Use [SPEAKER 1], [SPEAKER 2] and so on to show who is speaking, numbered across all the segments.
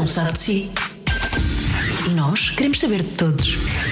[SPEAKER 1] sabe de si. E nós queremos saber de todos.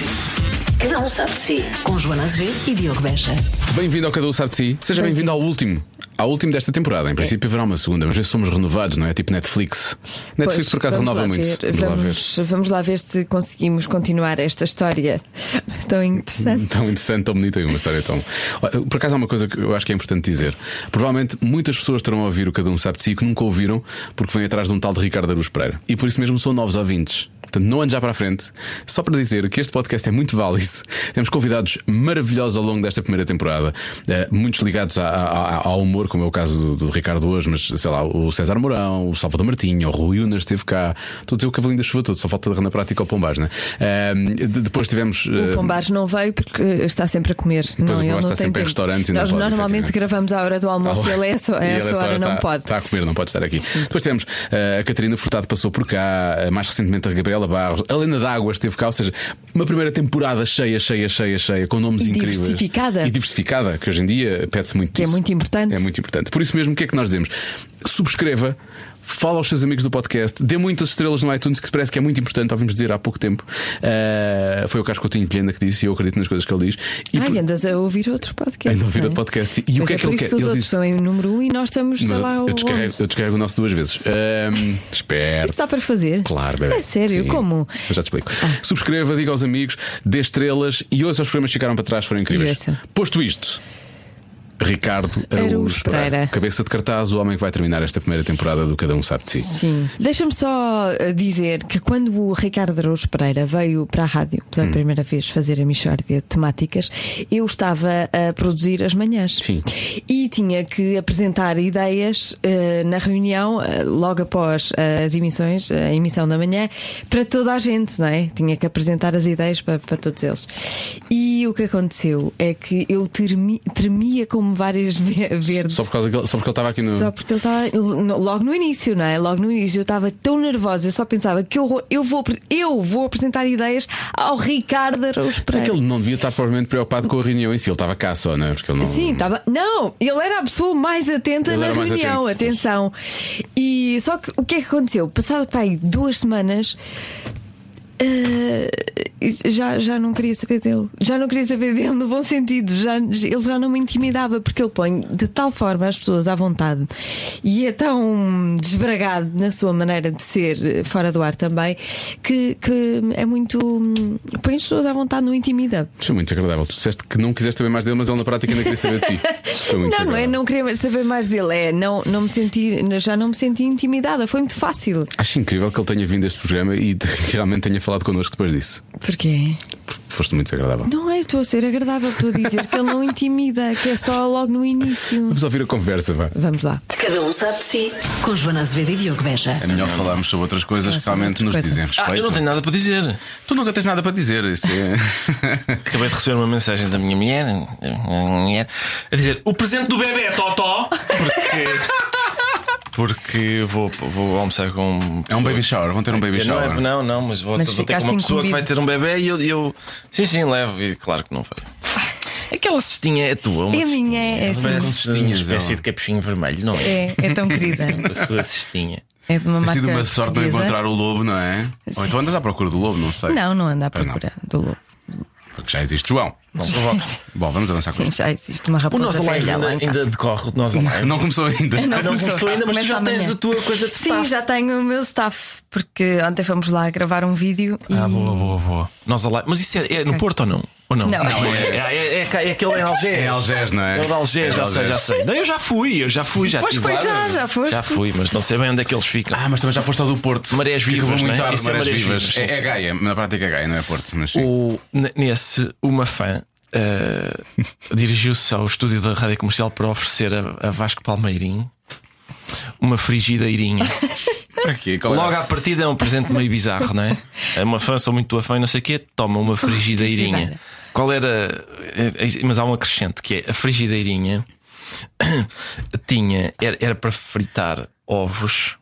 [SPEAKER 1] Cada um sabe de si. Com Joana Azevedo e Diogo Beja.
[SPEAKER 2] Bem-vindo ao Cada um sabe de si. Seja bem-vindo ao último desta temporada. Em princípio haverá uma segunda, mas ver se somos renovados, não é? Tipo Netflix. Netflix por acaso renova muito.
[SPEAKER 3] Vamos lá ver se conseguimos continuar esta história tão interessante.
[SPEAKER 2] Tão interessante, tão bonita e uma história tão. Por acaso há uma coisa que eu acho que é importante dizer. Provavelmente muitas pessoas terão a ouvir o Cada um sabe de si que nunca ouviram porque vêm atrás de um tal de Ricardo Araújo Pereira. E por isso mesmo são novos ouvintes. Portanto, não ande já para a frente. Só para dizer que este podcast é muito válido. Temos convidados maravilhosos ao longo desta primeira temporada, muitos ligados ao humor, como é o caso do Ricardo hoje, mas sei lá, o César Mourão, o Salvador Martinho, o Rui Unas esteve cá. Estou a dizer o cavalinho da chuva todo, só falta de na prática ao Pombás, né? Depois tivemos.
[SPEAKER 3] O Pombás não veio porque está sempre a comer.
[SPEAKER 2] Depois
[SPEAKER 3] não,
[SPEAKER 2] o
[SPEAKER 3] ele
[SPEAKER 2] está
[SPEAKER 3] não
[SPEAKER 2] sempre
[SPEAKER 3] tem
[SPEAKER 2] em restaurantes.
[SPEAKER 3] Nós normalmente gravamos à hora do almoço e ele essa hora não pode.
[SPEAKER 2] Está a comer, não pode estar aqui. Depois tivemos a Catarina Furtado, passou por cá, mais recentemente a Gabriela Barros, a Helena D'Água esteve cá, ou seja, uma primeira temporada cheia, com nomes incríveis.
[SPEAKER 3] E
[SPEAKER 2] diversificada, que hoje em dia pede-se muito disso.
[SPEAKER 3] É muito importante.
[SPEAKER 2] É muito importante. Por isso mesmo, o que é que nós dizemos? Subscreva. Fala aos seus amigos do podcast, dê muitas estrelas no iTunes, que parece que é muito importante. Ouvimos dizer há pouco tempo. Foi o Carlos Coutinho Vilhena que disse, e eu acredito nas coisas que ele diz.
[SPEAKER 3] Andas a ouvir outro podcast.
[SPEAKER 2] Ando a ouvir outro podcast. E o que é que ele quer?
[SPEAKER 3] Os outros estão em número 1 e nós estamos lá.
[SPEAKER 2] Eu descarrego o nosso 2 vezes. Espero.
[SPEAKER 3] Isso dá para fazer?
[SPEAKER 2] Claro, bebê.
[SPEAKER 3] É sério?
[SPEAKER 2] Sim.
[SPEAKER 3] Como?
[SPEAKER 2] Eu já te explico. Subscreva, diga aos amigos, dê estrelas e ouça os programas que ficaram para trás, foram incríveis. Posto isto, Ricardo Araújo Pereira, cabeça de cartaz, o homem que vai terminar esta primeira temporada do Cada um sabe de si.
[SPEAKER 3] Sim. Deixa-me só dizer que quando o Ricardo Araújo Pereira veio para a rádio pela primeira vez fazer a mixórdia de temáticas, eu estava a produzir as manhãs.
[SPEAKER 2] Sim.
[SPEAKER 3] E tinha que apresentar ideias na reunião logo após as emissões, a emissão da manhã, para toda a gente, não é? Tinha que apresentar as ideias para todos eles. E o que aconteceu é que eu tremia como várias verdes.
[SPEAKER 2] Só porque ele estava aqui no.
[SPEAKER 3] Só porque ele estava logo no início, não é? Logo no início eu estava tão nervosa, eu só pensava que eu vou apresentar ideias ao Ricardo Araújo Pereira.
[SPEAKER 2] É que ele não devia estar provavelmente preocupado com a reunião em si, ele estava cá só, não é? Porque ele não.
[SPEAKER 3] Sim, estava. Não, ele era a pessoa mais atenta na reunião, atenção. E só que o que é que aconteceu? Passado para aí 2 semanas. Já não queria saber dele. Já não queria saber dele no bom sentido. Ele já não me intimidava, porque ele põe de tal forma as pessoas à vontade e é tão desbragado na sua maneira de ser fora do ar também, que é muito. Põe as pessoas à vontade, não intimida.
[SPEAKER 2] Foi muito agradável. Tu disseste que não quiseste saber mais dele, mas ele na prática ainda queria saber de ti. Foi muito
[SPEAKER 3] não é não querer saber mais dele, é já não me senti intimidada. Foi muito fácil.
[SPEAKER 2] Acho incrível que ele tenha vindo a este programa e realmente tenha falado connosco depois disso.
[SPEAKER 3] Porquê?
[SPEAKER 2] Foste muito agradável.
[SPEAKER 3] Não é, estou a ser agradável, estou a dizer que ele não intimida, que é só logo no início.
[SPEAKER 2] Vamos ouvir a conversa, vá.
[SPEAKER 3] Vamos lá.
[SPEAKER 1] Cada um sabe de si. Com Joana Azevedo e Diogo Beja.
[SPEAKER 2] É melhor falarmos sobre outras coisas que realmente nos dizem respeito.
[SPEAKER 4] Eu não tenho nada para dizer.
[SPEAKER 2] Tu nunca tens nada para dizer. Isso é...
[SPEAKER 4] Acabei de receber uma mensagem da minha mulher a dizer: o presente do bebê é Totó. Porque vou almoçar com.
[SPEAKER 2] É um baby shower, vão ter um baby shower.
[SPEAKER 4] Não, mas vou ter com uma pessoa que vai ter um bebê e eu. Sim, levo. E claro que não veio. Aquela cestinha é tua?
[SPEAKER 3] É minha, é assim.
[SPEAKER 4] Uma espécie de capuchinho vermelho, não é?
[SPEAKER 3] É tão querida.
[SPEAKER 4] A sua cestinha.
[SPEAKER 3] É de uma marca.
[SPEAKER 2] Tem sido uma sorte de não
[SPEAKER 3] portuguesa.
[SPEAKER 2] encontrar o lobo, não é?
[SPEAKER 3] Sim.
[SPEAKER 2] Ou então andas à procura do lobo, não sei.
[SPEAKER 3] Não anda à procura do lobo.
[SPEAKER 2] Porque já existe João. Bom, vamos avançar com
[SPEAKER 3] Sim,
[SPEAKER 2] isso.
[SPEAKER 3] já existe uma
[SPEAKER 4] O
[SPEAKER 3] raposa
[SPEAKER 4] nosso live
[SPEAKER 3] velha lá em casa.
[SPEAKER 4] ainda decorre. O nosso live
[SPEAKER 2] Não começou ainda.
[SPEAKER 4] não começou ainda, mas tu
[SPEAKER 3] Começa
[SPEAKER 4] já tens
[SPEAKER 3] amanhã.
[SPEAKER 4] a tua coisa de
[SPEAKER 3] Sim,
[SPEAKER 4] staff.
[SPEAKER 3] já tenho o meu staff. Porque ontem fomos lá gravar um vídeo e...
[SPEAKER 4] Boa. Nós live. Mas isso é no Porto ou não? Ou não?
[SPEAKER 3] Não.
[SPEAKER 4] É aquele em Algés.
[SPEAKER 2] É Algés, não é?
[SPEAKER 4] É o de Algés, já sei. Não, eu já fui. Já
[SPEAKER 3] Pois
[SPEAKER 4] estive
[SPEAKER 3] foi,
[SPEAKER 4] lá.
[SPEAKER 3] já foste.
[SPEAKER 4] Já fui, mas não sei bem onde é que eles ficam.
[SPEAKER 2] Mas também já foste ao do Porto.
[SPEAKER 4] Marés
[SPEAKER 2] Que
[SPEAKER 4] Vivas,
[SPEAKER 2] acabou muito
[SPEAKER 4] não é?
[SPEAKER 2] tarde,
[SPEAKER 4] Isso é
[SPEAKER 2] Marés
[SPEAKER 4] Marés
[SPEAKER 2] Vivas.
[SPEAKER 4] Vivas,
[SPEAKER 2] É
[SPEAKER 4] sim.
[SPEAKER 2] Gaia, na prática é Gaia, não é Porto. Mas sim.
[SPEAKER 4] Nesse, uma fã dirigiu-se ao estúdio da Rádio Comercial para oferecer a Vasco Palmeirinho uma frigideirinha.
[SPEAKER 2] Para quê?
[SPEAKER 4] Logo à partida é um presente meio bizarro, não é? É uma fã, sou muito tua fã e não sei o quê, toma uma frigideirinha.
[SPEAKER 3] frigideira.
[SPEAKER 4] Qual era? Mas há um acrescente que é a frigideirinha era para fritar ovos.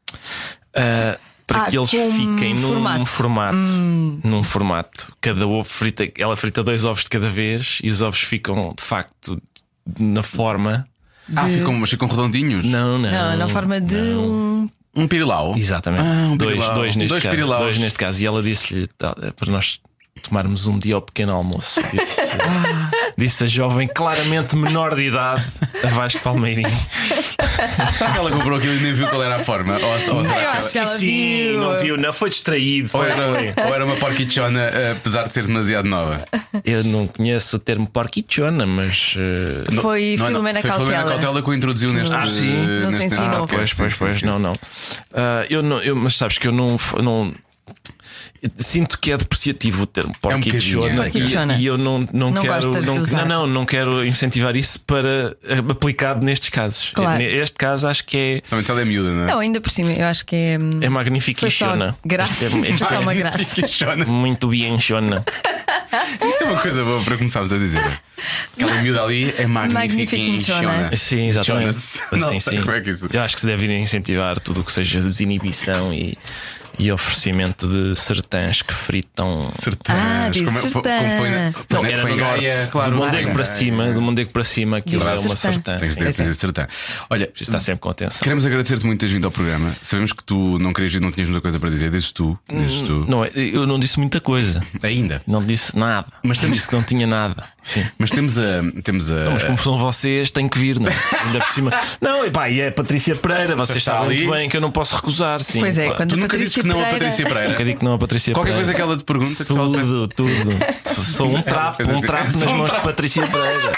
[SPEAKER 4] Para que eles fiquem num formato. Cada ovo frita, ela frita 2 ovos de cada vez e os ovos ficam de facto na forma.
[SPEAKER 2] Ficam redondinhos?
[SPEAKER 4] Não,
[SPEAKER 3] na forma de um
[SPEAKER 2] Um pirilau?
[SPEAKER 4] Exatamente. Dois neste caso. Dois neste caso. E ela disse-lhe para nós tomarmos um dia ao pequeno almoço. Disse a jovem, claramente menor de idade, a Vasco Palmeirinho.
[SPEAKER 2] Será que ela comprou aquilo e nem viu qual era a forma? Ou será que ela...
[SPEAKER 4] Sim, não viu, não foi distraído.
[SPEAKER 2] Ou era uma porquichona, apesar de ser demasiado nova?
[SPEAKER 4] Eu não conheço o termo porquichona, mas.
[SPEAKER 3] Foi Filomena Cautela.
[SPEAKER 2] Foi Filomena Cautela que o introduziu neste.
[SPEAKER 3] Não se ensinou.
[SPEAKER 4] Pois, não. Mas sabes que eu não. Sinto que é depreciativo o termo porquichona e eu não quero não quero incentivar isso para aplicado nestes casos.
[SPEAKER 3] Claro.
[SPEAKER 4] Este caso acho que é.
[SPEAKER 2] Somente ela é miúda, não é?
[SPEAKER 3] Não, ainda por cima, eu acho que
[SPEAKER 4] é magnifiquichona.
[SPEAKER 3] Só uma graça.
[SPEAKER 4] Muito bem, chona.
[SPEAKER 2] Isto é uma coisa boa para começarmos a dizer. Aquela miúda ali é magnifiquichona.
[SPEAKER 4] Sim, exatamente.
[SPEAKER 2] Não sei como é que isso.
[SPEAKER 4] Eu acho que se deve incentivar tudo o que seja desinibição e oferecimento de sertãs que fritam.
[SPEAKER 2] Sertãs,
[SPEAKER 4] como foi na Gaia, claro. Do Mondego para cima, aquilo era uma sertã.
[SPEAKER 2] Tens de dizer sertã. Olha,
[SPEAKER 4] está sempre com atenção.
[SPEAKER 2] Queremos agradecer-te muito teres vindo ao programa. Sabemos que tu não querias vir, não tinhas muita coisa para dizer. Dizes tu.
[SPEAKER 4] Não, eu não disse muita coisa.
[SPEAKER 2] Ainda.
[SPEAKER 4] Não disse nada. Mas disse que não tinha nada. Sim.
[SPEAKER 2] Mas temos a.
[SPEAKER 4] Não, mas como são vocês, tem que vir, não é? Ainda por cima. Não, e é Patrícia Pereira. Vocês sabem muito bem que eu não posso recusar. Sim.
[SPEAKER 3] Pois é, quando
[SPEAKER 2] tu nunca dizes que não a Patrícia Pereira.
[SPEAKER 4] Nunca digo que não a Patrícia
[SPEAKER 2] Qualquer
[SPEAKER 4] Pereira.
[SPEAKER 2] coisa que ela te pergunta,
[SPEAKER 4] tudo. Sou um trapo nas mãos de Patrícia Pereira.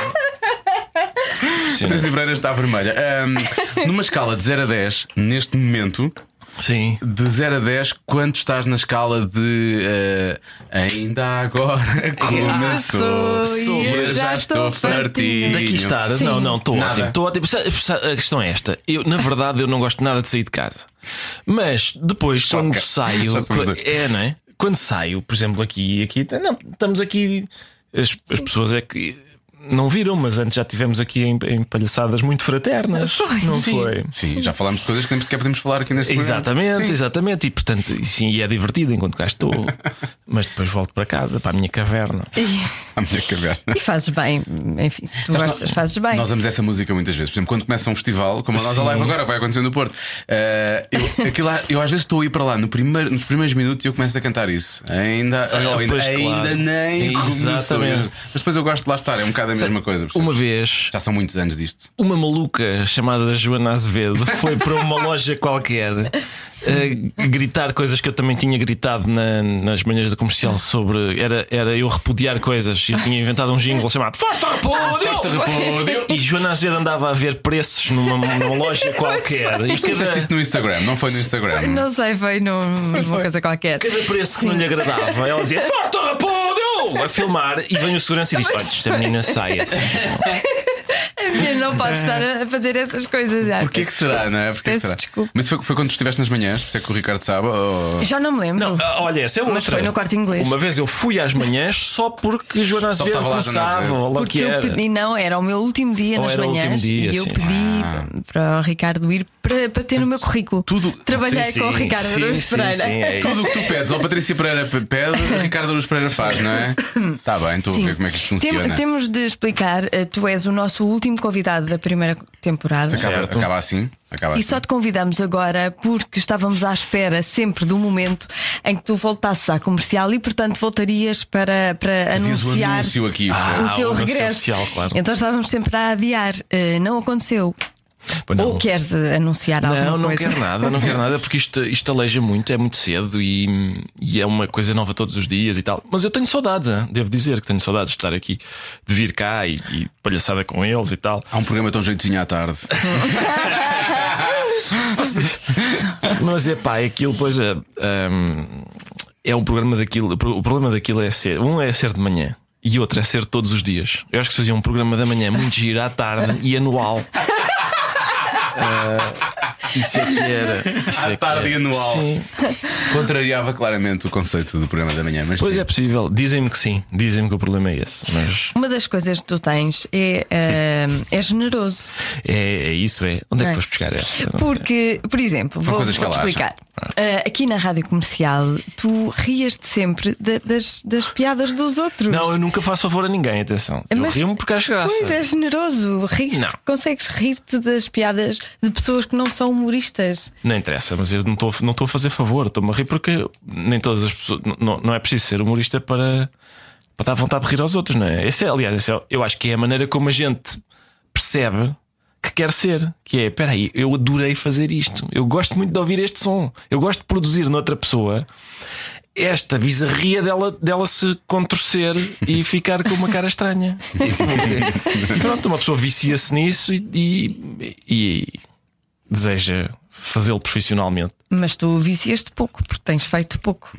[SPEAKER 2] Patrícia Pereira está vermelha. Numa escala de 0 a 10, neste momento.
[SPEAKER 4] Sim.
[SPEAKER 2] De 0 a 10, quanto estás na escala de ainda agora começou? Já estou fartinho.
[SPEAKER 4] Daqui estar? Sim. Não, estou ótimo. A questão é esta. Na verdade, eu não gosto nada de sair de casa. Mas depois, quando saio, não é? Quando saio, por exemplo, aqui não, estamos aqui. As pessoas é que não viram, mas antes já estivemos aqui em palhaçadas muito fraternas. Foi?
[SPEAKER 2] Sim, já falámos de coisas que nem sequer podemos falar aqui neste
[SPEAKER 4] programa. Exatamente. E portanto, sim, é divertido enquanto cá estou. Mas depois volto para casa, para a minha caverna.
[SPEAKER 2] A minha caverna.
[SPEAKER 3] E fazes bem, enfim, se tu gostas, fazes bem.
[SPEAKER 2] Nós amamos essa música muitas vezes. Por exemplo, quando começa um festival, como a nossa live agora vai acontecer no Porto, eu às vezes estou a ir para lá nos primeiros minutos e eu começo a cantar isso. Ainda nem começou. Mas depois eu gosto de lá estar, é um bocado a mesma coisa.
[SPEAKER 4] Uma vez,
[SPEAKER 2] já são muitos anos disto,
[SPEAKER 4] uma maluca chamada Joana Azevedo foi para uma loja qualquer gritar coisas que eu também tinha gritado nas manhãs da comercial sobre. Era eu repudiar coisas. Eu tinha inventado um jingle chamado Forte Repúdio! E Joana Azevedo andava a ver preços numa loja qualquer.
[SPEAKER 2] Mas tu fizeste isso no Instagram, não foi no Instagram?
[SPEAKER 3] Não sei, foi numa coisa qualquer.
[SPEAKER 4] Cada preço que não lhe agradava, ela dizia Forte Repúdio! A filmar e vem o segurança e diz: olha, esta menina sai assim.
[SPEAKER 3] A menina não pode estar a fazer essas coisas.
[SPEAKER 2] Porquê que será, não é?
[SPEAKER 3] Desculpa.
[SPEAKER 2] Mas foi quando estiveste nas manhãs, por isso é que o Ricardo sabe? Ou...
[SPEAKER 3] Já não me lembro.
[SPEAKER 4] Não, olha, essa é outra.
[SPEAKER 3] Mas foi no Corte Inglês.
[SPEAKER 4] Uma vez eu fui às manhãs só porque Joana Azevedo começava.
[SPEAKER 3] Porque eu pedi, não, era o meu último dia nas manhãs e eu pedi para o Ricardo ir para ter no meu currículo. Trabalhei com o Ricardo Araújo Pereira.
[SPEAKER 2] Tudo o que tu pedes, ou Patrícia Pereira pede, o Ricardo Araújo Pereira faz, não é? Está bem, estou a ver como é que isto funciona.
[SPEAKER 3] Temos de explicar, tu és o nosso último convidado da primeira temporada.
[SPEAKER 2] Acaba assim.
[SPEAKER 3] E só te convidamos agora porque estávamos à espera sempre do momento em que tu voltasses à comercial e, portanto, voltarias para anunciar o teu regresso.
[SPEAKER 4] Oficial, claro.
[SPEAKER 3] Então estávamos sempre a adiar. Não aconteceu. Ou queres anunciar alguma coisa?
[SPEAKER 4] Não quero nada, porque isto aleija muito, é muito cedo e é uma coisa nova todos os dias e tal. Mas eu tenho saudades, devo dizer que tenho saudades de estar aqui, de vir cá e palhaçada com eles e tal.
[SPEAKER 2] Há um programa tão jeitinho à tarde.
[SPEAKER 4] Mas aquilo pois é um programa daquilo. O problema daquilo é ser de manhã e outro é ser todos os dias. Eu acho que se fazia um programa da manhã muito giro à tarde e anual. Isso é que era.
[SPEAKER 2] À tarde e anual.
[SPEAKER 4] Sim.
[SPEAKER 2] Contrariava claramente o conceito do programa da manhã. Mas
[SPEAKER 4] pois
[SPEAKER 2] sim.
[SPEAKER 4] É possível. Dizem-me que sim. Dizem-me que o problema é esse. Mas...
[SPEAKER 3] Uma das coisas que tu tens é generoso.
[SPEAKER 4] É isso, é. Onde é que vais buscar essa?
[SPEAKER 3] Porque, por exemplo, vou-te explicar. Aqui na Rádio Comercial, tu rias-te sempre das piadas dos outros.
[SPEAKER 4] Não, eu nunca faço favor a ninguém, atenção. Eu rio-me porque acho graça.
[SPEAKER 3] Pois, é generoso. Consegues rir-te das piadas de pessoas que não são humoristas.
[SPEAKER 4] Não interessa, mas eu não estou a fazer favor. Estou-me a rir porque nem todas as pessoas. Não é preciso ser humorista para dar vontade de rir aos outros, não é? Aliás, eu acho que é a maneira como a gente percebe que quer ser, que é, espera aí, eu adorei fazer isto, eu gosto muito de ouvir este som, eu gosto de produzir noutra pessoa esta bizarria dela se contorcer e ficar com uma cara estranha. E pronto, uma pessoa vicia-se nisso e deseja fazê-lo profissionalmente.
[SPEAKER 3] Mas tu vicias-te pouco, porque tens feito pouco.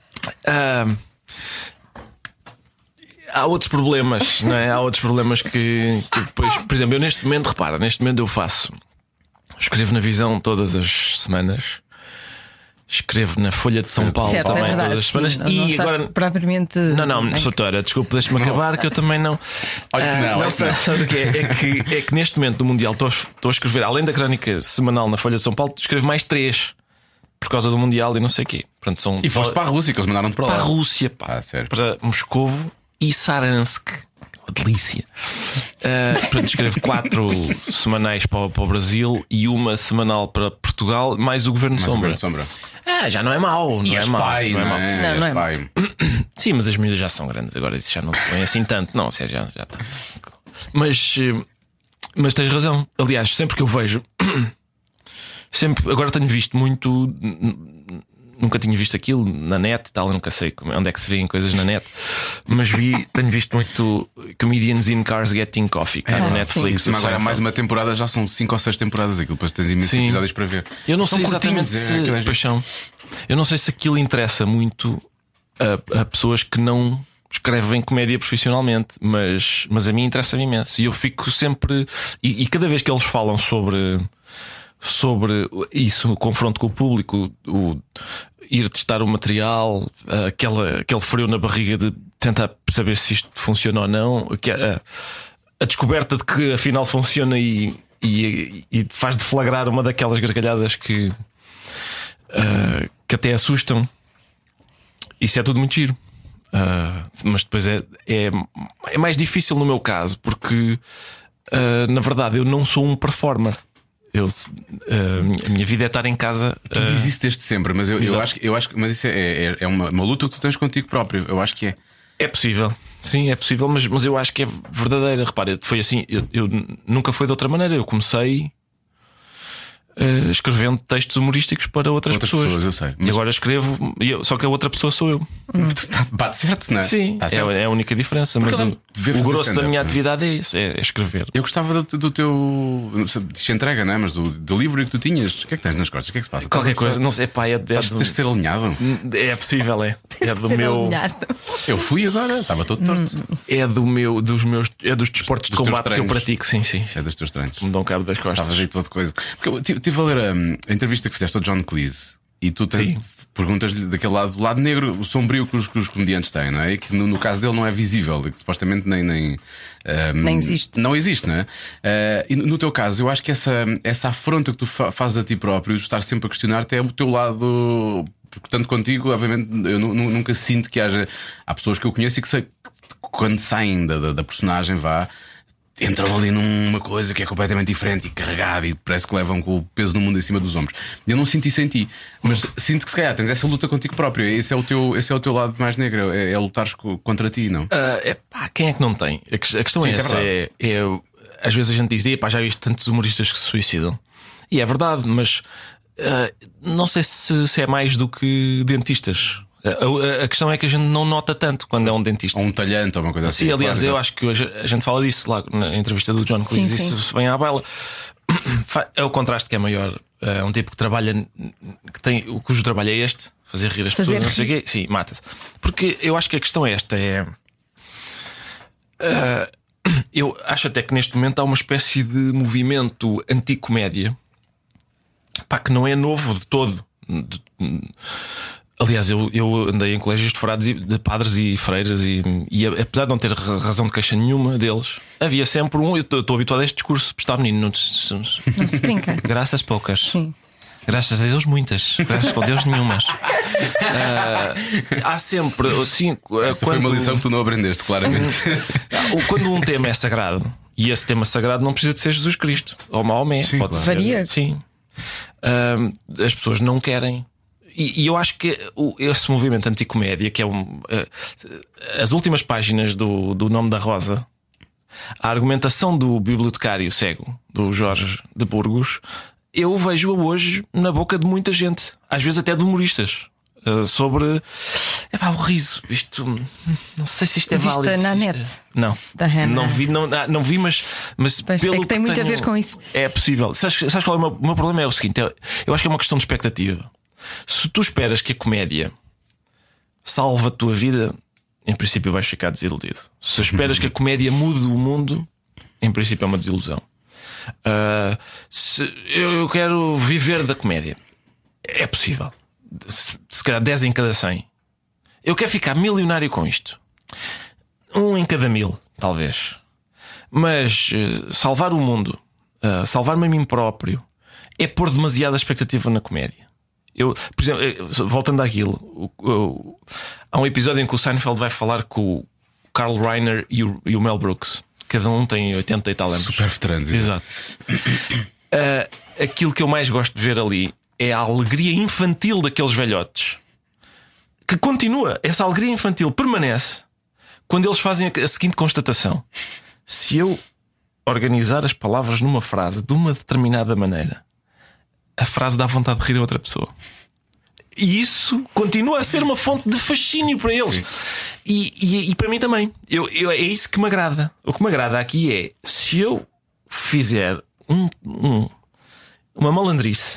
[SPEAKER 4] Há outros problemas, não é? Há outros problemas que depois, por exemplo, eu neste momento eu escrevo na Visão todas as semanas, escrevo na Folha de São Paulo
[SPEAKER 3] certo,
[SPEAKER 4] também
[SPEAKER 3] verdade,
[SPEAKER 4] todas as semanas.
[SPEAKER 3] Sim,
[SPEAKER 4] e agora
[SPEAKER 3] propriamente.
[SPEAKER 4] Não, doutora, desculpe, deixe-me acabar que eu também não. Sabe o que é que neste momento do Mundial estou a escrever, além da crónica semanal na Folha de São Paulo, escrevo mais 3 por causa do Mundial e não sei o quê. Pronto,
[SPEAKER 2] e foste para a Rússia, que eles mandaram-te para lá.
[SPEAKER 4] Para a Rússia, para Moscovo e Saransk. Uma delícia. Portanto, escrevo 4 semanais para o Brasil e uma semanal para Portugal, mais o Governo Sombra. Já não é mau. Não é mau. Sim, mas as medidas já são grandes. Agora isso já não se põe assim tanto. Não, ou seja, já está. Mas tens razão. Aliás, sempre que eu vejo, agora tenho visto muito. Nunca tinha visto aquilo na net e tal, eu nunca sei onde é que se vêem coisas na net, mas tenho visto muito Comedians in Cars Getting Coffee cá no Netflix.
[SPEAKER 2] Sim, agora mais uma temporada, já são 5 ou 6 temporadas aquilo, depois tens imensos episódios para ver.
[SPEAKER 4] Eu não sei exatamente eu não sei se aquilo interessa muito a pessoas que não escrevem comédia profissionalmente, mas a mim interessa-me imenso. E eu fico sempre. E cada vez que eles falam sobre isso, o confronto com o público, o ir testar o material, aquele frio na barriga de tentar saber se isto funciona ou não, a descoberta de que afinal funciona e faz deflagrar uma daquelas gargalhadas que até assustam. Isso é tudo muito giro. Mas depois é mais difícil no meu caso, porque na verdade eu não sou um performer. A minha vida é estar em casa.
[SPEAKER 2] Tu dizes isso desde sempre, mas eu acho que mas isso é uma luta que tu tens contigo próprio. Eu acho que é.
[SPEAKER 4] É possível, sim, é possível, mas eu acho que é verdadeira. Repara, foi assim, eu nunca foi de outra maneira. Eu comecei escrevendo textos humorísticos para outras pessoas.
[SPEAKER 2] Eu sei.
[SPEAKER 4] E agora escrevo, só que a outra pessoa sou eu.
[SPEAKER 2] Bate certo, não é?
[SPEAKER 4] Sim, é a única diferença. Mas o grosso da minha atividade é isso, é escrever.
[SPEAKER 2] Eu gostava do teu. Diz entrega, não é? Mas do livro que tu tinhas. O que é que tens nas costas? O que é que se passa?
[SPEAKER 4] Qualquer coisa, não sei, pá,
[SPEAKER 2] Tens de ser alinhado.
[SPEAKER 4] É possível, é do meu.
[SPEAKER 2] Eu fui agora, estava todo torto.
[SPEAKER 4] É dos desportos de combate que eu pratico, sim.
[SPEAKER 2] É dos teus treinos.
[SPEAKER 4] Me dão cabo das costas.
[SPEAKER 2] Estava jeito de coisa. Porque eu estive a ler a entrevista que fizeste ao John Cleese e tu perguntas-lhe daquele lado negro, o sombrio que os comediantes têm, não é? E que no caso dele não é visível, que supostamente nem
[SPEAKER 3] existe.
[SPEAKER 2] Não existe, não é? E no teu caso, eu acho que essa afronta que tu fazes a ti próprio, de estar sempre a questionar-te, é o teu lado. Porque tanto contigo, obviamente, eu nunca sinto que há pessoas que eu conheço e que sei que quando saem da personagem entram ali numa coisa que é completamente diferente e carregada e parece que levam com o peso do mundo em cima dos ombros. Eu não sinto isso em ti, mas sinto que se calhar tens essa luta contigo próprio. Esse é o teu lado mais negro, é lutares contra ti, não?
[SPEAKER 4] Quem é que não tem? A questão sim, é essa. Às vezes a gente diz, já viste tantos humoristas que se suicidam. E é verdade, mas não sei se é mais do que dentistas. A questão é que a gente não nota tanto quando é um dentista.
[SPEAKER 2] Ou um talhante ou uma coisa assim.
[SPEAKER 4] Sim, aliás, eu acho que hoje a gente fala disso lá na entrevista do John Cleese. Isso se vem à baila. É o contraste que é maior. É um tipo que trabalha, cujo trabalho é este, fazer rir as pessoas, não sei o quê. Sim, mata-se. Porque eu acho que a questão é esta: eu acho até que neste momento há uma espécie de movimento anticomédia que não é novo de todo. Aliás, eu andei em colégios de padres e freiras e apesar de não ter razão de queixa nenhuma deles, havia sempre eu estou habituado a este discurso. Está, menino, não se
[SPEAKER 3] brinca.
[SPEAKER 4] Graças poucas.
[SPEAKER 3] Sim.
[SPEAKER 4] Graças a Deus, muitas. Graças a Deus, nenhumas. Há sempre. Assim,
[SPEAKER 2] Esta foi uma lição que tu não aprendeste, claramente.
[SPEAKER 4] Quando um tema é sagrado, e esse tema sagrado não precisa de ser Jesus Cristo ou Maomé,
[SPEAKER 2] Sim,
[SPEAKER 4] pode
[SPEAKER 2] claro.
[SPEAKER 4] ser.
[SPEAKER 3] Varia.
[SPEAKER 4] Sim. As pessoas não querem. E eu acho que esse movimento anticomédia, que é as últimas páginas do Nome da Rosa, a argumentação do bibliotecário cego, do Jorge de Burgos, eu vejo-a hoje na boca de muita gente, às vezes até de humoristas, sobre o riso. Isto não sei se isto é
[SPEAKER 3] Vista
[SPEAKER 4] válido.
[SPEAKER 3] na net.
[SPEAKER 4] Não,
[SPEAKER 3] Da Hannah.
[SPEAKER 4] não vi, mas
[SPEAKER 3] Pois,
[SPEAKER 4] pelo
[SPEAKER 3] é que tem muito a ver com isso.
[SPEAKER 4] É possível. Sabes qual é o meu problema? É o seguinte: eu acho que é uma questão de expectativa. Se tu esperas que a comédia salve a tua vida, em princípio vais ficar desiludido. Se esperas que a comédia mude o mundo, em princípio é uma desilusão. Se eu quero viver da comédia, é possível. Se calhar 10 em cada 100. Eu quero ficar milionário com isto, 1 em cada 1000, talvez. Mas salvar o mundo, salvar-me a mim próprio, é pôr demasiada expectativa na comédia. Por exemplo, voltando àquilo, há um episódio em que o Seinfeld vai falar com o Carl Reiner e o Mel Brooks. Cada um tem 80 e tal anos.
[SPEAKER 2] Super veteranos.
[SPEAKER 4] Exato. Aquilo que eu mais gosto de ver ali é a alegria infantil daqueles velhotes, que continua. Essa alegria infantil permanece quando eles fazem a seguinte constatação: se eu organizar as palavras numa frase de uma determinada maneira, a frase dá vontade de rir a outra pessoa. E isso continua a ser uma fonte de fascínio para eles. E para mim também. É isso que me agrada. O que me agrada aqui é: se eu fizer uma malandrice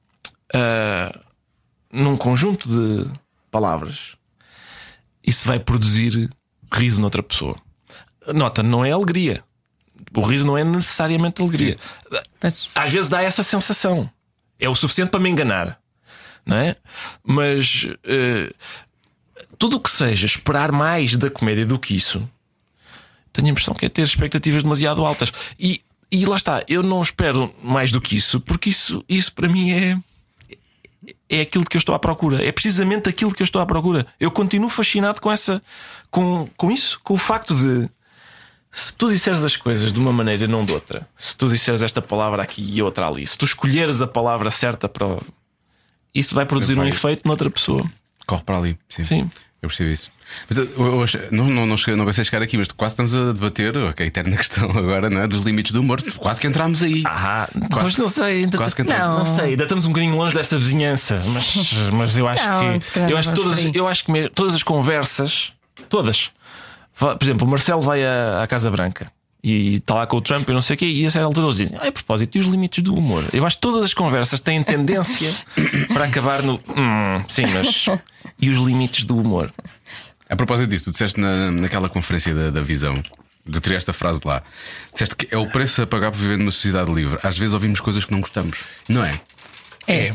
[SPEAKER 4] num conjunto de palavras, isso vai produzir riso noutra pessoa. Nota, não é alegria. O riso não é necessariamente alegria. Às vezes dá essa sensação. É o suficiente para me enganar, não é? Mas tudo o que seja esperar mais da comédia do que isso, tenho a impressão que é ter expectativas demasiado altas. E lá está, eu não espero mais do que isso, porque isso para mim é aquilo que eu estou à procura. É precisamente aquilo que eu estou à procura. Eu continuo fascinado com isso, com o facto de, se tu disseres as coisas de uma maneira e não de outra, se tu disseres esta palavra aqui e outra ali, se tu escolheres a palavra certa isso vai produzir um efeito noutra pessoa.
[SPEAKER 2] Corre para ali.
[SPEAKER 4] Sim.
[SPEAKER 2] Eu percebo isso. Mas não pensei chegar aqui, mas quase estamos a debater a eterna questão agora, não é? Dos limites do humor. Quase que entramos aí.
[SPEAKER 4] Pois não sei,
[SPEAKER 2] quase que entramos.
[SPEAKER 4] Não sei, ainda estamos um bocadinho longe dessa vizinhança. Mas eu acho que todas as conversas, todas. Por exemplo, o Marcelo vai à Casa Branca e está lá com o Trump e não sei o quê, e a certa altura eles dizem: a propósito, e os limites do humor? Eu acho que todas as conversas têm tendência para acabar no sim, mas e os limites do humor?
[SPEAKER 2] A propósito disso, tu disseste naquela conferência da Visão, de ter esta frase de lá, disseste que é o preço a pagar por viver numa sociedade livre. Às vezes ouvimos coisas que não gostamos, não é?
[SPEAKER 4] É.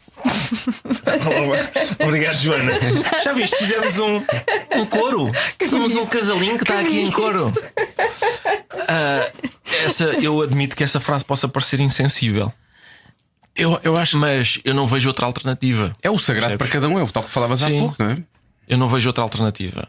[SPEAKER 4] Obrigado, Joana. Já viste? Fizemos um coro. Somos um casalinho que está aqui em coro. Eu admito que essa frase possa parecer insensível. Eu acho, mas eu não vejo outra alternativa.
[SPEAKER 2] É o sagrado para cada um, é o tal que falavas há pouco, não é?
[SPEAKER 4] Eu não vejo outra alternativa.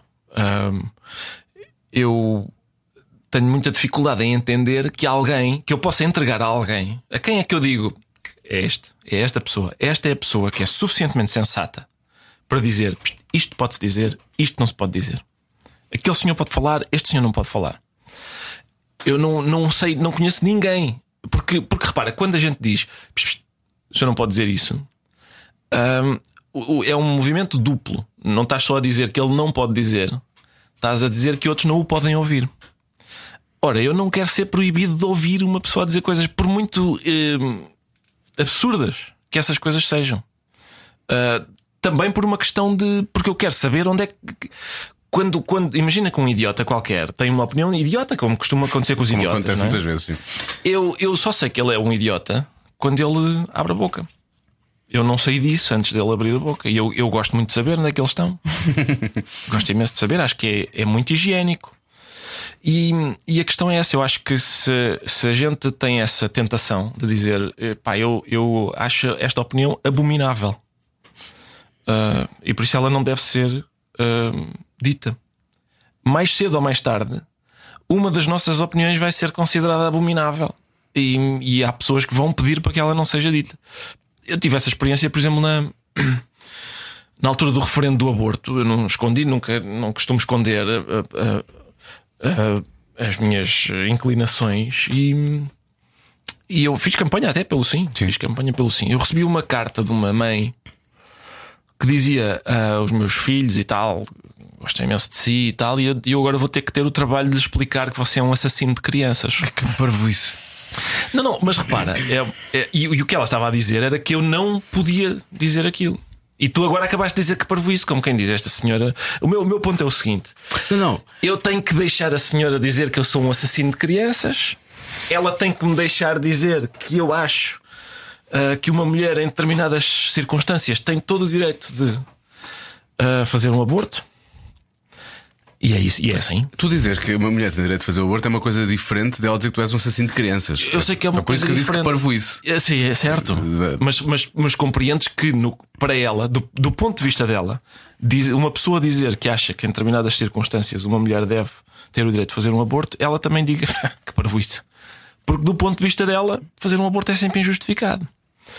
[SPEAKER 4] Eu tenho muita dificuldade em entender que eu possa entregar a alguém. A quem é que eu digo? É esta pessoa. Esta é a pessoa que é suficientemente sensata para dizer: isto pode-se dizer, isto não se pode dizer. Aquele senhor pode falar, este senhor não pode falar. Eu não sei, não conheço ninguém. Porque repara, quando a gente diz: o senhor não pode dizer isso, é um movimento duplo. Não estás só a dizer que ele não pode dizer, estás a dizer que outros não o podem ouvir. Ora, eu não quero ser proibido de ouvir uma pessoa dizer coisas, por muito absurdas que essas coisas sejam. Também por uma questão porque eu quero saber onde é que. Quando imagina que um idiota qualquer tem uma opinião idiota, como costuma acontecer com os idiotas.
[SPEAKER 2] Acontece muitas vezes, sim.
[SPEAKER 4] Eu só sei que ele é um idiota quando ele abre a boca. Eu não sei disso antes dele abrir a boca. E eu gosto muito de saber onde é que eles estão. Gosto imenso de saber, acho que é muito higiênico. E a questão é essa. Eu acho que se a gente tem essa tentação de dizer pá, eu acho esta opinião abominável, e por isso ela não deve ser dita, mais cedo ou mais tarde uma das nossas opiniões vai ser considerada abominável, e há pessoas que vão pedir para que ela não seja dita. Eu tive essa experiência, por exemplo, na altura do referendo do aborto. Eu não escondi, não costumo esconder as minhas inclinações, e eu fiz campanha até pelo sim. Fiz campanha pelo sim. Eu recebi uma carta de uma mãe que dizia aos meus filhos e tal, gosto imenso de si e tal, e eu agora vou ter que ter o trabalho de lhe explicar que você é um assassino de crianças.
[SPEAKER 2] Que parvoíce.
[SPEAKER 4] Não, mas repara, e o que ela estava a dizer era que eu não podia dizer aquilo. E tu agora acabaste de dizer que parvoíce, como quem diz, esta senhora. O meu ponto é o seguinte:
[SPEAKER 2] não.
[SPEAKER 4] Eu tenho que deixar a senhora dizer que eu sou um assassino de crianças. Ela tem que me deixar dizer que eu acho que uma mulher em determinadas circunstâncias tem todo o direito de fazer um aborto. E é isso, e é assim.
[SPEAKER 2] Tu dizer que uma mulher tem direito de fazer o aborto é uma coisa diferente dela dizer que tu és um assassino de crianças.
[SPEAKER 4] Eu sei que é uma coisa
[SPEAKER 2] que eu
[SPEAKER 4] diferente.
[SPEAKER 2] Disse que parvoíce.
[SPEAKER 4] Sim, é certo. Mas compreendes que para ela, do ponto de vista dela, uma pessoa dizer que acha que em determinadas circunstâncias uma mulher deve ter o direito de fazer um aborto, ela também diga que parvoíce. Porque do ponto de vista dela, fazer um aborto é sempre injustificado.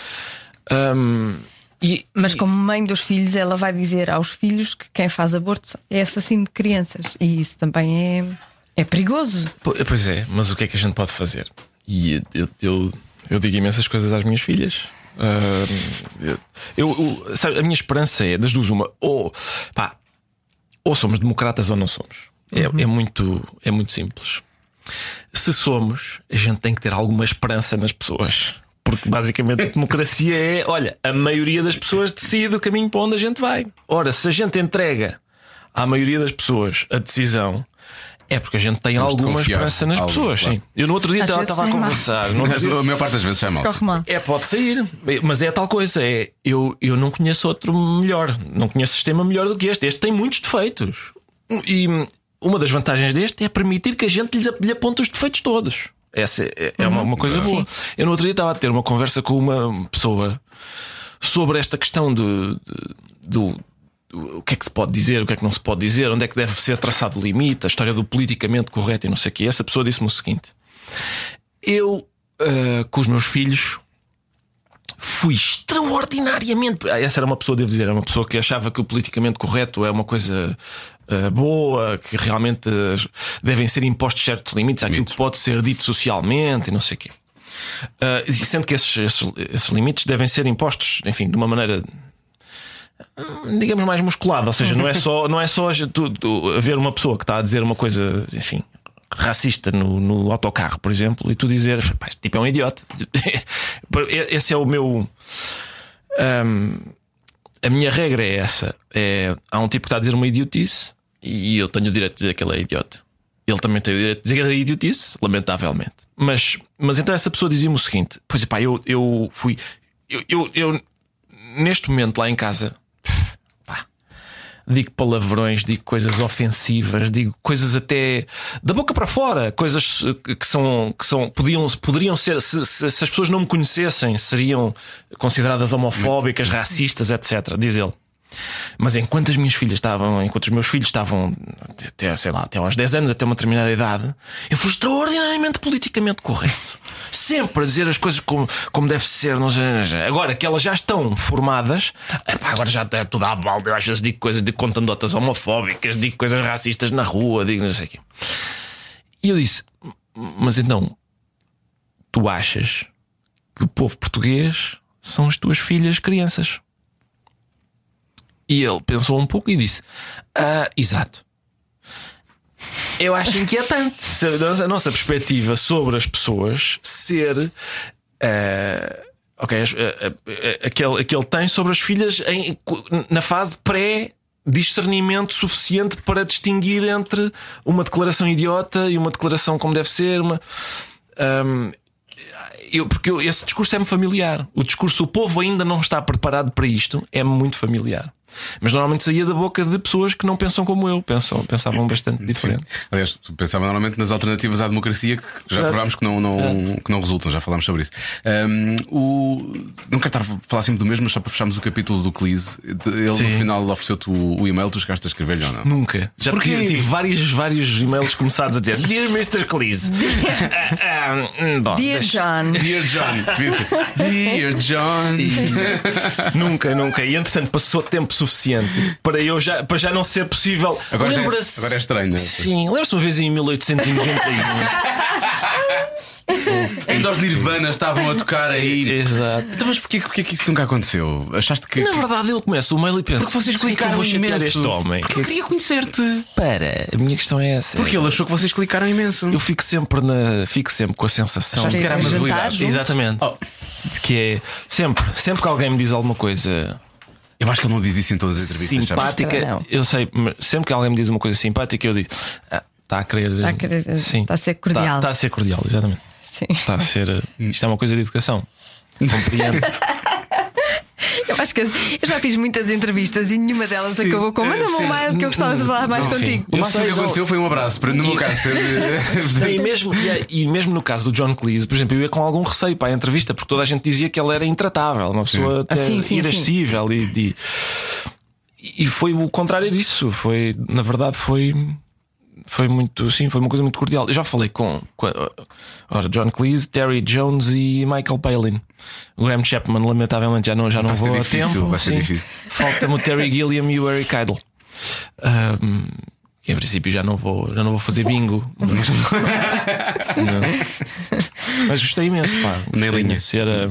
[SPEAKER 3] Mas como mãe dos filhos, ela vai dizer aos filhos que quem faz aborto é assassino de crianças. E isso também é perigoso.
[SPEAKER 4] Pois é, mas o que é que a gente pode fazer? E eu digo imensas coisas às minhas filhas. Sabe, a minha esperança é das duas uma: ou somos democratas ou não somos. É muito simples. Se somos, a gente tem que ter alguma esperança nas pessoas. Porque basicamente a democracia é: olha, a maioria das pessoas decide o caminho para onde a gente vai. Ora, se a gente entrega à maioria das pessoas a decisão, é porque a gente tem alguma esperança nas pessoas. Claro. Sim. Eu no outro dia estava a conversar.
[SPEAKER 2] A maior parte das vezes sai mal.
[SPEAKER 4] Pode sair, mas é tal coisa. Eu não conheço outro melhor, não conheço sistema melhor do que este. Este tem muitos defeitos. E uma das vantagens deste é permitir que a gente lhe aponte os defeitos todos. Essa é uma coisa boa. Eu no outro dia estava a ter uma conversa com uma pessoa sobre esta questão do o que é que se pode dizer, o que é que não se pode dizer, onde é que deve ser traçado o limite, a história do politicamente correto e não sei o quê. Essa pessoa disse-me o seguinte: eu com os meus filhos fui extraordinariamente. Essa era uma pessoa, devo dizer, era uma pessoa que achava que o politicamente correto é uma coisa boa, que realmente devem ser impostos certos limites àquilo que pode ser dito socialmente e não sei o quê. Sendo que esses limites devem ser impostos, enfim, de uma maneira, digamos, mais musculada. Ou seja, não é só haver uma pessoa que está a dizer uma coisa, enfim, racista no autocarro, por exemplo, e tu dizer: pá, este tipo é um idiota. Esse é o meu. A minha regra é essa: há um tipo que está a dizer uma idiotice e eu tenho o direito de dizer que ele é idiota. Ele também tem o direito de dizer que ele é idiotice, lamentavelmente. Mas então essa pessoa dizia-me o seguinte: pois é, pá, eu fui. Eu neste momento lá em casa, digo palavrões, digo coisas ofensivas, digo coisas até da boca para fora, coisas que são poderiam ser, se as pessoas não me conhecessem, seriam consideradas homofóbicas, racistas, etc. Diz ele. Mas enquanto os meus filhos estavam até aos 10 anos, até uma determinada idade, eu fui extraordinariamente politicamente correto, sempre a dizer as coisas como deve ser. Agora que elas já estão formadas, agora já é tudo à balda. Eu às vezes digo coisas, digo contandotas homofóbicas, digo coisas racistas na rua, digo não sei o quê. E eu disse: mas então tu achas que o povo português são as tuas filhas crianças? E ele pensou um pouco e disse: exato. Eu acho inquietante a nossa perspectiva sobre as pessoas ser aquele tem sobre as filhas na fase pré-discernimento suficiente para distinguir entre uma declaração idiota e uma declaração como deve ser. Porque esse discurso é-me familiar. O povo ainda não está preparado para isto, é-me muito familiar. Mas normalmente saía da boca de pessoas que não pensam como eu, pensavam bastante diferente.
[SPEAKER 2] Aliás, pensava normalmente nas alternativas à democracia que já provámos que não resultam, já falámos sobre isso. Não quero estar a falar sempre do mesmo, mas só para fecharmos o capítulo do Cleese. Ele no final ofereceu-te o e-mail, tu chegaste a escrever-lhe ou não?
[SPEAKER 4] Nunca. Já tive vários e-mails começados a dizer Dear Mr. Cleese.
[SPEAKER 3] Dear John.
[SPEAKER 2] Dear John. Dear John.
[SPEAKER 4] Nunca. E entretanto passou tempo suficiente para já não ser possível.
[SPEAKER 2] Agora é estranho, não é?
[SPEAKER 4] Sim, lembra-se uma vez em 1891.
[SPEAKER 2] Ainda os Nirvana estavam a tocar aí.
[SPEAKER 4] Exato.
[SPEAKER 2] Então, mas porquê que isso nunca aconteceu? Achaste que.
[SPEAKER 4] Na verdade, eu começo o mail e penso:
[SPEAKER 2] porque vocês clicaram
[SPEAKER 4] vou chatear
[SPEAKER 2] imenso
[SPEAKER 4] este homem.
[SPEAKER 2] Porque eu queria conhecer-te.
[SPEAKER 4] A minha questão é essa.
[SPEAKER 2] Porque ele achou que vocês clicaram imenso.
[SPEAKER 4] Eu fico sempre com a sensação
[SPEAKER 2] Achaste que era amabilidade.
[SPEAKER 4] Exatamente. Que é sempre que alguém me diz alguma coisa.
[SPEAKER 2] Eu acho que ele não diz isso em todas as entrevistas.
[SPEAKER 4] Simpática, eu sei, mas sempre que alguém me diz uma coisa simpática, eu digo: está a querer.
[SPEAKER 3] Está a ser cordial.
[SPEAKER 4] Está a ser cordial, exatamente.
[SPEAKER 3] Sim.
[SPEAKER 4] Está a ser. Isto é uma coisa de educação. Compreendo.
[SPEAKER 3] Eu acho que eu já fiz muitas entrevistas e nenhuma delas acabou com manda-me um mail que eu gostava de falar mais contigo.
[SPEAKER 2] O máximo que aconteceu foi um abraço, no meu caso.
[SPEAKER 4] E mesmo no caso do John Cleese, por exemplo, eu ia com algum receio para a entrevista, porque toda a gente dizia que ele era intratável, uma pessoa irascível. E foi o contrário disso. Na verdade, foi muito, sim, foi uma coisa muito cordial. Eu já falei com John Cleese, Terry Jones e Michael Palin. O Graham Chapman, lamentavelmente, já não vou a tempo.
[SPEAKER 2] Vai ser difícil.
[SPEAKER 4] Falta-me o Terry Gilliam e o Eric Idle. Que em princípio já não vou fazer bingo. Mas gostei imenso, pá.
[SPEAKER 2] Nem linha.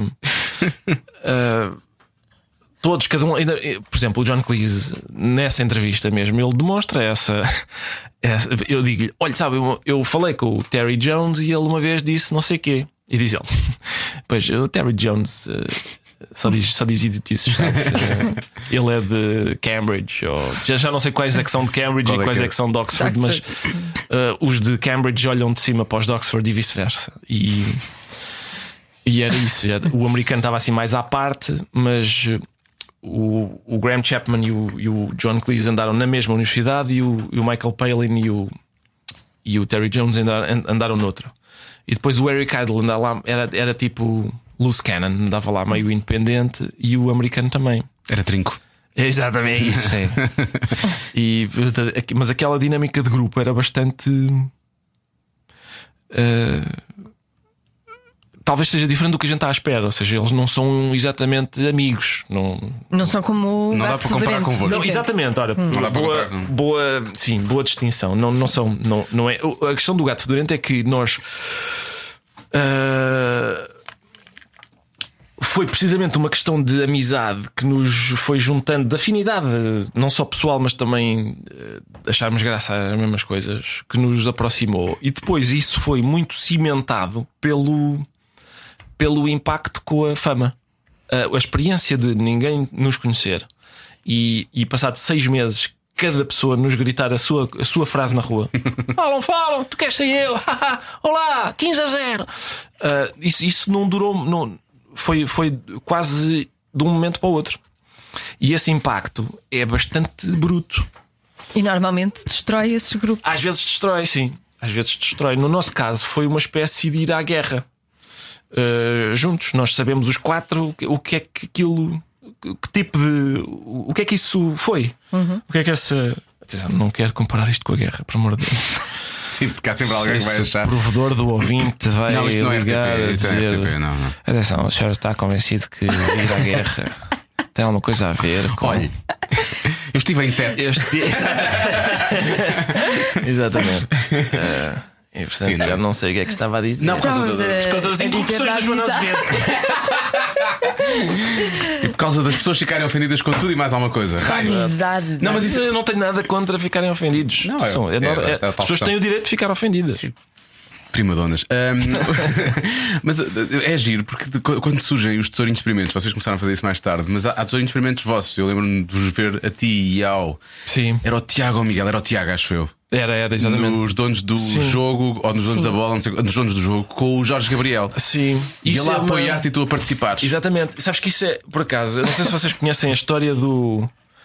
[SPEAKER 4] Todos, cada um, por exemplo, o John Cleese, nessa entrevista mesmo, ele demonstra essa eu digo-lhe: olha, sabe, eu falei com o Terry Jones e ele uma vez disse não sei o quê. E diz ele: pois, o Terry Jones só diz idiotices, sabe? Ele é de Cambridge, ou já não sei quais é que são de Cambridge e quais é que são de Oxford, mas os de Cambridge olham de cima para os de Oxford e vice-versa. E era isso. O americano estava assim mais à parte, mas o Graham Chapman e o John Cleese andaram na mesma universidade, e o Michael Palin e o Terry Jones andaram noutra. E depois o Eric Idle andava lá, era tipo loose cannon, andava lá meio independente, e o americano também.
[SPEAKER 2] Era trinco.
[SPEAKER 4] Exatamente isso. Mas aquela dinâmica de grupo era bastante. Talvez seja diferente do que a gente está à espera. Ou seja, eles não são exatamente amigos.
[SPEAKER 3] Não são como.
[SPEAKER 2] Não dá para comparar convosco.
[SPEAKER 4] Não, exatamente, ora, boa distinção. Não são. Não é. A questão do gato fedorento é que nós. Foi precisamente uma questão de amizade que nos foi juntando, de afinidade, não só pessoal, mas também acharmos graça às mesmas coisas, que nos aproximou. E depois isso foi muito cimentado pelo impacto com a fama. A experiência de ninguém nos conhecer e passado 6 meses cada pessoa nos gritar a sua frase na rua. Falam, tu queres ser eu? Olá, 15-0. Isso não durou, foi quase de um momento para o outro. E esse impacto é bastante bruto.
[SPEAKER 3] E normalmente destrói esses grupos.
[SPEAKER 4] Às vezes destrói, sim. Às vezes destrói. No nosso caso foi uma espécie de ir à guerra. Juntos, nós sabemos os 4 o que é que aquilo, que tipo de. O que é que isso foi? O que é que essa. Não quero comparar isto com a guerra, por amor de Deus.
[SPEAKER 2] Sim, porque há sempre alguém que vai achar.
[SPEAKER 4] O provedor do ouvinte vai ligar
[SPEAKER 2] RTP,
[SPEAKER 4] a dizer:
[SPEAKER 2] RTP, não.
[SPEAKER 4] Atenção, o senhor está convencido que ir à guerra tem alguma coisa a ver com.
[SPEAKER 2] Olha, eu estive em teto.
[SPEAKER 4] Exatamente. E portanto, sim, já não sei o que é que estava a dizer.
[SPEAKER 2] Não, por causa das
[SPEAKER 4] incursões da Joana Azevedo.
[SPEAKER 2] E por causa das pessoas ficarem ofendidas com tudo e mais alguma coisa.
[SPEAKER 3] Amizade.
[SPEAKER 4] Não, mas isso eu não tenho nada contra ficarem ofendidos.
[SPEAKER 2] Não,
[SPEAKER 4] as pessoas têm o direito de ficar ofendidas.
[SPEAKER 2] Sim. Primadonas. Mas é giro, porque quando surgem os tesourinhos experimentos, vocês começaram a fazer isso mais tarde, mas há tesourinhos experimentos vossos. Eu lembro-me de vos ver a ti e ao.
[SPEAKER 4] Sim.
[SPEAKER 2] Era o Tiago ou o Miguel, era o Tiago, acho eu.
[SPEAKER 4] Era exatamente.
[SPEAKER 2] Nos donos do jogo, ou nos donos da bola, não sei, nos donos do jogo, com o Jorge Gabriel.
[SPEAKER 4] Sim.
[SPEAKER 2] E ele a apoiar-te e tu a participares.
[SPEAKER 4] Exatamente. Sabes que isso é, por acaso, eu não sei se vocês conhecem a história do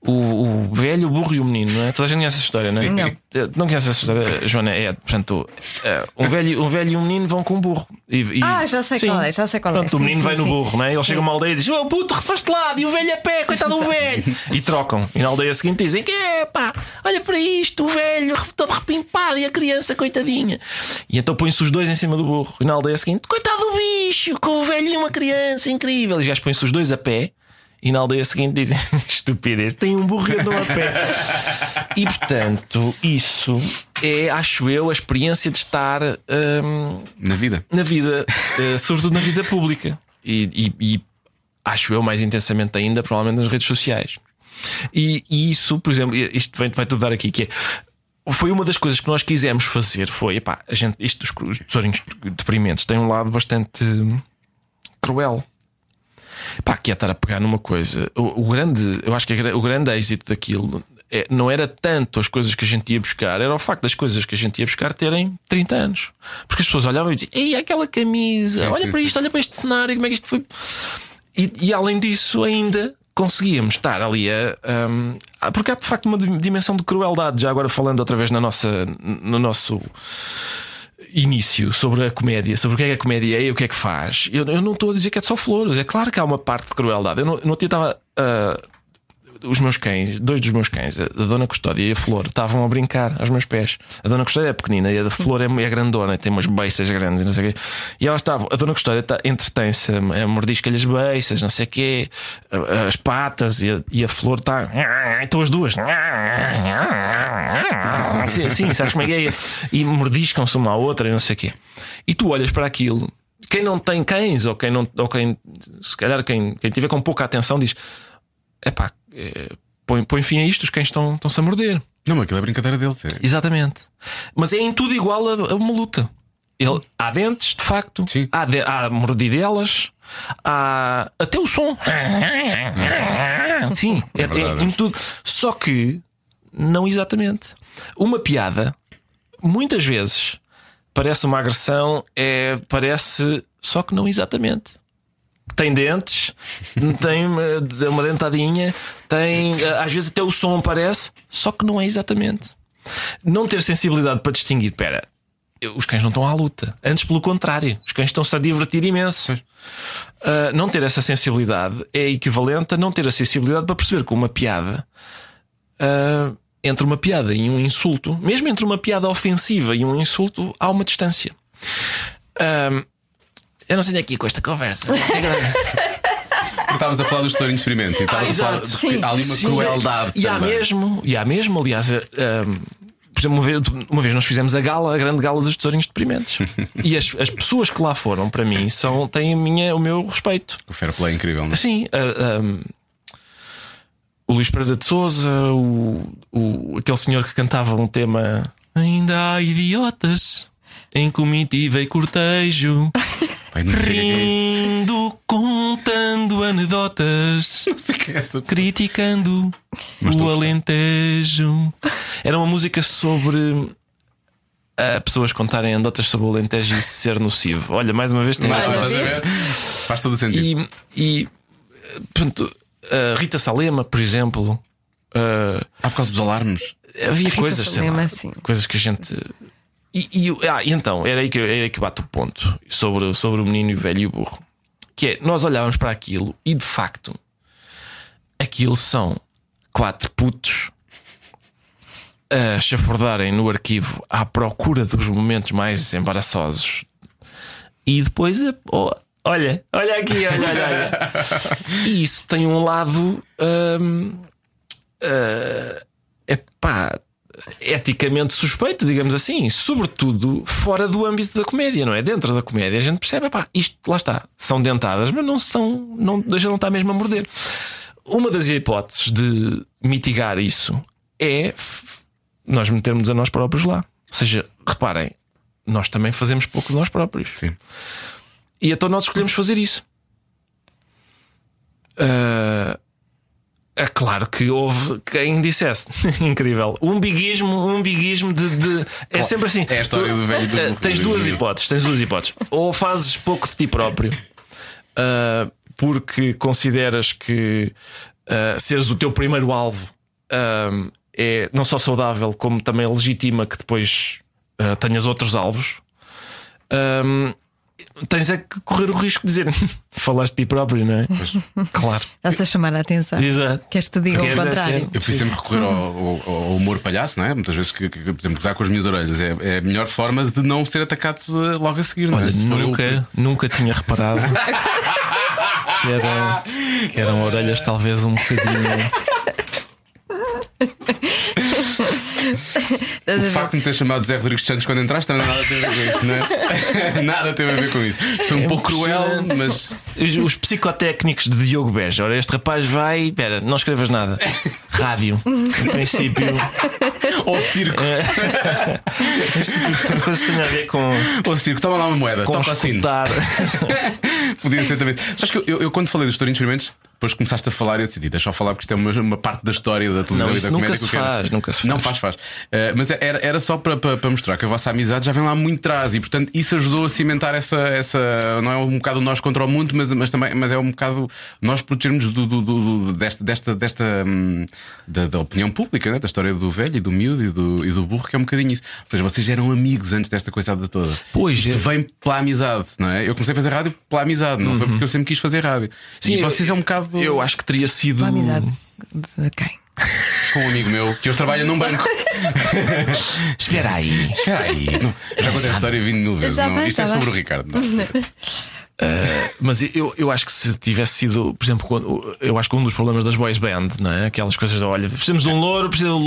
[SPEAKER 4] o velho, o burro e o menino, não é? Toda a gente conhece essa história, não é? Não conhece essa história, Joana? Portanto, um velho e um menino vão com um burro.
[SPEAKER 3] Já sei qual é, já sei qual é.
[SPEAKER 4] Pronto, o menino vai no burro, não é? Ele chega a uma aldeia e diz: "Oh puto, refaste lado", e o velho a pé, coitado do velho. E trocam. E na aldeia seguinte dizem: "Que pá, olha para isto, o velho todo repimpado e a criança, coitadinha." E então põem-se os dois em cima do burro. E na aldeia seguinte: "Coitado do bicho, com o velho e uma criança, incrível." E os gajos põem-se os dois a pé. E na aldeia seguinte dizem: "Estupidez, tem um burro e andam a pé." E portanto, isso é, acho eu, a experiência de estar
[SPEAKER 2] na vida,
[SPEAKER 4] sobretudo na vida pública. E acho eu, mais intensamente ainda, provavelmente nas redes sociais. E isso, por exemplo, isto vai tudo dar aqui, que foi uma das coisas que nós quisemos fazer. Foi, os tesourinhos deprimentes têm um lado bastante cruel. Que é estar a pegar numa coisa. Eu acho que o grande êxito daquilo não era tanto as coisas que a gente ia buscar, era o facto das coisas que a gente ia buscar terem 30 anos. Porque as pessoas olhavam e diziam: "Ei, aquela camisa, olha para isto, olha para este cenário, como é que isto foi." E além disso, ainda conseguíamos estar ali porque há de facto uma dimensão de crueldade. Já agora falando outra vez no nosso início sobre a comédia, sobre o que é que a comédia é e o que é que faz. Eu não estou a dizer que é só flores. É claro que há uma parte de crueldade. Eu não estava. Os meus cães, dois dos meus cães, a Dona Custódia e a Flor, estavam a brincar aos meus pés. A Dona Custódia é pequenina e a Flor é grandona, tem umas beiças grandes e não sei o quê. E elas estavam, a Dona Custódia entretém-se, mordisca-lhe as beiças, não sei o quê, as patas, e a Flor está. Então as duas. Sim, sabes como é que é? E mordiscam-se uma à outra e não sei o quê. E tu olhas para aquilo. Quem não tem cães, ou quem se calhar quem tiver com pouca atenção, diz: põe fim a isto, os cães estão-se a morder.
[SPEAKER 2] Não, mas aquilo é brincadeira deles.
[SPEAKER 4] Exatamente. Mas é em tudo igual a uma luta. Há dentes, de facto.
[SPEAKER 2] Sim.
[SPEAKER 4] Há mordidelas. Há até o som. Sim, é em tudo. Só que não exatamente. Uma piada muitas vezes parece uma agressão, parece, só que não exatamente. Tem dentes, tem uma dentadinha, às vezes até o som parece, só que não é exatamente. Não ter sensibilidade para distinguir: espera, os cães não estão à luta, antes pelo contrário, os cães estão-se a divertir imenso. Não ter essa sensibilidade é equivalente a não ter a sensibilidade para perceber que uma piada, entre uma piada e um insulto, mesmo entre uma piada ofensiva e um insulto, há uma distância. Eu não sei nem aqui com esta conversa.
[SPEAKER 2] Estávamos a falar dos tesourinhos experimentos e estávamos a falar de há ali uma crueldade.
[SPEAKER 4] E há mesmo, aliás, por exemplo, uma vez nós fizemos a grande gala dos tesourinhos deprimentes. E as pessoas que lá foram, para mim, têm o meu respeito.
[SPEAKER 2] O fair play é incrível, não é?
[SPEAKER 4] Sim. O Luís Pereira de Sousa, aquele senhor que cantava um tema: "Ainda há idiotas em comitiva e cortejo, rindo, contando anedotas, criticando o Alentejo." Era uma música sobre pessoas contarem anedotas sobre o Alentejo e isso ser nocivo. Olha, mais uma vez tem
[SPEAKER 2] faz todo o sentido.
[SPEAKER 4] E pronto, Rita Salema, por exemplo,
[SPEAKER 2] por causa dos alarmes.
[SPEAKER 4] havia coisas,
[SPEAKER 3] Salema,
[SPEAKER 4] coisas que a gente. E então, era aí que bate o ponto sobre o menino, o velho e o burro. Que é, nós olhávamos para aquilo e de facto aquilo são 4 putos a chafordarem no arquivo à procura dos momentos mais embaraçosos. E depois, olha aqui, olha. E isso tem um lado eticamente suspeito, digamos assim, sobretudo fora do âmbito da comédia, não é? Dentro da comédia a gente percebe, isto lá está, são dentadas, mas não está mesmo a morder. Uma das hipóteses de mitigar isso é nós metermos a nós próprios lá. Ou seja, reparem, nós também fazemos pouco de nós próprios.
[SPEAKER 2] Sim.
[SPEAKER 4] E então nós escolhemos fazer isso. É claro que houve quem dissesse incrível, um biguismo de é sempre assim.
[SPEAKER 2] É a história do velho do
[SPEAKER 4] tens duas hipóteses. Ou fazes pouco de ti próprio, porque consideras que seres o teu primeiro alvo é não só saudável, como também legitima que depois tenhas outros alvos. Tens é que correr o risco de dizer falaste de ti próprio, não é? Claro.
[SPEAKER 3] Estás a chamar a atenção.
[SPEAKER 4] Exato.
[SPEAKER 3] Queres te diga o contrário.
[SPEAKER 2] Eu preciso sempre recorrer ao humor palhaço, não é? Muitas vezes por exemplo, usar com as minhas orelhas é a melhor forma de não ser atacado logo a seguir.
[SPEAKER 4] Olha,
[SPEAKER 2] não é?
[SPEAKER 4] nunca tinha reparado que eram orelhas talvez um bocadinho.
[SPEAKER 2] O facto de me ter chamado Zé Rodrigues Santos quando entraste também nada teve a ver com isso, não é? Nada teve a ver com isso. Foi um pouco cruel, mas.
[SPEAKER 4] Os psicotécnicos de Diogo Beja. Ora, este rapaz vai. Espera, não escrevas nada. Rádio, em princípio.
[SPEAKER 2] Ou circo.
[SPEAKER 4] Tem coisas que têm a ver com.
[SPEAKER 2] Ou circo, toma lá uma moeda,
[SPEAKER 4] com
[SPEAKER 2] toca assim. Podia ser também. Sabes que eu quando falei dos tourinhos experimentos, depois começaste a falar e eu decidi, deixa eu falar porque isto é uma parte da história da televisão e da comédia.
[SPEAKER 4] Nunca se faz.
[SPEAKER 2] Não faz. Mas era só para mostrar que a vossa amizade já vem lá muito atrás e, portanto, isso ajudou a cimentar essa. Não é um bocado nós contra o mundo, mas é um bocado nós protegermos da opinião pública, né? Da história do velho e do miúdo e do burro, que é um bocadinho isso. Ou seja, vocês eram amigos antes desta coisada toda.
[SPEAKER 4] Pois
[SPEAKER 2] isto vem pela amizade, não é? Eu comecei a fazer rádio pela amizade, não foi porque eu sempre quis fazer rádio.
[SPEAKER 4] Sim,
[SPEAKER 2] e vocês é um bocado.
[SPEAKER 4] Eu acho que teria sido.
[SPEAKER 3] Pela amizade de quem?
[SPEAKER 2] Com um amigo meu que hoje trabalha num banco.
[SPEAKER 4] Espera aí.
[SPEAKER 2] Não, já contei a história 20 mil vezes. Isto é sobre o Ricardo.
[SPEAKER 4] Mas eu acho que se tivesse sido, por exemplo, eu acho que um dos problemas das boys band, não é? Aquelas coisas de olha, precisamos de um louro,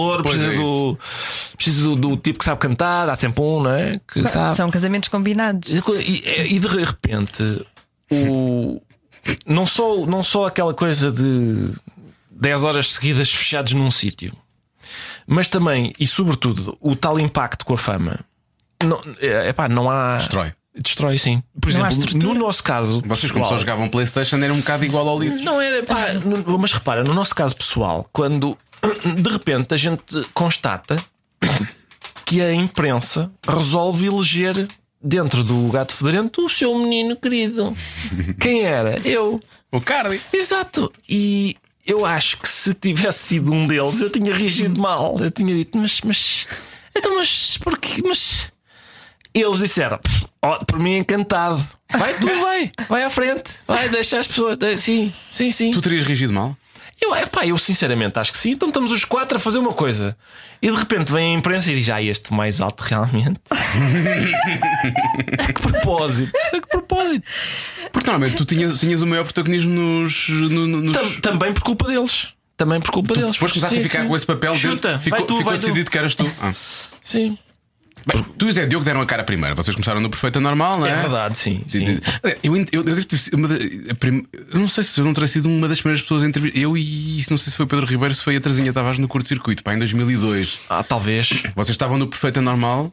[SPEAKER 4] precisa do tipo que sabe cantar, há sempre um, não é? Que sabe.
[SPEAKER 3] São casamentos combinados.
[SPEAKER 4] E de repente não só aquela coisa de 10 horas seguidas fechados num sítio, mas também e sobretudo o tal impacto com a fama. Não há. Destrói, sim. Por
[SPEAKER 3] não
[SPEAKER 4] exemplo, no nosso caso.
[SPEAKER 2] Vocês, como só jogavam PlayStation, era um bocado igual ao Litros.
[SPEAKER 4] Não era, mas repara, no nosso caso pessoal, quando de repente a gente constata que a imprensa resolve eleger dentro do Gato Fedorento o seu menino querido. Quem era? Eu.
[SPEAKER 2] O Cardi.
[SPEAKER 4] Exato. E eu acho que se tivesse sido um deles, eu tinha reagido mal. Eu tinha dito, mas porquê? Mas eles disseram, por mim encantado. Vai, tu vai à frente, vai, deixa as pessoas. Sim.
[SPEAKER 2] Tu terias reagido mal?
[SPEAKER 4] Eu sinceramente acho que sim. Então estamos os 4 a fazer uma coisa e de repente vem a imprensa e diz: este mais alto realmente. A que propósito?
[SPEAKER 2] Porque normalmente tu tinhas o maior protagonismo nos...
[SPEAKER 4] Também por culpa deles.
[SPEAKER 2] Depois começaste a ficar com esse papel. Ficou decidido que eras tu.
[SPEAKER 4] Sim.
[SPEAKER 2] Bem, tu e Zé Diogo deram a cara primeiro. Vocês começaram no Perfeito Normal, não é?
[SPEAKER 4] É verdade, sim.
[SPEAKER 2] Eu devo ter sido eu não sei se eu não terei sido uma das primeiras pessoas a entrevistar. Eu e não sei se foi o Pedro Ribeiro, se foi a Terezinha Tavares no curto-circuito, em 2002.
[SPEAKER 4] Talvez.
[SPEAKER 2] Vocês estavam no Perfeito Normal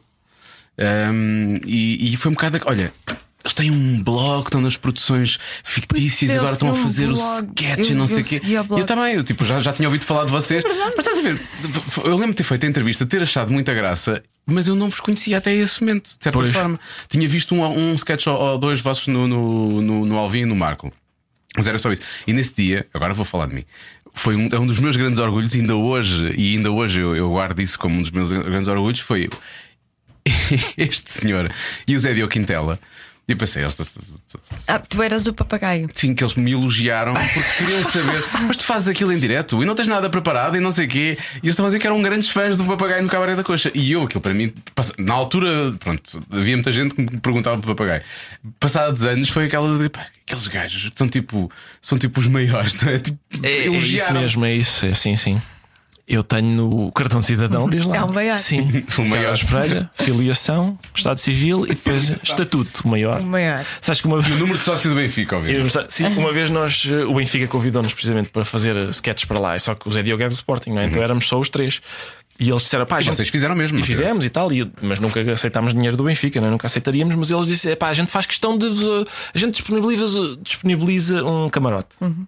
[SPEAKER 2] e foi um bocado. Olha, eles têm um blog, estão nas produções fictícias e agora estão a fazer o sketch e não sei o quê. Eu também, já tinha ouvido falar de vocês. Mas estás a ver, eu lembro de ter feito a entrevista, ter achado muita graça, mas eu não vos conhecia até esse momento, de certa forma. Tinha visto um sketch ou dois vossos no Alvin e no Marco. Mas era só isso. E nesse dia, agora vou falar de mim, foi um dos meus grandes orgulhos, ainda hoje eu guardo isso como um dos meus grandes orgulhos. Foi este senhor e o Zé Diogo Quintela. E pensei,
[SPEAKER 3] tu eras o papagaio.
[SPEAKER 2] Sim, que eles me elogiaram porque queriam saber, mas tu fazes aquilo em direto e não tens nada preparado e não sei o quê. E eles estavam a dizer que eram grandes fãs do Papagaio no Cabaré da Coxa. E eu, aquilo para mim, na altura, pronto, havia muita gente que me perguntava do Papagaio. Passados anos foi aquela de aqueles gajos que são tipo os maiores, não é? Tipo, elogiaram.
[SPEAKER 4] É isso mesmo, é isso, é sim. Eu tenho o cartão de cidadão, diz lá.
[SPEAKER 3] É um maior.
[SPEAKER 4] Sim, o maior Espreira, filiação, Estado Civil e depois estatuto, o maior. Sabes que
[SPEAKER 2] o número de sócio do Benfica, obviamente.
[SPEAKER 4] Sim, uma vez o Benfica convidou-nos precisamente para fazer sketches para lá. Só que o Zé Diogo é do Sporting, não é? Então éramos só os 3. E eles disseram,
[SPEAKER 2] vocês fizeram mesmo.
[SPEAKER 4] E fizemos e tal, mas nunca aceitámos dinheiro do Benfica, não é? Nunca aceitaríamos. Mas eles disseram, a gente faz questão de. A gente disponibiliza um camarote.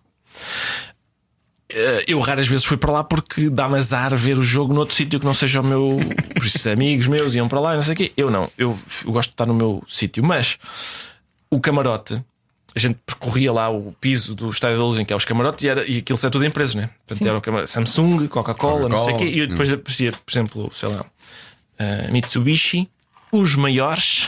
[SPEAKER 4] Eu raras vezes fui para lá porque dá-me azar ver o jogo noutro sítio que não seja o meu. Por isso, amigos meus iam para lá e não sei o quê. Eu não, eu gosto de estar no meu sítio. Mas o camarote a gente percorria lá o piso do Estádio da Luz, em que é os camarotes, e aquilo é tudo empresas, né? Portanto, era o camarote Samsung, Coca-Cola, não sei o quê, e depois aparecia, por exemplo, sei lá, Mitsubishi, os maiores.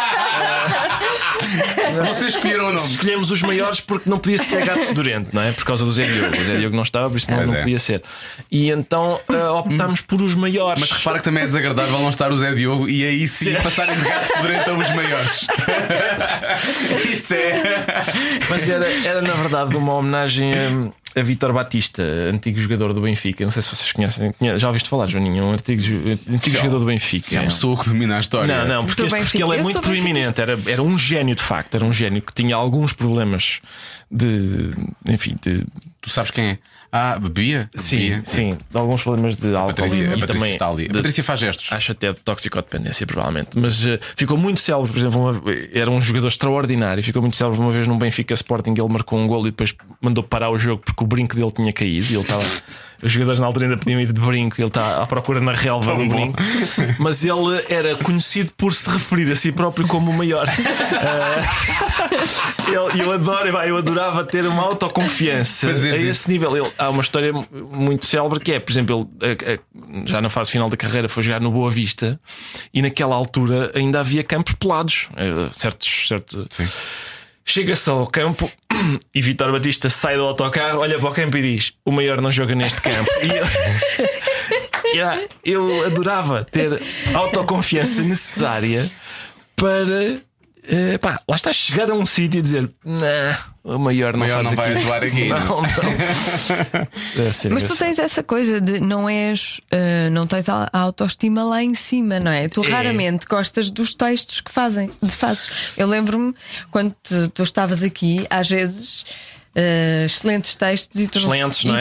[SPEAKER 2] Vocês escolheram o nome.
[SPEAKER 4] Escolhemos os maiores porque não podia ser gato fedorento, não é? Por causa do Zé Diogo. O Zé Diogo não estava, por isso não podia ser. E então optámos por os maiores.
[SPEAKER 2] Mas repara que também é desagradável não estar o Zé Diogo e aí sim passarem de gato fedorento a os maiores. Isso é.
[SPEAKER 4] Mas era na verdade uma homenagem a Vítor Batista, antigo jogador do Benfica. Não sei se vocês conhecem. Já ouviste falar, Joaninho? Um antigo jogador do Benfica.
[SPEAKER 2] É uma pessoa que domina a história.
[SPEAKER 4] Não, porque ele é muito proeminente. Era um gênio, de facto. Era um gênio que tinha alguns problemas de. Enfim, de.
[SPEAKER 2] Tu sabes quem é? Bebia?
[SPEAKER 4] Sim, de alguns problemas de álcool.
[SPEAKER 2] A Patrícia faz gestos.
[SPEAKER 4] Acho até de toxicodependência, provavelmente. Mas ficou muito célebre, por exemplo, era um jogador extraordinário. Ficou muito célebre uma vez num Benfica Sporting. Ele marcou um gol e depois mandou parar o jogo porque o brinco dele tinha caído. E ele estava. Os jogadores na altura ainda podiam ir de brinco. Ele está à procura na relva do brinco. Mas ele era conhecido por se referir a si próprio como o maior. Eu adorava ter uma autoconfiança a esse nível. Há uma história muito célebre que é, por exemplo, ele já na fase final da carreira foi jogar no Boa Vista e naquela altura ainda havia campos pelados. Certos. Chega-se ao campo e Vítor Batista sai do autocarro, olha para o campo e diz: o maior não joga neste campo. E eu adorava ter a autoconfiança necessária para lá está, chegar a um sítio e dizer: o maior não
[SPEAKER 2] vai atuar aqui.
[SPEAKER 4] Não.
[SPEAKER 3] Mas tu tens essa coisa de não tens a autoestima lá em cima, não é? Tu raramente gostas dos textos que fazes. Eu lembro-me quando tu estavas aqui, às vezes. Excelentes textos e tu no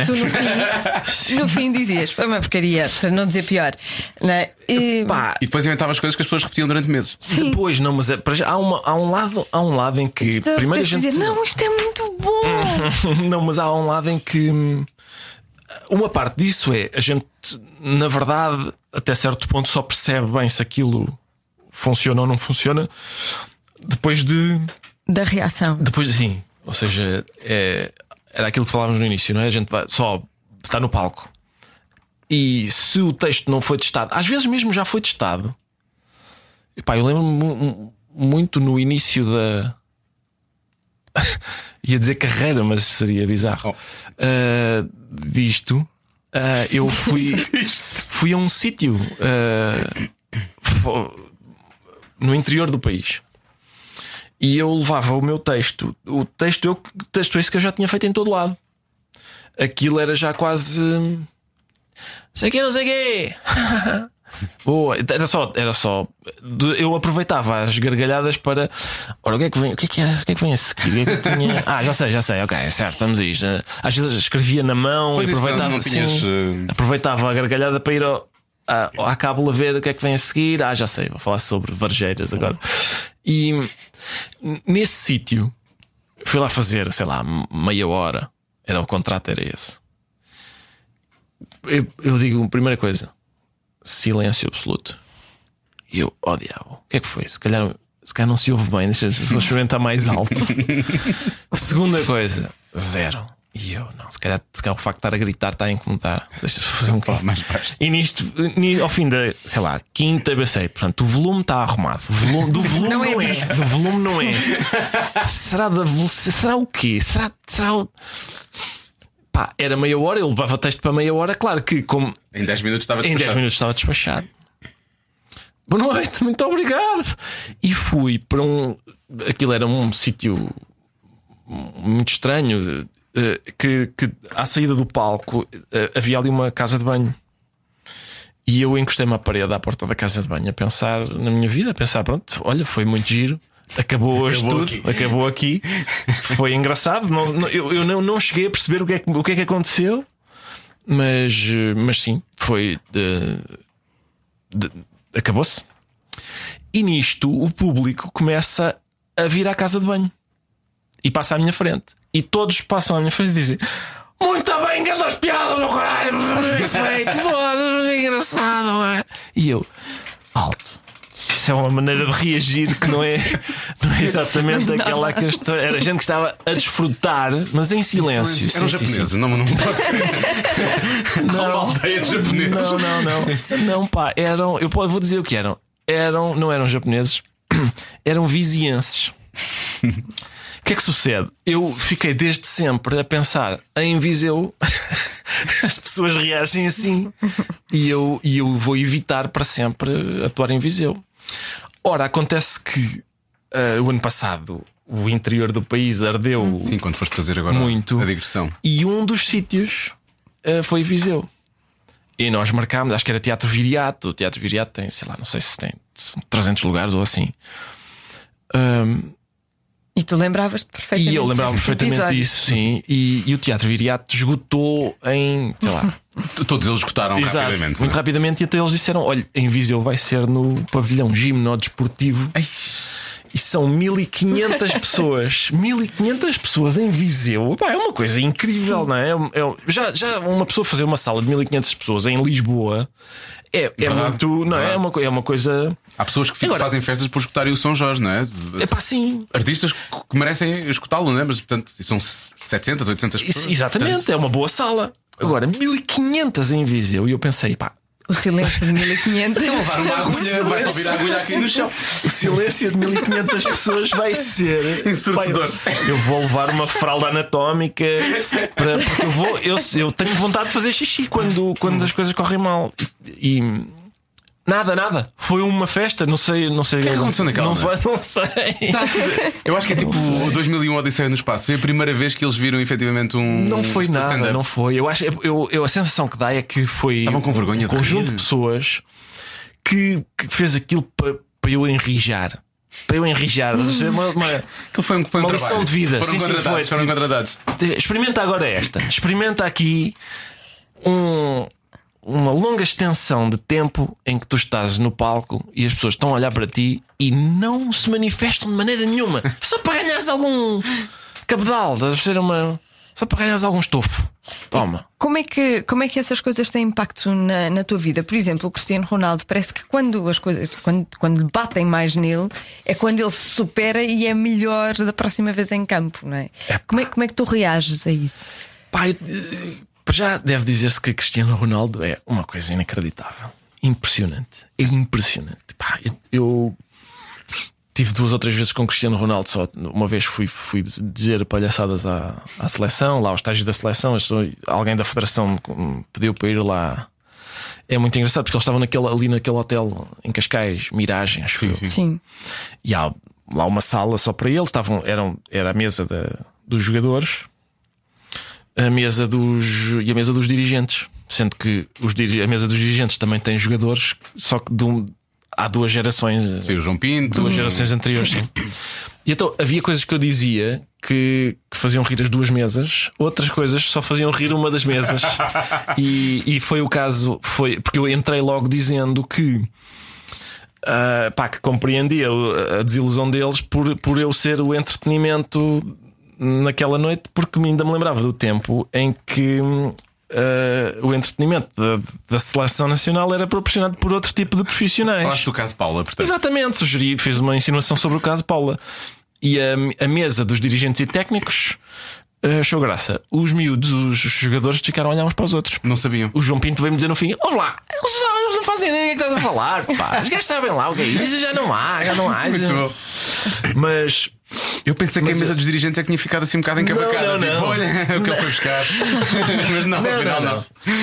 [SPEAKER 3] fim dizias: foi uma porcaria, para não dizer pior, não é?
[SPEAKER 2] E depois inventavas coisas que as pessoas repetiam durante meses.
[SPEAKER 3] Sim.
[SPEAKER 4] Depois, não, mas há um lado em que primeiro a gente
[SPEAKER 3] dizer: não, isto é muito bom.
[SPEAKER 4] Não, mas há um lado em que uma parte disso é a gente, na verdade, até certo ponto só percebe bem se aquilo funciona ou não funciona depois
[SPEAKER 3] da reação.
[SPEAKER 4] Depois assim. Ou seja, era aquilo que falávamos no início, não é? A gente só está no palco. E se o texto não foi testado, às vezes mesmo já foi testado. Eu lembro-me muito no início da. Ia dizer carreira, mas seria bizarro. Disto, eu fui a um sítio no interior do país. E eu levava o meu texto. O texto esse que eu já tinha feito em todo lado. Aquilo era já quase. Não sei quê. Boa. Era só. Eu aproveitava as gargalhadas para. Ora, o que é que vem? O que é que vem a seguir? O que é que eu tinha? Já sei, ok, certo, vamos a isto. Às vezes escrevia na mão e aproveitava. Aproveitava a gargalhada para ir à cábula ver o que é que vem a seguir. Já sei, vou falar sobre varjeiras agora. E nesse sítio fui lá fazer, sei lá, meia hora. O contrato era esse. Eu digo, primeira coisa, silêncio absoluto. E eu, diabo, o que é que foi? Se calhar não se ouve bem, deixa eu experimentar mais alto. Segunda coisa, 0. E eu, não, se calhar o facto de estar a gritar está a incomodar. Deixa-me fazer um pouco
[SPEAKER 2] mais baixo.
[SPEAKER 4] E nisto, ao fim da, sei lá, quinta pensei, portanto, o volume está arrumado. Do volume não é. Do volume não é. Será da velocidade? Será o quê? Será o. Era meia hora, eu levava texto para meia hora, claro que como.
[SPEAKER 2] Em 10 minutos estava despachado.
[SPEAKER 4] Boa noite, muito obrigado. E fui para aquilo era um sítio muito estranho. Que à saída do palco havia ali uma casa de banho. E eu encostei-me à parede à porta da casa de banho a pensar na minha vida, pronto, olha, foi muito giro. Acabou hoje tudo, acabou aqui. Foi engraçado. Eu não cheguei a perceber o que é que aconteceu, mas sim, foi. Acabou-se. E nisto o público começa a vir à casa de banho e passa à minha frente. E todos passam à minha frente e dizem: muito bem, grandes piadas, meu caralho, perfeito, foda-se, engraçado. E eu, alto, Isso é uma maneira de reagir que não é exatamente aquela que eu estou. Era gente que estava a desfrutar, mas em silêncio.
[SPEAKER 2] Eram japoneses, não posso crer. Não, uma aldeia de japoneses.
[SPEAKER 4] Não, pá, eram. Eu vou dizer o que eram. Não eram japoneses, eram vizienses. O que é que sucede? Eu fiquei desde sempre a pensar em Viseu. As pessoas reagem assim e eu vou evitar para sempre atuar em Viseu. Ora, acontece que o ano passado o interior do país ardeu.
[SPEAKER 2] Sim, quando foste fazer agora
[SPEAKER 4] muito,
[SPEAKER 2] a digressão.
[SPEAKER 4] E um dos sítios foi Viseu. E nós marcámos, acho que era Teatro Viriato. O Teatro Viriato tem, sei lá, não sei se tem 300 lugares ou assim.
[SPEAKER 3] E tu lembravas-te perfeitamente.
[SPEAKER 4] E eu lembrava-me perfeitamente disso, sim. E o Teatro Viriato esgotou em, sei lá.
[SPEAKER 2] Todos eles esgotaram rapidamente.
[SPEAKER 4] Muito rapidamente. E até eles disseram: olha, em Viseu vai ser no pavilhão gimnodesportivo. E são 1500 pessoas. 1500 pessoas em Viseu. Pá, é uma coisa incrível, sim. Não é? Já uma pessoa fazer uma sala de 1500 pessoas em Lisboa é muito. Não é? É uma coisa.
[SPEAKER 2] Há pessoas que fazem festas por escutarem o São Jorge, não é?
[SPEAKER 4] É pá, sim.
[SPEAKER 2] Artistas que merecem escutá-lo, não é? Mas portanto são 700, 800 pessoas.
[SPEAKER 4] Exatamente, portanto... é uma boa sala. Agora, 1500 em Viseu. E eu pensei, pá.
[SPEAKER 3] O silêncio de 1500.
[SPEAKER 2] Levar uma agulha, vai-se ouvir a agulha aqui no chão.
[SPEAKER 4] O silêncio de 1500 pessoas vai ser
[SPEAKER 2] ensurdecedor.
[SPEAKER 4] Eu vou levar uma fralda anatómica porque eu tenho vontade de fazer xixi quando as coisas correm mal. E nada. Foi uma festa, não sei. O que
[SPEAKER 2] aconteceu naquela?
[SPEAKER 4] Não sei.
[SPEAKER 2] Eu acho que é tipo o 2001 Odisseia no Espaço. Foi a primeira vez que eles viram efetivamente um.
[SPEAKER 4] Não foi nada, não foi. Eu acho, a sensação que dá é que foi.
[SPEAKER 2] Estavam com vergonha
[SPEAKER 4] um conjunto de pessoas que fez aquilo para eu enrijar. Aquilo
[SPEAKER 2] foi
[SPEAKER 4] uma lição de vida.
[SPEAKER 2] Foram contratados.
[SPEAKER 4] Experimenta agora esta. Experimenta aqui uma longa extensão de tempo em que tu estás no palco e as pessoas estão a olhar para ti e não se manifestam de maneira nenhuma. Só para ganhares algum cabedal, só para ganhares algum estofo. Toma.
[SPEAKER 3] Como é que essas coisas têm impacto na tua vida? Por exemplo, o Cristiano Ronaldo, parece que quando as coisas quando batem mais nele é quando ele se supera e é melhor da próxima vez em campo, não é? Como é que tu reages a isso?
[SPEAKER 4] Já deve dizer-se que Cristiano Ronaldo é uma coisa inacreditável. Impressionante. É impressionante. Eu tive 2 ou 3 vezes com Cristiano Ronaldo. Só uma vez fui dizer palhaçadas à seleção, lá ao estágio da seleção. Alguém da federação me pediu para ir lá. É muito engraçado porque eles estavam ali naquele hotel em Cascais, Miragem, acho que.
[SPEAKER 3] Sim.
[SPEAKER 4] E há lá uma sala só para eles. Era a mesa dos jogadores, a mesa dos dirigentes, sendo que a mesa dos dirigentes também tem jogadores, só que há 2 gerações.
[SPEAKER 2] Sim, o João Pinto.
[SPEAKER 4] 2 gerações anteriores, sim. E então havia coisas que eu dizia que faziam rir as 2 mesas, outras coisas só faziam rir uma das mesas. E foi o caso, porque eu entrei logo dizendo que que compreendia a desilusão deles por eu ser o entretenimento naquela noite, porque ainda me lembrava do tempo em que o entretenimento da seleção nacional era proporcionado por outro tipo de profissionais.
[SPEAKER 2] Falaste do caso Paula, portanto.
[SPEAKER 4] Exatamente, fez uma insinuação sobre o caso Paula. E a mesa dos dirigentes e técnicos achou graça. Os miúdos, os jogadores, ficaram a olhar uns para os outros.
[SPEAKER 2] Não sabiam.
[SPEAKER 4] O João Pinto veio-me dizer no fim: ouve lá, eles não fazem ideia do que estás a falar, pá. Os gajos sabem lá o que é isso, já não há.
[SPEAKER 2] Muito bom.
[SPEAKER 4] Mas
[SPEAKER 2] eu pensei que a mesa dos dirigentes é que tinha ficado assim um bocado encavacada.
[SPEAKER 4] Não.
[SPEAKER 2] Olha o que ele foi buscar. Mas não, afinal não.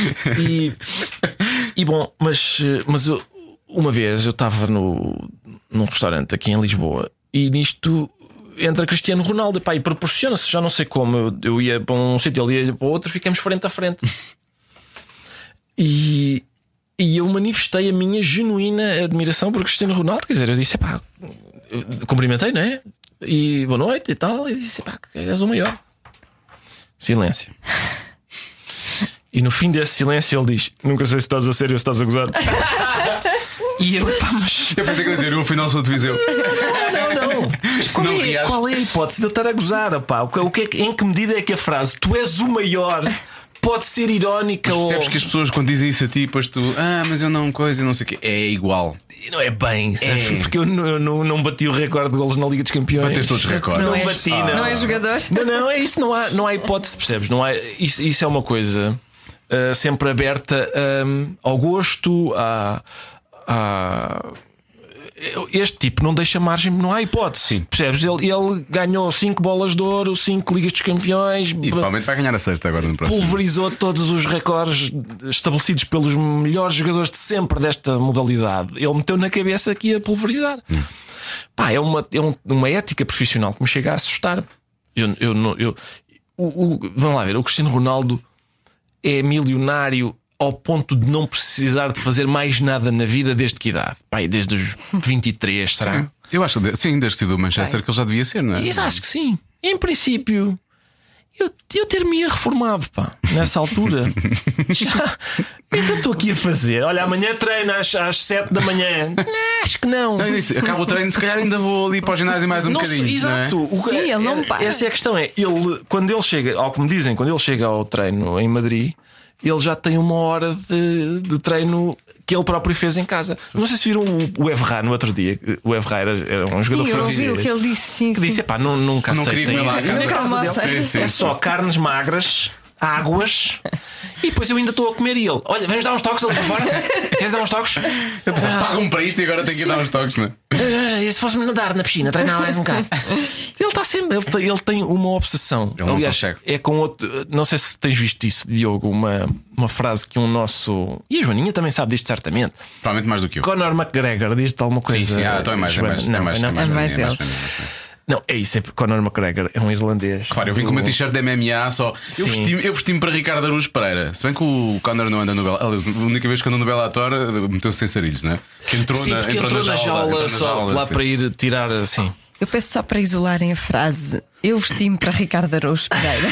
[SPEAKER 4] E bom, mas uma vez eu estava num restaurante aqui em Lisboa e nisto entra Cristiano Ronaldo e proporciona-se, já não sei como. Eu ia para um sítio, ele ia para outro, ficamos frente a frente. E eu manifestei a minha genuína admiração por Cristiano Ronaldo. Quer dizer, eu disse: eu cumprimentei, não é? E boa noite e tal. E disse: és o maior. Silêncio. E no fim desse silêncio ele diz: nunca sei se estás a sério ou se estás a gozar. E eu, mas
[SPEAKER 2] eu pensei que ia dizer: eu afinal sou de Viseu.
[SPEAKER 4] Não. Qual é a hipótese de eu estar a gozar? Em que medida é que a frase "tu és o maior" pode ser irónica.
[SPEAKER 2] Mas percebes que as pessoas quando dizem isso a ti, depois tu, mas eu não coisa, não sei o quê, é igual.
[SPEAKER 4] Não é bem, sabes? Porque eu não bati o recorde de golos na Liga dos Campeões.
[SPEAKER 2] Bateste todos os recordes.
[SPEAKER 3] Não,
[SPEAKER 4] bati,
[SPEAKER 3] não é jogador.
[SPEAKER 4] Não, é isso, não há hipótese, percebes? Não há, isso é uma coisa sempre aberta ao gosto, este tipo não deixa margem, não há hipótese. Sim. Percebes? Ele ganhou 5 bolas de ouro, 5 Ligas dos Campeões
[SPEAKER 2] e provavelmente vai ganhar a sexta agora no próximo.
[SPEAKER 4] Pulverizou todos os recordes estabelecidos pelos melhores jogadores de sempre desta modalidade. Ele meteu na cabeça que ia pulverizar. Pá, é uma ética profissional que me chega a assustar. Vamos lá ver, o Cristiano Ronaldo é milionário ao ponto de não precisar de fazer mais nada na vida desde que idade? Pai, desde os 23, será?
[SPEAKER 2] Sim. Eu acho que sim, desde do Manchester que ele já devia ser, não é?
[SPEAKER 4] Acho que sim. Em princípio, eu ter-me reformado, pá, nessa altura. Já. O que é que eu estou aqui a fazer? Olha, amanhã treino às 7 da manhã. Acho que não.
[SPEAKER 2] Acaba o treino, se calhar ainda vou ali para o ginásio mais um bocadinho.
[SPEAKER 4] Exato.
[SPEAKER 2] Não é?
[SPEAKER 3] Sim, ele não para.
[SPEAKER 4] Essa é a questão. Quando ele chega, ao que me dizem, quando ele chega ao treino em Madrid, ele já tem 1 hora de treino que ele próprio fez em casa. Não sei se viram o Evra no outro dia. O Evra era um jogador
[SPEAKER 3] francês.
[SPEAKER 4] Sim,
[SPEAKER 3] eu ouvi o que ele disse. Sim,
[SPEAKER 4] que disse: pá, nunca aceitem
[SPEAKER 2] na casa dele.
[SPEAKER 4] É só carnes magras, águas. E depois eu ainda estou a comer e ele: olha, vamos dar uns toques ali para fora. Queres dar uns toques?
[SPEAKER 2] Eu pensava, pagam para isto e agora tenho que dar uns toques, não é?
[SPEAKER 4] E se fosse-me nadar na piscina, treinar mais um bocado. Ele está sempre, ele tem uma obsessão. Aliás, é com outro. Não sei se tens visto isso, Diogo, uma frase que um nosso. E a Joaninha também sabe disto, certamente.
[SPEAKER 2] Provavelmente mais do que eu.
[SPEAKER 4] Conor McGregor diz-te alguma coisa.
[SPEAKER 2] Sim, então é mais.
[SPEAKER 4] Não, é isso, é porque Conor McGregor é um irlandês.
[SPEAKER 2] Claro, eu vim com uma t-shirt de MMA só. Eu vesti-me para Ricardo Araújo Pereira. Se bem que o Conor não anda no Bellator. A única vez que andou no Bellator meteu-se sem sarilhos, não é? Que entrou na jaula
[SPEAKER 4] só lá para ir tirar assim.
[SPEAKER 3] Eu peço só para isolarem a frase: eu vesti-me para Ricardo Araújo Pereira.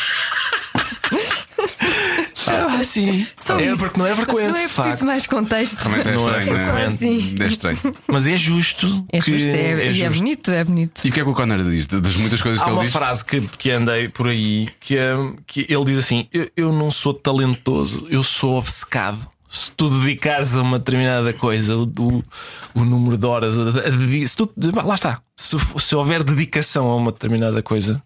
[SPEAKER 4] Sim. Porque não é frequente.
[SPEAKER 3] Não é preciso mais contexto.
[SPEAKER 2] Realmente é estranho, não é?
[SPEAKER 3] Assim.
[SPEAKER 2] É estranho.
[SPEAKER 4] Mas é justo.
[SPEAKER 3] É bonito, é bonito.
[SPEAKER 2] E o que é que o Conor diz? Das muitas coisas que ele diz?
[SPEAKER 4] Há uma frase que andei por aí que ele diz assim: eu não sou talentoso, eu sou obcecado. Se tu dedicares a uma determinada coisa, o número de horas, lá está. Se houver dedicação a uma determinada coisa.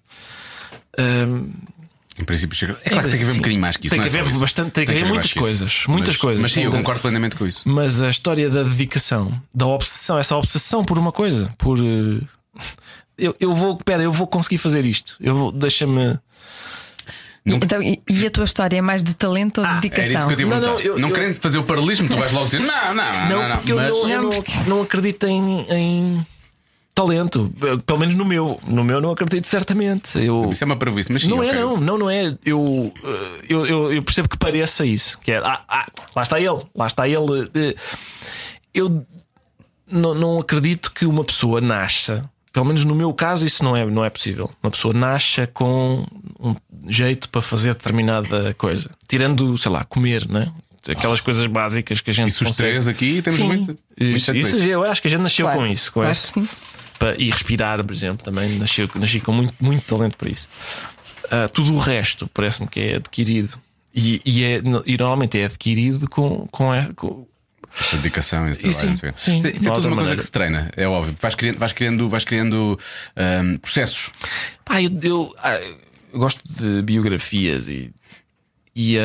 [SPEAKER 2] Em princípio chega. É claro que tem que haver um bocadinho mais que isso.
[SPEAKER 4] Tem que haver bastante, tem que haver muitas coisas. Muitas coisas.
[SPEAKER 2] Mas sim, eu concordo plenamente com isso.
[SPEAKER 4] Mas a história da dedicação, da obsessão, essa obsessão por uma coisa, por eu vou conseguir fazer isto. Deixa-me.
[SPEAKER 3] Então, e a tua história é mais de talento ou de dedicação?
[SPEAKER 2] Era isso que eu te não querendo fazer o paralelismo, tu vais logo dizer não.
[SPEAKER 4] Porque eu não acredito em talento, pelo menos no meu não acredito certamente.
[SPEAKER 2] Isso é uma parvoíce, mas sim,
[SPEAKER 4] não é. Eu percebo que pareça isso, que é lá está ele. Eu não acredito que uma pessoa nasça, pelo menos no meu caso isso não é possível. Uma pessoa nasça com um jeito para fazer determinada coisa, tirando, sei lá, comer, né? Aquelas coisas básicas que a gente
[SPEAKER 2] isso os três aqui temos muito
[SPEAKER 4] isso eu acho que a gente nasceu com isso, com
[SPEAKER 3] esse. Sim.
[SPEAKER 4] E respirar, por exemplo, também nasci com muito talento para isso. Tudo o resto parece-me que é adquirido e normalmente é adquirido com
[SPEAKER 2] a dedicação, esse trabalho.
[SPEAKER 4] Sim,
[SPEAKER 2] isso é tudo uma coisa que se treina, é óbvio. Vais criando processos.
[SPEAKER 4] Eu gosto de biografias e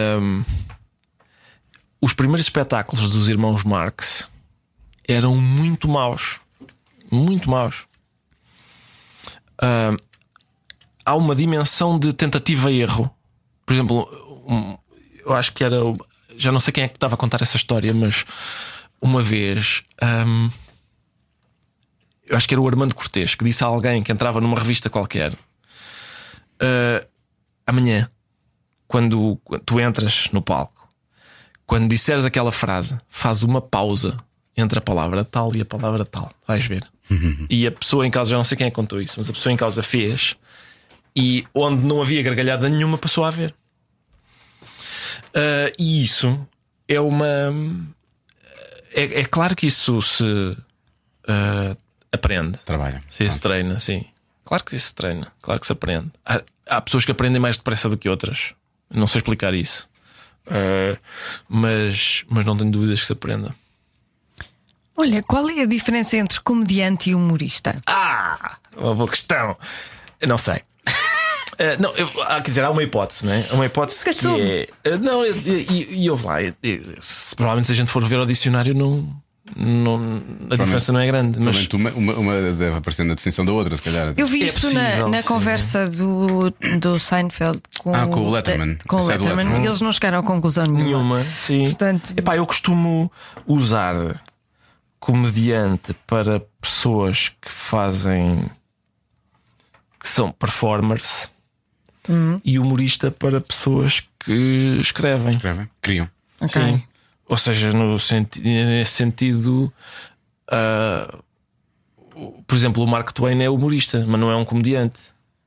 [SPEAKER 4] os primeiros espetáculos dos irmãos Marx eram muito maus. Muito maus. Há uma dimensão de tentativa e erro. Por exemplo, eu acho que era. Já não sei quem é que estava a contar essa história, mas uma vez eu acho que era o Armando Cortês que disse a alguém que entrava numa revista qualquer: amanhã, quando tu entras no palco, quando disseres aquela frase, faz uma pausa entre a palavra tal e a palavra tal. Vais ver. E a pessoa em causa, já não sei quem é que contou isso, mas a pessoa em causa fez, e onde não havia gargalhada nenhuma passou a haver. E isso é uma. É claro que isso se aprende.
[SPEAKER 2] Trabalha.
[SPEAKER 4] Se treina, sim. Claro que se treina, claro que se aprende. Há pessoas que aprendem mais depressa do que outras. Não sei explicar isso. Mas não tenho dúvidas que se aprenda.
[SPEAKER 3] Olha, qual é a diferença entre comediante e humorista?
[SPEAKER 4] Uma boa questão. Eu não sei. Não, quer dizer, há uma hipótese, né? Uma hipótese que é. Não, e houve lá. Provavelmente, se a gente for ver ao dicionário, a diferença não é grande. Mas
[SPEAKER 2] uma deve aparecer na definição da outra, se calhar.
[SPEAKER 3] eu vi isto na conversa do Seinfeld com
[SPEAKER 2] o Letterman.
[SPEAKER 3] Com o Letterman. Eles não chegaram a conclusão nenhuma.
[SPEAKER 4] Sim.
[SPEAKER 3] Portanto,
[SPEAKER 4] eu costumo usar comediante para pessoas que são performers e humorista para pessoas que escrevem.
[SPEAKER 2] Criam.
[SPEAKER 3] okay.
[SPEAKER 4] Sim. Ou seja, nesse sentido, por exemplo, o Mark Twain é humorista, mas não é um comediante.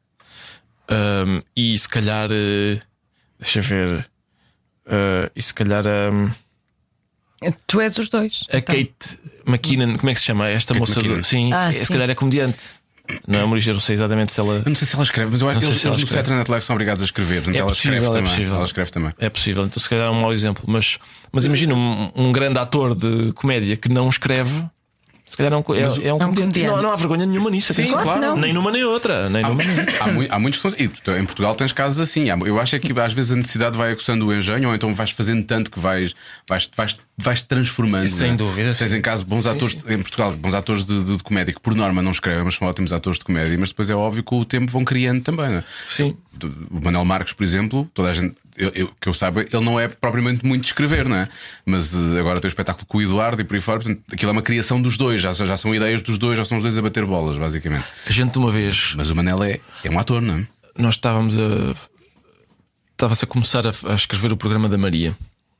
[SPEAKER 4] E se calhar, deixa ver, e se calhar
[SPEAKER 3] tu és os dois.
[SPEAKER 4] a Kate McKinnon, como é que se chama? Esta moça
[SPEAKER 2] McKinnon.
[SPEAKER 4] sim, se calhar é comediante. Não é humorista, eu não sei exatamente se ela.
[SPEAKER 2] Eu não sei se ela escreve, mas eu acho que eles no Saturday Night Live são obrigados a escrever. Ela escreve também.
[SPEAKER 4] É possível, então se calhar é um mau exemplo. Mas imagina um grande ator de comédia que não escreve. Se calhar é um comediante. Não há vergonha nenhuma nisso.
[SPEAKER 2] Sim, claro.
[SPEAKER 3] Não.
[SPEAKER 4] Nem numa nem outra.
[SPEAKER 2] Há muitos que são. E em Portugal tens casos assim. Eu acho que às vezes a necessidade vai aguçando o engenho, ou então vais fazendo tanto que vais transformando.
[SPEAKER 4] Sem dúvida.
[SPEAKER 2] Tens em caso bons atores em Portugal, bons atores de comédia que por norma não escrevem, mas são ótimos atores de comédia. Mas depois é óbvio que com o tempo vão criando também, não é?
[SPEAKER 4] Sim.
[SPEAKER 2] O Manuel Marques, por exemplo, toda a gente. Que eu saiba, ele não é propriamente muito de escrever, não é? Mas agora tem o espetáculo com o Eduardo e por aí fora, portanto, aquilo é uma criação dos dois, já são ideias dos dois, já são os dois a bater bolas, basicamente.
[SPEAKER 4] A gente de uma vez.
[SPEAKER 2] Mas o Manel é um ator, não é?
[SPEAKER 4] Nós estava-se a começar a escrever o programa da Maria.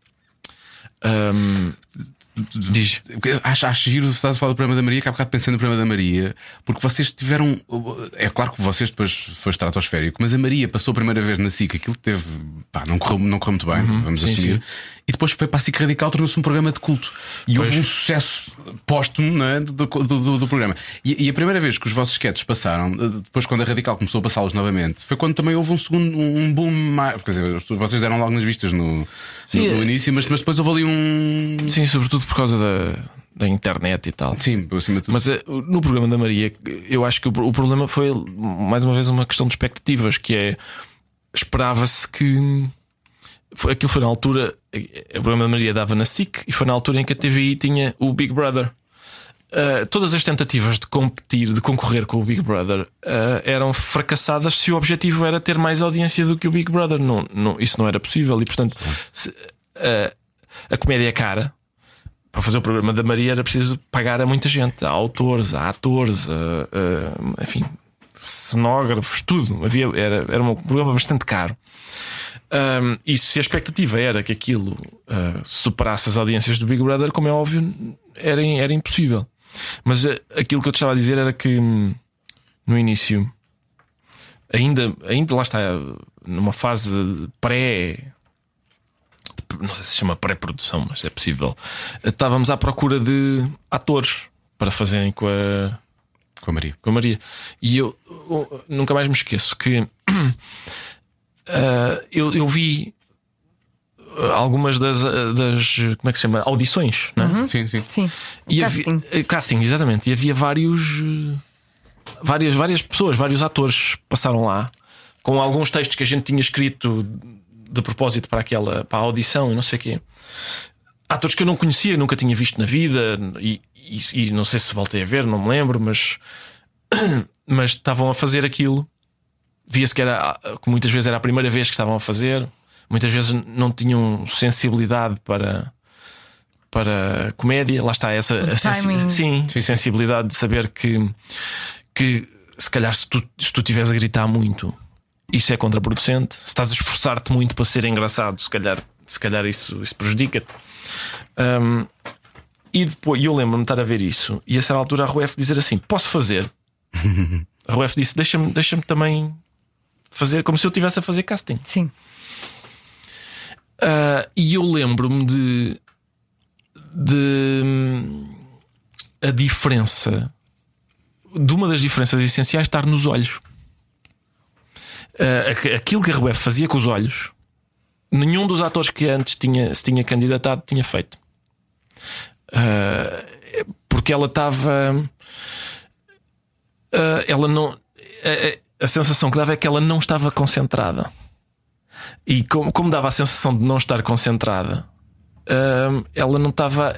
[SPEAKER 4] Diz.
[SPEAKER 2] Acho giro, estás a falar do programa da Maria, que há bocado pensei no programa da Maria, porque vocês tiveram. É claro que vocês depois foi estratosférico, mas a Maria passou a primeira vez na SIC, aquilo teve. Não correu muito bem, vamos assumir. Sim. E depois foi para a SIC Radical, tornou-se um programa de culto. E houve um sucesso póstumo, não é, do programa. E a primeira vez que os vossos sketches passaram, depois quando a Radical começou a passá-los novamente, foi quando também houve um boom mais. Quer dizer, vocês deram logo nas vistas no início, mas depois houve ali um.
[SPEAKER 4] Sim, sobretudo por causa da internet e tal.
[SPEAKER 2] Sim, acima de tudo.
[SPEAKER 4] Mas no programa da Maria, eu acho que o problema foi mais uma vez uma questão de expectativas, que é esperava-se que aquilo foi na altura. O programa da Maria dava na SIC e foi na altura em que a TVI tinha o Big Brother. Todas as tentativas de concorrer com o Big Brother eram fracassadas se o objetivo era ter mais audiência do que o Big Brother. Isso não era possível e, portanto, a comédia é cara. Para fazer o programa da Maria era preciso pagar a muita gente, a autores, a atores, enfim, cenógrafos, tudo. Era um programa bastante caro. E se a expectativa era que aquilo superasse as audiências do Big Brother, como é óbvio, era impossível. Mas aquilo que eu te estava a dizer era que no início, ainda lá está, numa fase não sei se chama pré-produção, mas é possível. Estávamos à procura de atores para fazerem com a Maria. E eu nunca mais me esqueço que eu vi algumas das como é que se chama? Audições, não é?
[SPEAKER 2] Sim.
[SPEAKER 4] E casting, exatamente. E havia várias pessoas, vários atores passaram lá com alguns textos que a gente tinha escrito de propósito para a audição e não sei o quê. Atores que eu não conhecia, nunca tinha visto na vida e não sei se voltei a ver, não me lembro, mas estavam a fazer aquilo. Via-se que muitas vezes era a primeira vez que estavam a fazer, muitas vezes não tinham sensibilidade para comédia. Lá está essa sensibilidade de saber que se calhar se tu estiveres a gritar muito, isso é contraproducente. Se estás a esforçar-te muito para ser engraçado, se calhar isso prejudica-te. E depois eu lembro-me de estar a ver isso e a certa altura a RUEF dizer assim: posso fazer? A RUEF disse: deixa-me também fazer, como se eu estivesse a fazer casting.
[SPEAKER 3] Sim.
[SPEAKER 4] E eu lembro-me de a diferença, de uma das diferenças essenciais estar nos olhos. Aquilo que a RUEF fazia com os olhos nenhum dos atores que antes se tinha candidatado tinha feito. Porque ela estava. Ela não. A sensação que dava é que ela não estava concentrada. E como dava a sensação de não estar concentrada, ela não estava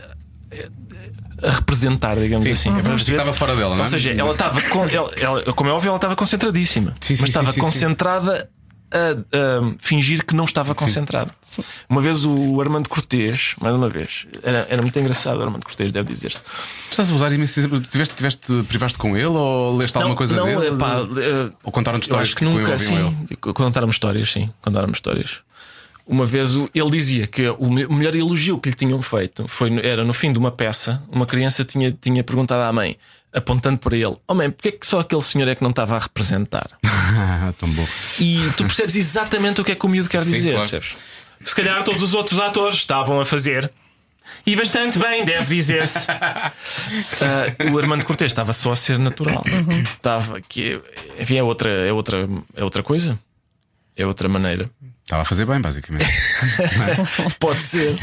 [SPEAKER 4] a representar, digamos assim.
[SPEAKER 2] Estava fora dela, não é?
[SPEAKER 4] Ou seja, ela estava, como é óbvio, ela estava concentradíssima, mas estava concentrada a fingir que não estava concentrada. Uma vez o Armando Cortês, mais uma vez, era muito engraçado. O Armando Cortês, deve dizer-se.
[SPEAKER 2] Estás a usar imenso. Privaste com ele ou leste alguma coisa dele? Ou contaram-te histórias
[SPEAKER 4] que nunca, sim. Contaram-me histórias, sim. Contaram-me histórias. Uma vez ele dizia que o melhor elogio que lhe tinham feito era no fim de uma peça. Uma criança tinha perguntado à mãe, apontando para ele: oh mãe, porque é que só aquele senhor é que não estava a representar?
[SPEAKER 2] Tão bom.
[SPEAKER 4] E tu percebes exatamente o que é que o miúdo quer dizer, claro. Percebes? Se calhar todos os outros atores estavam a fazer, e bastante bem, deve dizer-se. O Armando Cortês estava só a ser natural. Estava que, enfim, é outra coisa. É outra maneira.
[SPEAKER 2] Estava a fazer bem, basicamente.
[SPEAKER 4] Pode ser.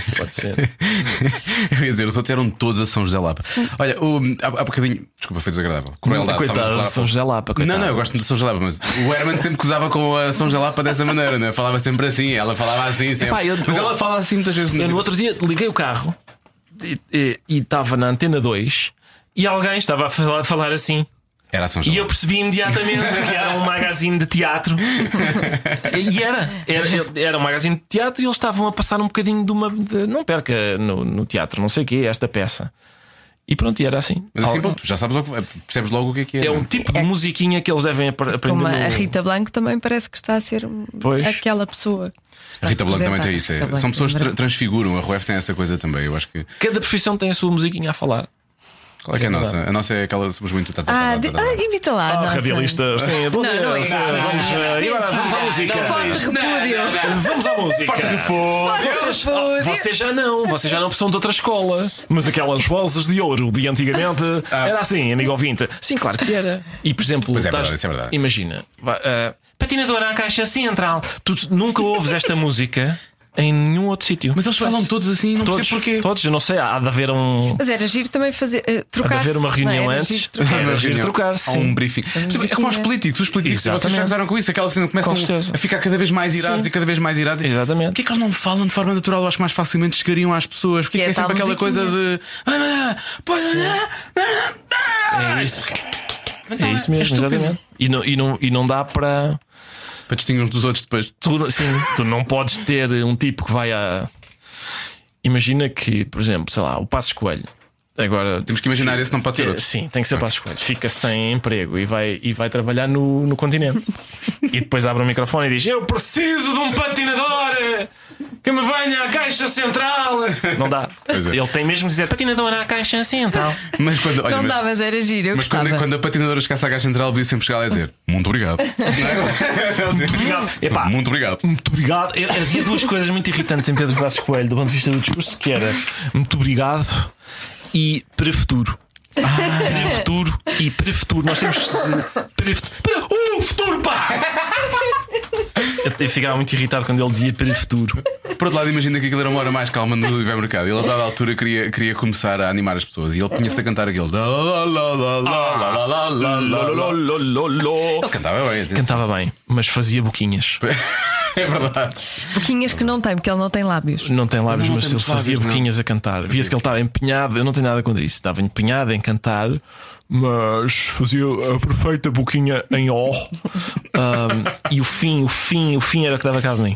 [SPEAKER 2] Eu ia dizer, os outros eram todos a São José Lapa. Olha, há bocadinho. Desculpa, foi desagradável.
[SPEAKER 4] Coitado de São José Lapa.
[SPEAKER 2] Não, eu gosto de São José Lapa, mas o Herman sempre gozava com a São José Lapa dessa maneira, né? Falava sempre assim, ela falava assim sempre. Mas ela fala assim muitas vezes.
[SPEAKER 4] Eu no outro dia liguei o carro e estava na Antena 2 e alguém estava a falar assim.
[SPEAKER 2] Era a São José.
[SPEAKER 4] E eu percebi imediatamente que era um magazine de teatro. E era um magazine de teatro. E eles estavam a passar um bocadinho não perca no teatro, não sei o que, esta peça. E pronto, e era assim.
[SPEAKER 2] Mas assim, pronto, já sabes percebes logo o que é.
[SPEAKER 4] É um tipo de musiquinha que eles devem aprender.
[SPEAKER 3] A Rita Blanco também parece que está a ser aquela pessoa.
[SPEAKER 2] A Rita Blanco também tem isso. São pessoas que transfiguram. A RUEF tem essa coisa também. Eu acho que
[SPEAKER 4] cada profissão tem a sua musiquinha a falar.
[SPEAKER 2] Qual é que é a nossa? A nossa é aquela somos muito
[SPEAKER 3] imita lá.
[SPEAKER 4] Radialista. Sim,
[SPEAKER 3] não é isso.
[SPEAKER 4] Vamos à música.
[SPEAKER 3] Forte repúdio.
[SPEAKER 4] Vamos à música.
[SPEAKER 2] Forte repúdio.
[SPEAKER 4] Vocês já não são de outra escola. Mas aquelas bolsas de ouro de antigamente era assim, amigo ouvinte. Sim, claro que era. E por exemplo,
[SPEAKER 2] isso é verdade.
[SPEAKER 4] Imagina, patinadora à caixa central. Tu nunca ouves esta música em nenhum outro sítio.
[SPEAKER 2] Mas eles falam todos assim, não sei porquê.
[SPEAKER 4] Todos, eu não sei, há de haver
[SPEAKER 3] Mas era giro também fazer trocar-se.
[SPEAKER 4] Há de haver uma reunião antes. Era giro trocar-se.
[SPEAKER 2] Há um briefing. É como os políticos. Os políticos, vocês já gozaram com isso. Aquela cena começam a ficar cada vez mais irados e cada vez mais irados.
[SPEAKER 4] Exatamente.
[SPEAKER 2] Porquê é que eles não falam de forma natural? Eu acho que mais facilmente chegariam às pessoas. Porque é sempre aquela coisa de.
[SPEAKER 4] É isso. É isso mesmo, exatamente. E não dá para
[SPEAKER 2] distinguir uns dos outros depois.
[SPEAKER 4] Tu não podes ter um tipo que vai a. Imagina que, por exemplo, sei lá, o Passos Coelho. Agora
[SPEAKER 2] temos que imaginar esse, não pode ser outro.
[SPEAKER 4] Sim, tem que ser Passos Coelho. Fica sem emprego e vai trabalhar no continente. E depois abre o microfone e diz: eu preciso de um patinador que me venha à caixa central. Não dá. Ele tem mesmo de dizer patinador à caixa central.
[SPEAKER 2] Mas quando, olha,
[SPEAKER 3] não dá, mas era giro.
[SPEAKER 2] Mas quando a patinadora chegasse à caixa central, podia sempre chegar lá e dizer: muito obrigado.
[SPEAKER 4] Muito obrigado. Epá,
[SPEAKER 2] muito obrigado.
[SPEAKER 4] Muito obrigado. Havia duas coisas muito irritantes em Pedro Passos Coelho do ponto de vista do discurso, que era muito obrigado e para futuro. Para futuro e para futuro. Nós temos que dizer para futuro, pá! Eu ficava muito irritado quando ele dizia para futuro.
[SPEAKER 2] Por outro lado, imagina que aquilo era uma hora mais calma no hipermercado. Ele a dada altura queria começar a animar as pessoas. E ele punha-se a cantar aquele. Ele cantava bem.
[SPEAKER 4] Cantava bem, mas fazia boquinhas.
[SPEAKER 2] É verdade.
[SPEAKER 3] Boquinhas que não tem, porque ele não tem lábios.
[SPEAKER 4] Não tem lábios, mas ele fazia boquinhas a cantar. Via-se que ele estava empenhado. Eu não tenho nada contra isso. Estava empenhado em cantar, mas fazia a perfeita boquinha em ó. E o fim era que dava cá de mim.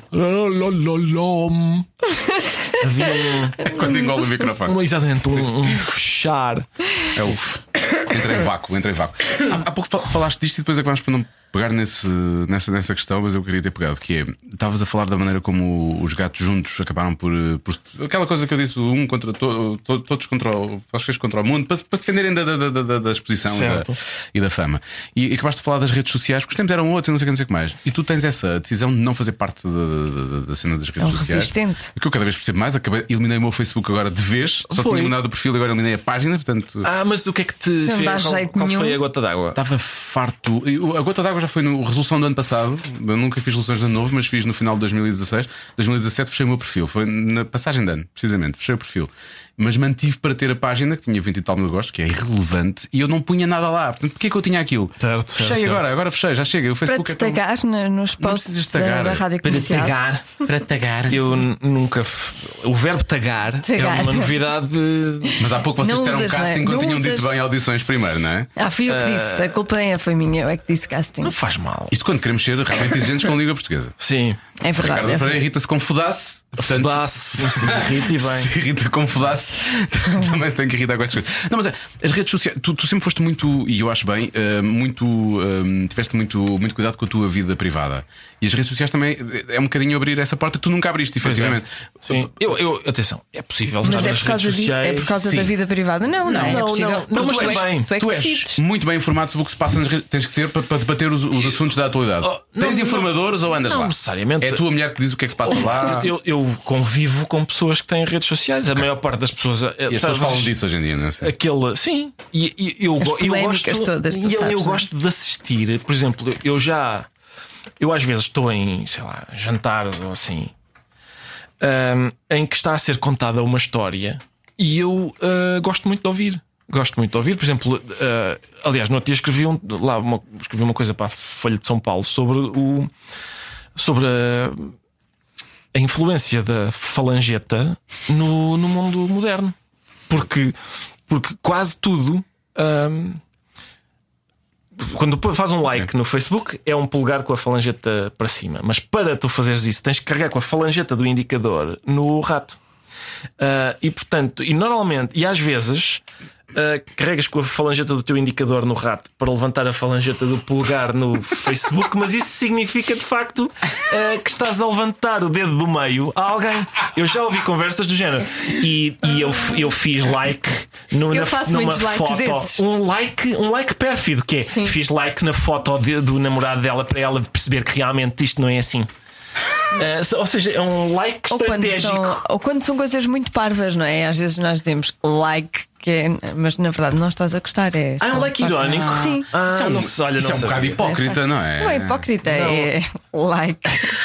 [SPEAKER 4] Havia
[SPEAKER 2] quando engole o microfone.
[SPEAKER 4] Exatamente, um fechar.
[SPEAKER 2] É o. Entrei em vácuo. Há pouco falaste disto e depois acabamos por não pegar nessa questão, mas eu queria ter pegado, que é, estavas a falar da maneira como os gatos juntos acabaram por aquela coisa que eu disse, um contra todos contra o mundo, para se defenderem da exposição e da fama. E acabaste de falar das redes sociais, porque os tempos eram outros, não sei o que mais. E tu tens essa decisão de não fazer parte da cena das redes sociais.
[SPEAKER 3] Resistente.
[SPEAKER 2] Que eu cada vez percebo mais. Eliminei o meu Facebook agora de vez, só tinha eliminado o perfil e agora eliminei a página. Portanto,
[SPEAKER 4] mas o que é que te fez?
[SPEAKER 3] Qual
[SPEAKER 4] foi a gota d'água?
[SPEAKER 2] Estava farto. A gota d'água já foi no resolução do ano passado. Eu nunca fiz resoluções de ano novo, mas fiz no final de 2016. 2017 fechei o meu perfil. Foi na passagem de ano, precisamente. Fechei o perfil. Mas mantive para ter a página, que tinha 20 e tal mil gostos, que é irrelevante, e eu não punha nada lá. Portanto, porquê que eu tinha aquilo? Fechei agora fechei, já chega. O Facebook
[SPEAKER 3] para destacar nos posts da rádio comercial.
[SPEAKER 2] Para tagar.
[SPEAKER 4] Eu nunca. O verbo tagar é uma novidade.
[SPEAKER 2] Mas há pouco vocês disseram casting quando tinham dito bem audições primeiro, não é?
[SPEAKER 3] Fui eu que disse. A culpa foi minha, eu é que disse casting.
[SPEAKER 4] Não faz mal.
[SPEAKER 2] Isto quando queremos ser realmente exigentes com a Língua Portuguesa.
[SPEAKER 4] Sim.
[SPEAKER 3] É verdade.
[SPEAKER 2] Ricardo Freire irrita-se com fodasse.
[SPEAKER 4] Fodasse, irrita e bem.
[SPEAKER 2] Se irrita com fodasse, também se tem que irritar com estas coisas. Não, mas as redes sociais, tu sempre foste muito, e eu acho bem, tiveste muito cuidado com a tua vida privada. E as redes sociais também é um bocadinho abrir essa porta que tu nunca abriste, efetivamente.
[SPEAKER 4] Sim. Atenção, é possível.
[SPEAKER 3] Mas é por causa disso? É por causa da vida privada? Não, é possível.
[SPEAKER 4] Não, mas
[SPEAKER 2] tu és muito bem informado sobre o que se passa nas redes. Tens que ser para debater os assuntos da atualidade. Tens informadores ou andas lá?
[SPEAKER 4] Não necessariamente.
[SPEAKER 2] É a tua mulher que diz o que é que se passa lá.
[SPEAKER 4] Eu convivo com pessoas que têm redes sociais. A maior parte das pessoas.
[SPEAKER 2] E as pessoas falam disso hoje em dia, não é?
[SPEAKER 4] Aquele, sim. E eu gosto de assistir. Por exemplo, eu às vezes estou em, sei lá, jantares ou assim, em que está a ser contada uma história e eu gosto muito de ouvir. Gosto muito de ouvir. Por exemplo, aliás, no outro dia escrevi uma coisa para a Folha de São Paulo sobre a influência da falangeta no mundo moderno. Porque quase tudo. Quando faz um like no Facebook, é um polegar com a falangeta para cima. Mas para tu fazeres isso, tens que carregar com a falangeta do indicador no rato. E portanto, normalmente, e às vezes, carregas com a falangeta do teu indicador no rato para levantar a falangeta do polegar no Facebook, mas isso significa de facto que estás a levantar o dedo do meio a alguém. Eu já ouvi conversas do género. E eu fiz like numa foto. Desses. Um like pérfido, que é fiz like na foto do namorado dela para ela perceber que realmente isto não é assim. Ou seja, é um like estratégico.
[SPEAKER 3] Ou quando são coisas muito parvas, não é? Às vezes nós temos like, mas na verdade não estás a gostar. É
[SPEAKER 4] um like irónico.
[SPEAKER 3] Sim.
[SPEAKER 2] Isso é um bocado hipócrita, não é?
[SPEAKER 3] Não é hipócrita, é like.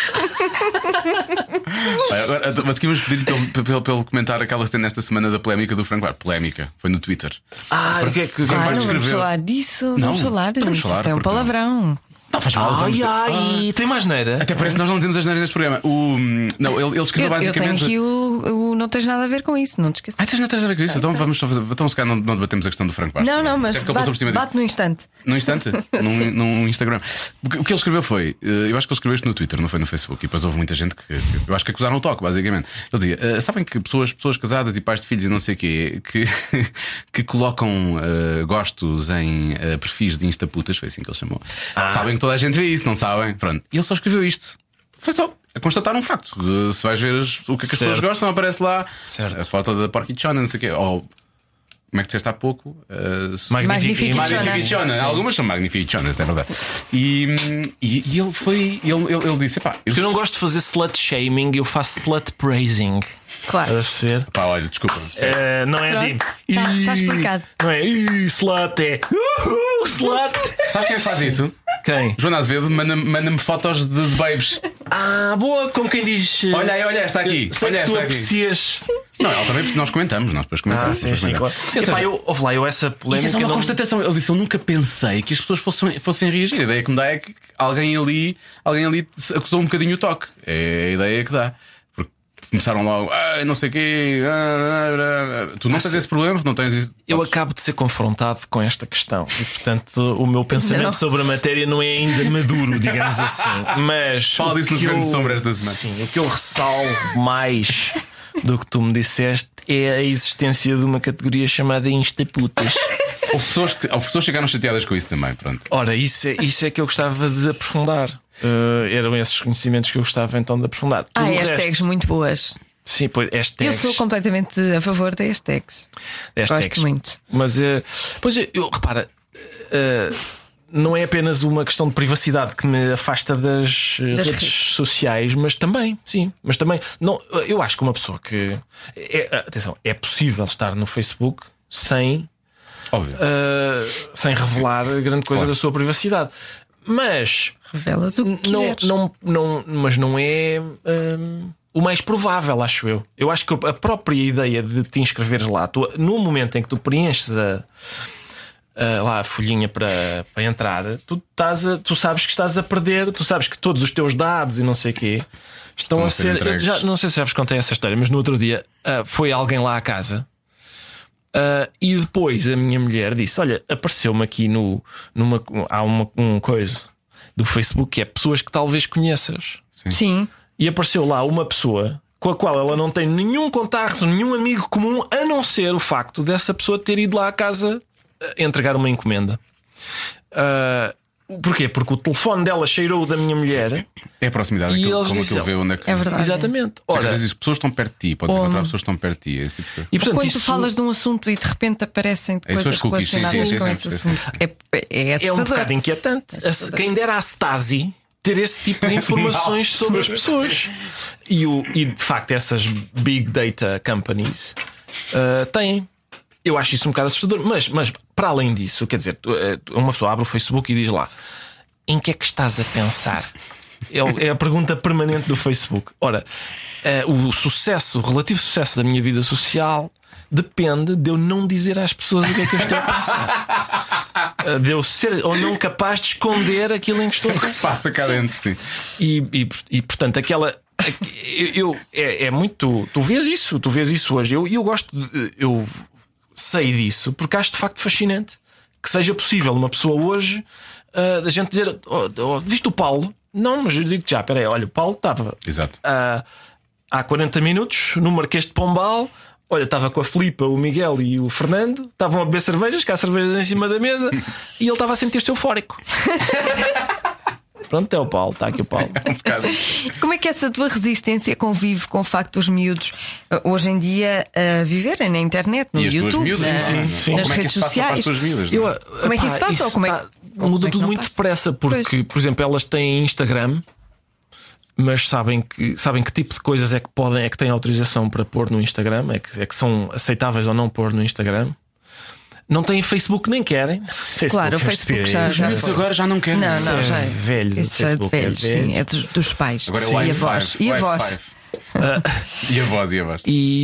[SPEAKER 2] Mas aqui vamos pedir pelo comentar aquela cena nesta semana da polémica do Franco. Polémica, foi no Twitter.
[SPEAKER 4] O que é que
[SPEAKER 3] não vamos falar disso. Vamos falar. Isto é um palavrão.
[SPEAKER 2] Não faz mal.
[SPEAKER 4] Tem mais neira.
[SPEAKER 2] Até parece que nós não dizemos as neiras neste programa. Ele escreveu basicamente.
[SPEAKER 3] Eu tenho aqui o não tens nada a ver com isso, não te esqueças.
[SPEAKER 2] Não tens nada a ver com isso. Então vamos fazer. Então se calhar não debatemos a questão do Franco Bastos.
[SPEAKER 3] Não, mas bate no instante.
[SPEAKER 2] No instante? num Instagram. O que ele escreveu foi. Eu acho que ele escreveu isto no Twitter, não foi no Facebook. E depois houve muita gente que eu acho que acusaram o toque, basicamente. Ele dizia: sabem que pessoas casadas e pais de filhos e não sei o quê que colocam gostos em perfis de instaputas, foi assim que ele chamou. Sabem que toda a gente vê isso, não sabem? Pronto. E ele só escreveu isto. Foi só a constatar um facto. Se vais ver o que é que as pessoas gostam, aparece lá a foto da Porquichona, não sei o quê. Ou como é que disseste há pouco?
[SPEAKER 3] Magnifiquichona.
[SPEAKER 2] Algumas são Magnifiquichonas, é verdade. E ele foi. Ele disse:
[SPEAKER 4] eu não gosto de fazer slut shaming, eu faço slut praising.
[SPEAKER 3] Claro.
[SPEAKER 2] Olha, desculpa.
[SPEAKER 4] Não é
[SPEAKER 3] tipo. Está explicado.
[SPEAKER 4] Não é slut, é slut.
[SPEAKER 2] Sabe quem é que faz isso?
[SPEAKER 4] Quem?
[SPEAKER 2] Joana Azevedo manda-me fotos de babes.
[SPEAKER 4] Boa, como quem diz.
[SPEAKER 2] Olha, está aqui.
[SPEAKER 4] Olha, tu aprecias.
[SPEAKER 3] Sim.
[SPEAKER 2] Não, ela também, nós comentamos, nós depois comentamos.
[SPEAKER 4] Sim, claro. Eu essa polémica.
[SPEAKER 2] Isso é uma constatação. Ele disse: eu nunca pensei que as pessoas fossem reagir. A ideia que me dá é que alguém ali acusou um bocadinho o toque. É a ideia que dá. Porque começaram logo, não sei o quê. Tu não tens esse problema, não tens isso.
[SPEAKER 4] Eu acabo de ser confrontado com esta questão e, portanto, o meu pensamento sobre a matéria não é ainda maduro, digamos assim. Mas
[SPEAKER 2] fala disso no Governo de Sombra esta semana.
[SPEAKER 4] Sim, o que eu ressalvo mais do que tu me disseste é a existência de uma categoria chamada instaputas.
[SPEAKER 2] Houve pessoas que chegaram chateadas com isso também. Pronto.
[SPEAKER 4] Ora, isso é que eu gostava de aprofundar. Eram esses conhecimentos que eu gostava então de aprofundar.
[SPEAKER 3] Hashtags muito boas.
[SPEAKER 4] Sim, pois hashtags.
[SPEAKER 3] Eu sou completamente a favor de hashtags. Gosto muito.
[SPEAKER 4] Mas repara, não é apenas uma questão de privacidade que me afasta das redes sociais, mas também, sim. Mas também, não, eu acho que uma pessoa que. Atenção, é possível estar no Facebook sem revelar grande coisa da sua privacidade. Mas
[SPEAKER 3] revelas o que quiseres.
[SPEAKER 4] Mas não é o mais provável, acho eu. Eu acho que a própria ideia de te inscreveres lá, no momento em que tu preenches lá a folhinha para entrar, tu sabes que estás a perder, tu sabes que todos os teus dados e não sei o quê estão a ser. Eu já, não sei se já vos contei essa história, mas no outro dia foi alguém lá à casa. E depois a minha mulher disse: olha, apareceu-me aqui há uma coisa do Facebook que é pessoas que talvez conheças.
[SPEAKER 3] Sim.
[SPEAKER 4] E apareceu lá uma pessoa com a qual ela não tem nenhum contacto, nenhum amigo comum, a não ser o facto dessa pessoa ter ido lá à casa entregar uma encomenda. Porquê? Porque o telefone dela cheirou da minha mulher.
[SPEAKER 2] É a proximidade, como aquilo vê onde é que.
[SPEAKER 3] É verdade.
[SPEAKER 4] Exatamente.
[SPEAKER 2] Ora, às vezes pessoas estão perto de ti, podes encontrar pessoas que estão perto de ti.
[SPEAKER 3] E portanto, quando tu falas de um assunto e de repente aparecem coisas relacionadas com esse assunto, é assustador.
[SPEAKER 4] É um bocado inquietante. Quem dera a Stasi ter esse tipo de informações sobre as pessoas. E de facto, essas big data companies têm. Eu acho isso um bocado assustador. Mas para além disso, quer dizer, uma pessoa abre o Facebook e diz lá: em que é que estás a pensar? É a pergunta permanente do Facebook. Ora, o relativo sucesso da minha vida social depende de eu não dizer às pessoas o que é que eu estou a pensar. De eu ser ou não capaz de esconder aquilo em que estou a pensar.
[SPEAKER 2] O que se passa cá dentro, sim.
[SPEAKER 4] E portanto, aquela. É muito. Tu vês isso hoje. Eu gosto de. Eu sei disso porque acho de facto fascinante que seja possível uma pessoa hoje a gente dizer: viste o Paulo? Não, mas eu digo-te já, peraí, olha, o Paulo estava há 40 minutos no Marquês de Pombal. Olha, estava com a Filipa, o Miguel e o Fernando, estavam a beber cervejas, cá cervejas em cima da mesa, e ele estava a sentir-se eufórico. Pronto, é o Paulo, está aqui o Paulo.
[SPEAKER 3] Como é que essa tua resistência convive com o facto dos miúdos hoje em dia viverem na internet, no YouTube, nas redes sociais? Como é que isso passa?
[SPEAKER 4] Muda tudo muito depressa, porque, por exemplo, elas têm Instagram, mas sabem que tipo de coisas é que têm autorização para pôr no Instagram, é que são aceitáveis ou não pôr no Instagram. Não têm Facebook, nem querem.
[SPEAKER 3] Claro, o Facebook já
[SPEAKER 2] agora já não querem.
[SPEAKER 3] Não, já é
[SPEAKER 4] velho.
[SPEAKER 3] Isso já é de velhos, sim, é dos pais.
[SPEAKER 2] Agora é o
[SPEAKER 3] e a voz.
[SPEAKER 2] E a voz.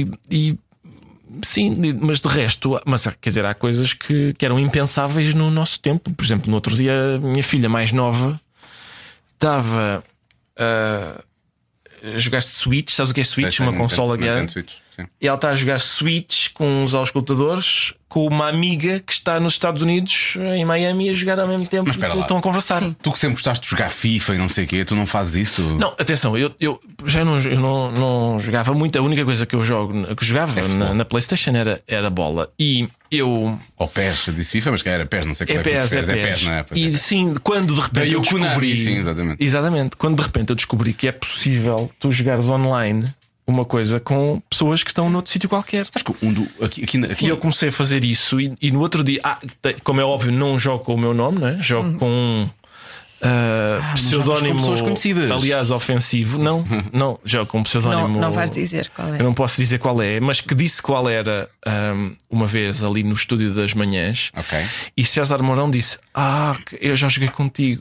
[SPEAKER 4] Sim, mas de resto, quer dizer, há coisas que eram impensáveis no nosso tempo. Por exemplo, no outro dia, a minha filha mais nova estava a jogar Switch. Sabes o que é Switch? Uma consola grande. E ela está a jogar Switch com uns auscultadores com uma amiga que está nos Estados Unidos, em Miami, a jogar ao mesmo tempo.
[SPEAKER 2] Mas
[SPEAKER 4] estão a conversar.
[SPEAKER 3] Sim.
[SPEAKER 2] Tu que sempre gostaste de jogar FIFA e não sei o quê, tu não fazes isso?
[SPEAKER 4] Não, atenção, eu já não jogava muito. A única coisa que eu jogava na PlayStation era bola. E eu.
[SPEAKER 2] Ou PES, disse FIFA, mas que era PES, não sei o que
[SPEAKER 4] é PES,
[SPEAKER 2] não é?
[SPEAKER 4] E sim, quando de repente eu descobri.
[SPEAKER 2] Sim,
[SPEAKER 4] exatamente. Quando de repente eu descobri que é possível tu jogares online uma coisa com pessoas que estão noutro sítio qualquer.
[SPEAKER 2] Aqui
[SPEAKER 4] eu comecei a fazer isso e no outro dia, como é óbvio, não jogo com o meu nome, né? Jogo com um pseudónimo, aliás, ofensivo. Não, jogo com um pseudónimo.
[SPEAKER 3] Não vais dizer qual é.
[SPEAKER 4] Eu não posso dizer qual é, mas que disse qual era uma vez ali no estúdio das manhãs.
[SPEAKER 2] Okay.
[SPEAKER 4] E César Mourão disse: eu já joguei contigo.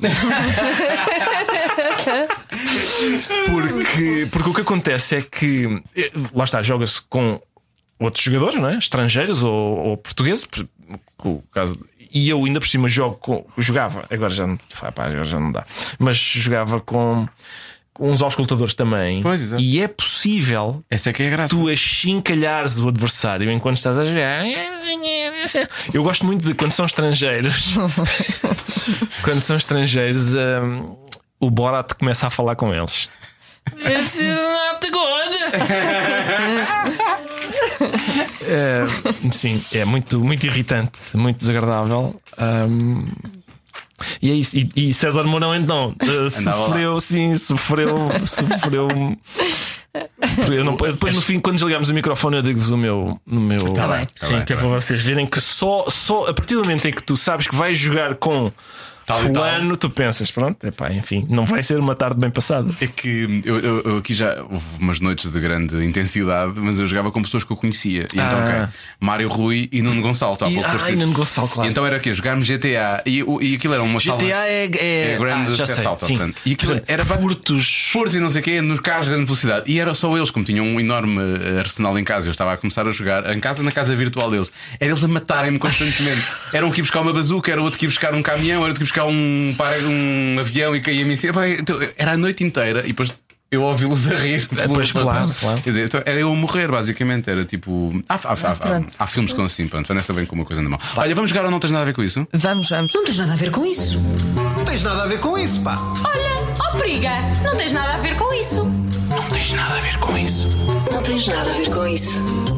[SPEAKER 4] Porque o que acontece é que lá está, joga-se com outros jogadores, não é? Estrangeiros ou portugueses, e eu ainda por cima jogava, agora já não dá, mas jogava com uns auscultadores também.
[SPEAKER 2] Pois,
[SPEAKER 4] e é possível
[SPEAKER 2] essa é que é a graça.
[SPEAKER 4] Tu achincalhares o adversário enquanto estás a jogar. Eu gosto muito de quando são estrangeiros. Quando são estrangeiros, o Borat começa a falar com eles. This is not good. Sim, é muito, muito irritante, muito desagradável. E é isso. E César Mourão então sofreu. Depois no fim, quando desligámos o microfone, eu digo-vos no meu.
[SPEAKER 3] Tá bem.
[SPEAKER 4] Sim, que é para vocês verem que só a partir do momento em que tu sabes que vais jogar com fulano, tu pensas, pronto, epá, enfim, não vai ser uma tarde bem passada.
[SPEAKER 2] É que eu aqui já houve umas noites de grande intensidade, mas eu jogava com pessoas que eu conhecia. E então, Mário Rui e Nuno Gonçalo.
[SPEAKER 4] Nuno Gonçalo, claro.
[SPEAKER 2] E então era o quê? Jogarmos GTA. E aquilo era uma
[SPEAKER 4] GTA
[SPEAKER 2] sala.
[SPEAKER 4] é
[SPEAKER 2] grande
[SPEAKER 4] já sei,
[SPEAKER 2] alta,
[SPEAKER 4] sim.
[SPEAKER 2] portanto. E aquilo era
[SPEAKER 4] furtos
[SPEAKER 2] e não sei o quê, nos carros de grande velocidade. E era só eles, como tinham um enorme arsenal em casa. Eu estava a começar a jogar na casa virtual deles. Era eles a matarem-me constantemente. Era um que ia buscar uma bazuca, era outro que ia buscar um caminhão, era outro que ia buscar um avião e caía-me em cima. Então, era a noite inteira e depois eu ouvi-los a rir.
[SPEAKER 4] Pois, claro.
[SPEAKER 2] Quer dizer, então, era eu a morrer, basicamente. Era tipo. Há filmes que são assim, pronto. Vanessa vem com uma coisa na mão. Olha, vamos jogar ou não tens nada a ver com isso?
[SPEAKER 3] Vamos.
[SPEAKER 1] Não tens nada a ver com isso.
[SPEAKER 5] Não tens nada a ver com isso, pá.
[SPEAKER 6] Olha, periga, não tens nada a ver com isso.
[SPEAKER 5] Não tens nada a ver com isso.
[SPEAKER 1] Não tens nada a ver com isso.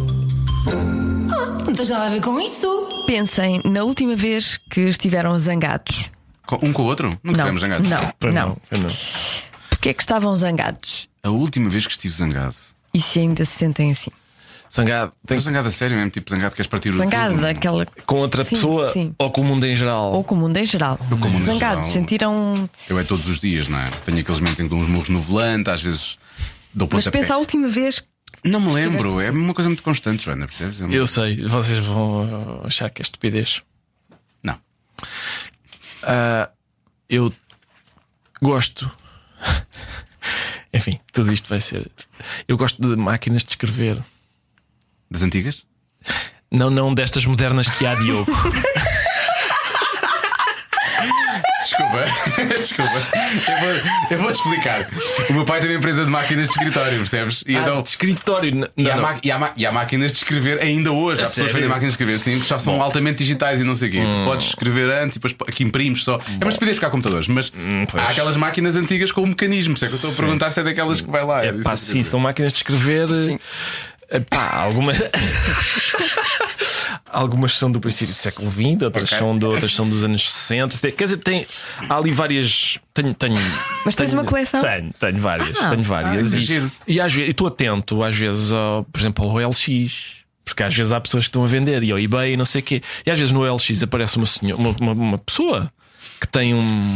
[SPEAKER 6] Não tens nada a ver com isso.
[SPEAKER 3] Pensem na última vez que estiveram zangados.
[SPEAKER 2] Um com o outro? Nunca tivemos zangados.
[SPEAKER 3] Não. Porquê é que estavam zangados?
[SPEAKER 2] A última vez que estive zangado.
[SPEAKER 3] E se ainda se sentem assim?
[SPEAKER 4] Zangado.
[SPEAKER 2] Tem zangado a sério mesmo? Tipo zangado que queres partir o
[SPEAKER 3] Zangado,
[SPEAKER 2] tudo?
[SPEAKER 3] aquela.
[SPEAKER 4] Com outra pessoa ou com o mundo em geral?
[SPEAKER 3] Ou com o mundo em geral.
[SPEAKER 2] Com o mundo em
[SPEAKER 3] Zangados,
[SPEAKER 2] geral.
[SPEAKER 3] sentiram.
[SPEAKER 2] Eu é todos os dias, não é? Tenho aqueles momentos em que dou uns murros no volante, às vezes dou
[SPEAKER 3] Mas
[SPEAKER 2] pontapé.
[SPEAKER 3] pensa a última vez.
[SPEAKER 2] Não me
[SPEAKER 3] estiveste
[SPEAKER 2] lembro, é
[SPEAKER 3] assim.
[SPEAKER 2] uma coisa muito constante, Joana, percebes?
[SPEAKER 4] Eu sei, vocês vão achar que é estupidez.
[SPEAKER 2] Não.
[SPEAKER 4] Eu gosto. Enfim, tudo isto vai ser. Eu gosto de máquinas de escrever.
[SPEAKER 2] Das antigas?
[SPEAKER 4] Não destas modernas que há, Diogo.
[SPEAKER 2] Desculpa. Eu vou explicar. O meu pai tem uma empresa de máquinas de escritório, percebes? E então,
[SPEAKER 4] de escritório.
[SPEAKER 2] e há máquinas de escrever ainda hoje. Há pessoas que fazem máquinas de escrever, sim, que já são altamente digitais e não sei o quê. Tu podes escrever antes e depois aqui imprimes só. É uma estupidez ficar computadores, mas há aquelas máquinas antigas com o mecanismo. Sei que eu estou a perguntar se é daquelas que vai lá.
[SPEAKER 4] Sim, são máquinas de escrever. Algumas. Algumas são do princípio do século XX, outras são dos anos 60. Quer dizer, há ali várias.
[SPEAKER 3] Mas tens uma coleção?
[SPEAKER 4] Tenho várias. E às vezes estou atento, às vezes, por exemplo, ao OLX. Porque às vezes há pessoas que estão a vender e ao eBay e não sei o quê. E às vezes no OLX aparece uma pessoa que tem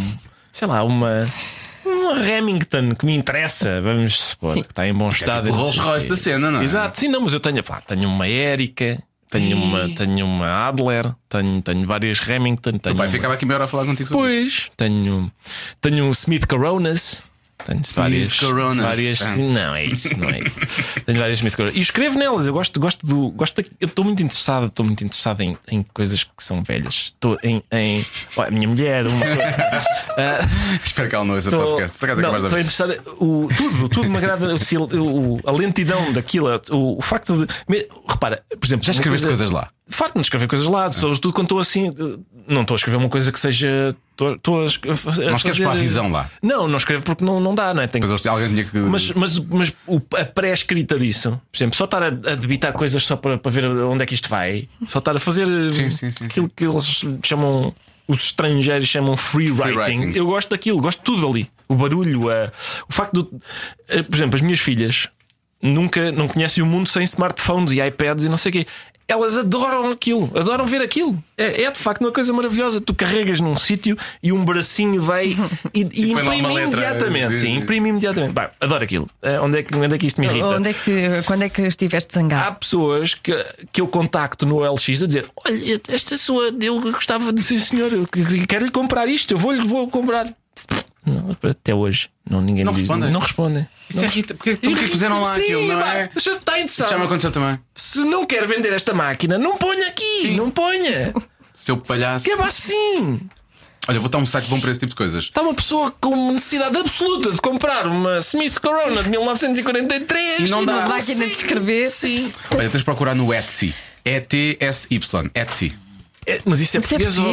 [SPEAKER 4] uma Remington que me interessa, vamos supor, que está em bom estado.
[SPEAKER 2] É tipo o Rolls Royce da cena, não é?
[SPEAKER 4] Exato, sim, não, mas eu tenho uma Erika. Tenho uma Adler, tenho várias Remington.
[SPEAKER 2] O pai ficava aqui meia hora a falar contigo sobre isso.
[SPEAKER 4] Tenho Smith Coronas. Tenho várias. Sim, não é isso. Tenho várias Smith Coronas. E escrevo nelas. Eu gosto eu estou muito interessado em coisas que são velhas. Estou a minha mulher, uma coisa.
[SPEAKER 2] Espero que ela não ouça o podcast. Por acaso
[SPEAKER 4] estou interessado. Tudo me agrada. A lentidão daquilo. O facto de. Repara, por exemplo,
[SPEAKER 2] já escreveste coisas lá?
[SPEAKER 4] Farto-me de escrever coisas lá, sobretudo quando estou assim. Não estou a escrever uma coisa que seja. Não
[SPEAKER 2] escreves para a visão lá?
[SPEAKER 4] Não escrevo porque não dá, não é?
[SPEAKER 2] Alguém tinha que...
[SPEAKER 4] Mas a pré-escrita disso, por exemplo, só estar a debitar coisas só para ver onde é que isto vai, só estar a fazer aquilo que eles chamam, os estrangeiros chamam free writing. Eu gosto daquilo, gosto de tudo ali. O barulho, o facto de. Por exemplo, as minhas filhas não conhecem o mundo sem smartphones e iPads e não sei o quê. Elas adoram aquilo, adoram ver aquilo. É de facto uma coisa maravilhosa. Tu carregas num sítio e um bracinho vai e imprime imediatamente. Sim, imprime imediatamente. Bah, adoro aquilo. Onde é que isto me irrita?
[SPEAKER 3] Quando é que estiveste zangado?
[SPEAKER 4] Há pessoas que eu contacto no OLX a dizer: olha, esta sua, eu gostava de ser senhor, eu quero-lhe comprar isto, eu vou comprar. Não, até hoje ninguém me diz. Não respondem.
[SPEAKER 2] Isso irrita. Porque puseram lá aquilo, não é?
[SPEAKER 4] Mas está interessado.
[SPEAKER 2] Isso já me aconteceu também.
[SPEAKER 4] Se não quer vender esta máquina, não ponha aqui. Não ponha.
[SPEAKER 2] Seu palhaço.
[SPEAKER 4] Que é assim.
[SPEAKER 2] Olha, vou dar um saco bom para esse tipo de coisas.
[SPEAKER 4] Está uma pessoa com necessidade absoluta de comprar uma Smith Corona de 1943
[SPEAKER 3] e não dá. Uma máquina de escrever.
[SPEAKER 4] Sim.
[SPEAKER 2] Olha, tens de procurar no Etsy. ETSY. Etsy.
[SPEAKER 4] Mas isso é português ou.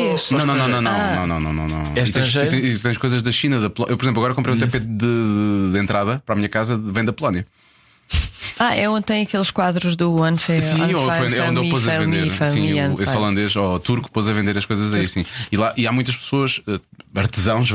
[SPEAKER 2] Não.
[SPEAKER 4] É estrangeiro?
[SPEAKER 2] E tens coisas da China, da Polónia. Eu, por exemplo, agora comprei um tapete de entrada para a minha casa, vem da Polónia.
[SPEAKER 3] É onde tem aqueles quadros do One Fair.
[SPEAKER 2] Sim, é onde eu pôs a vender. Sim, esse holandês ou turco pôs a vender as coisas aí, sim. E há muitas pessoas, artesãos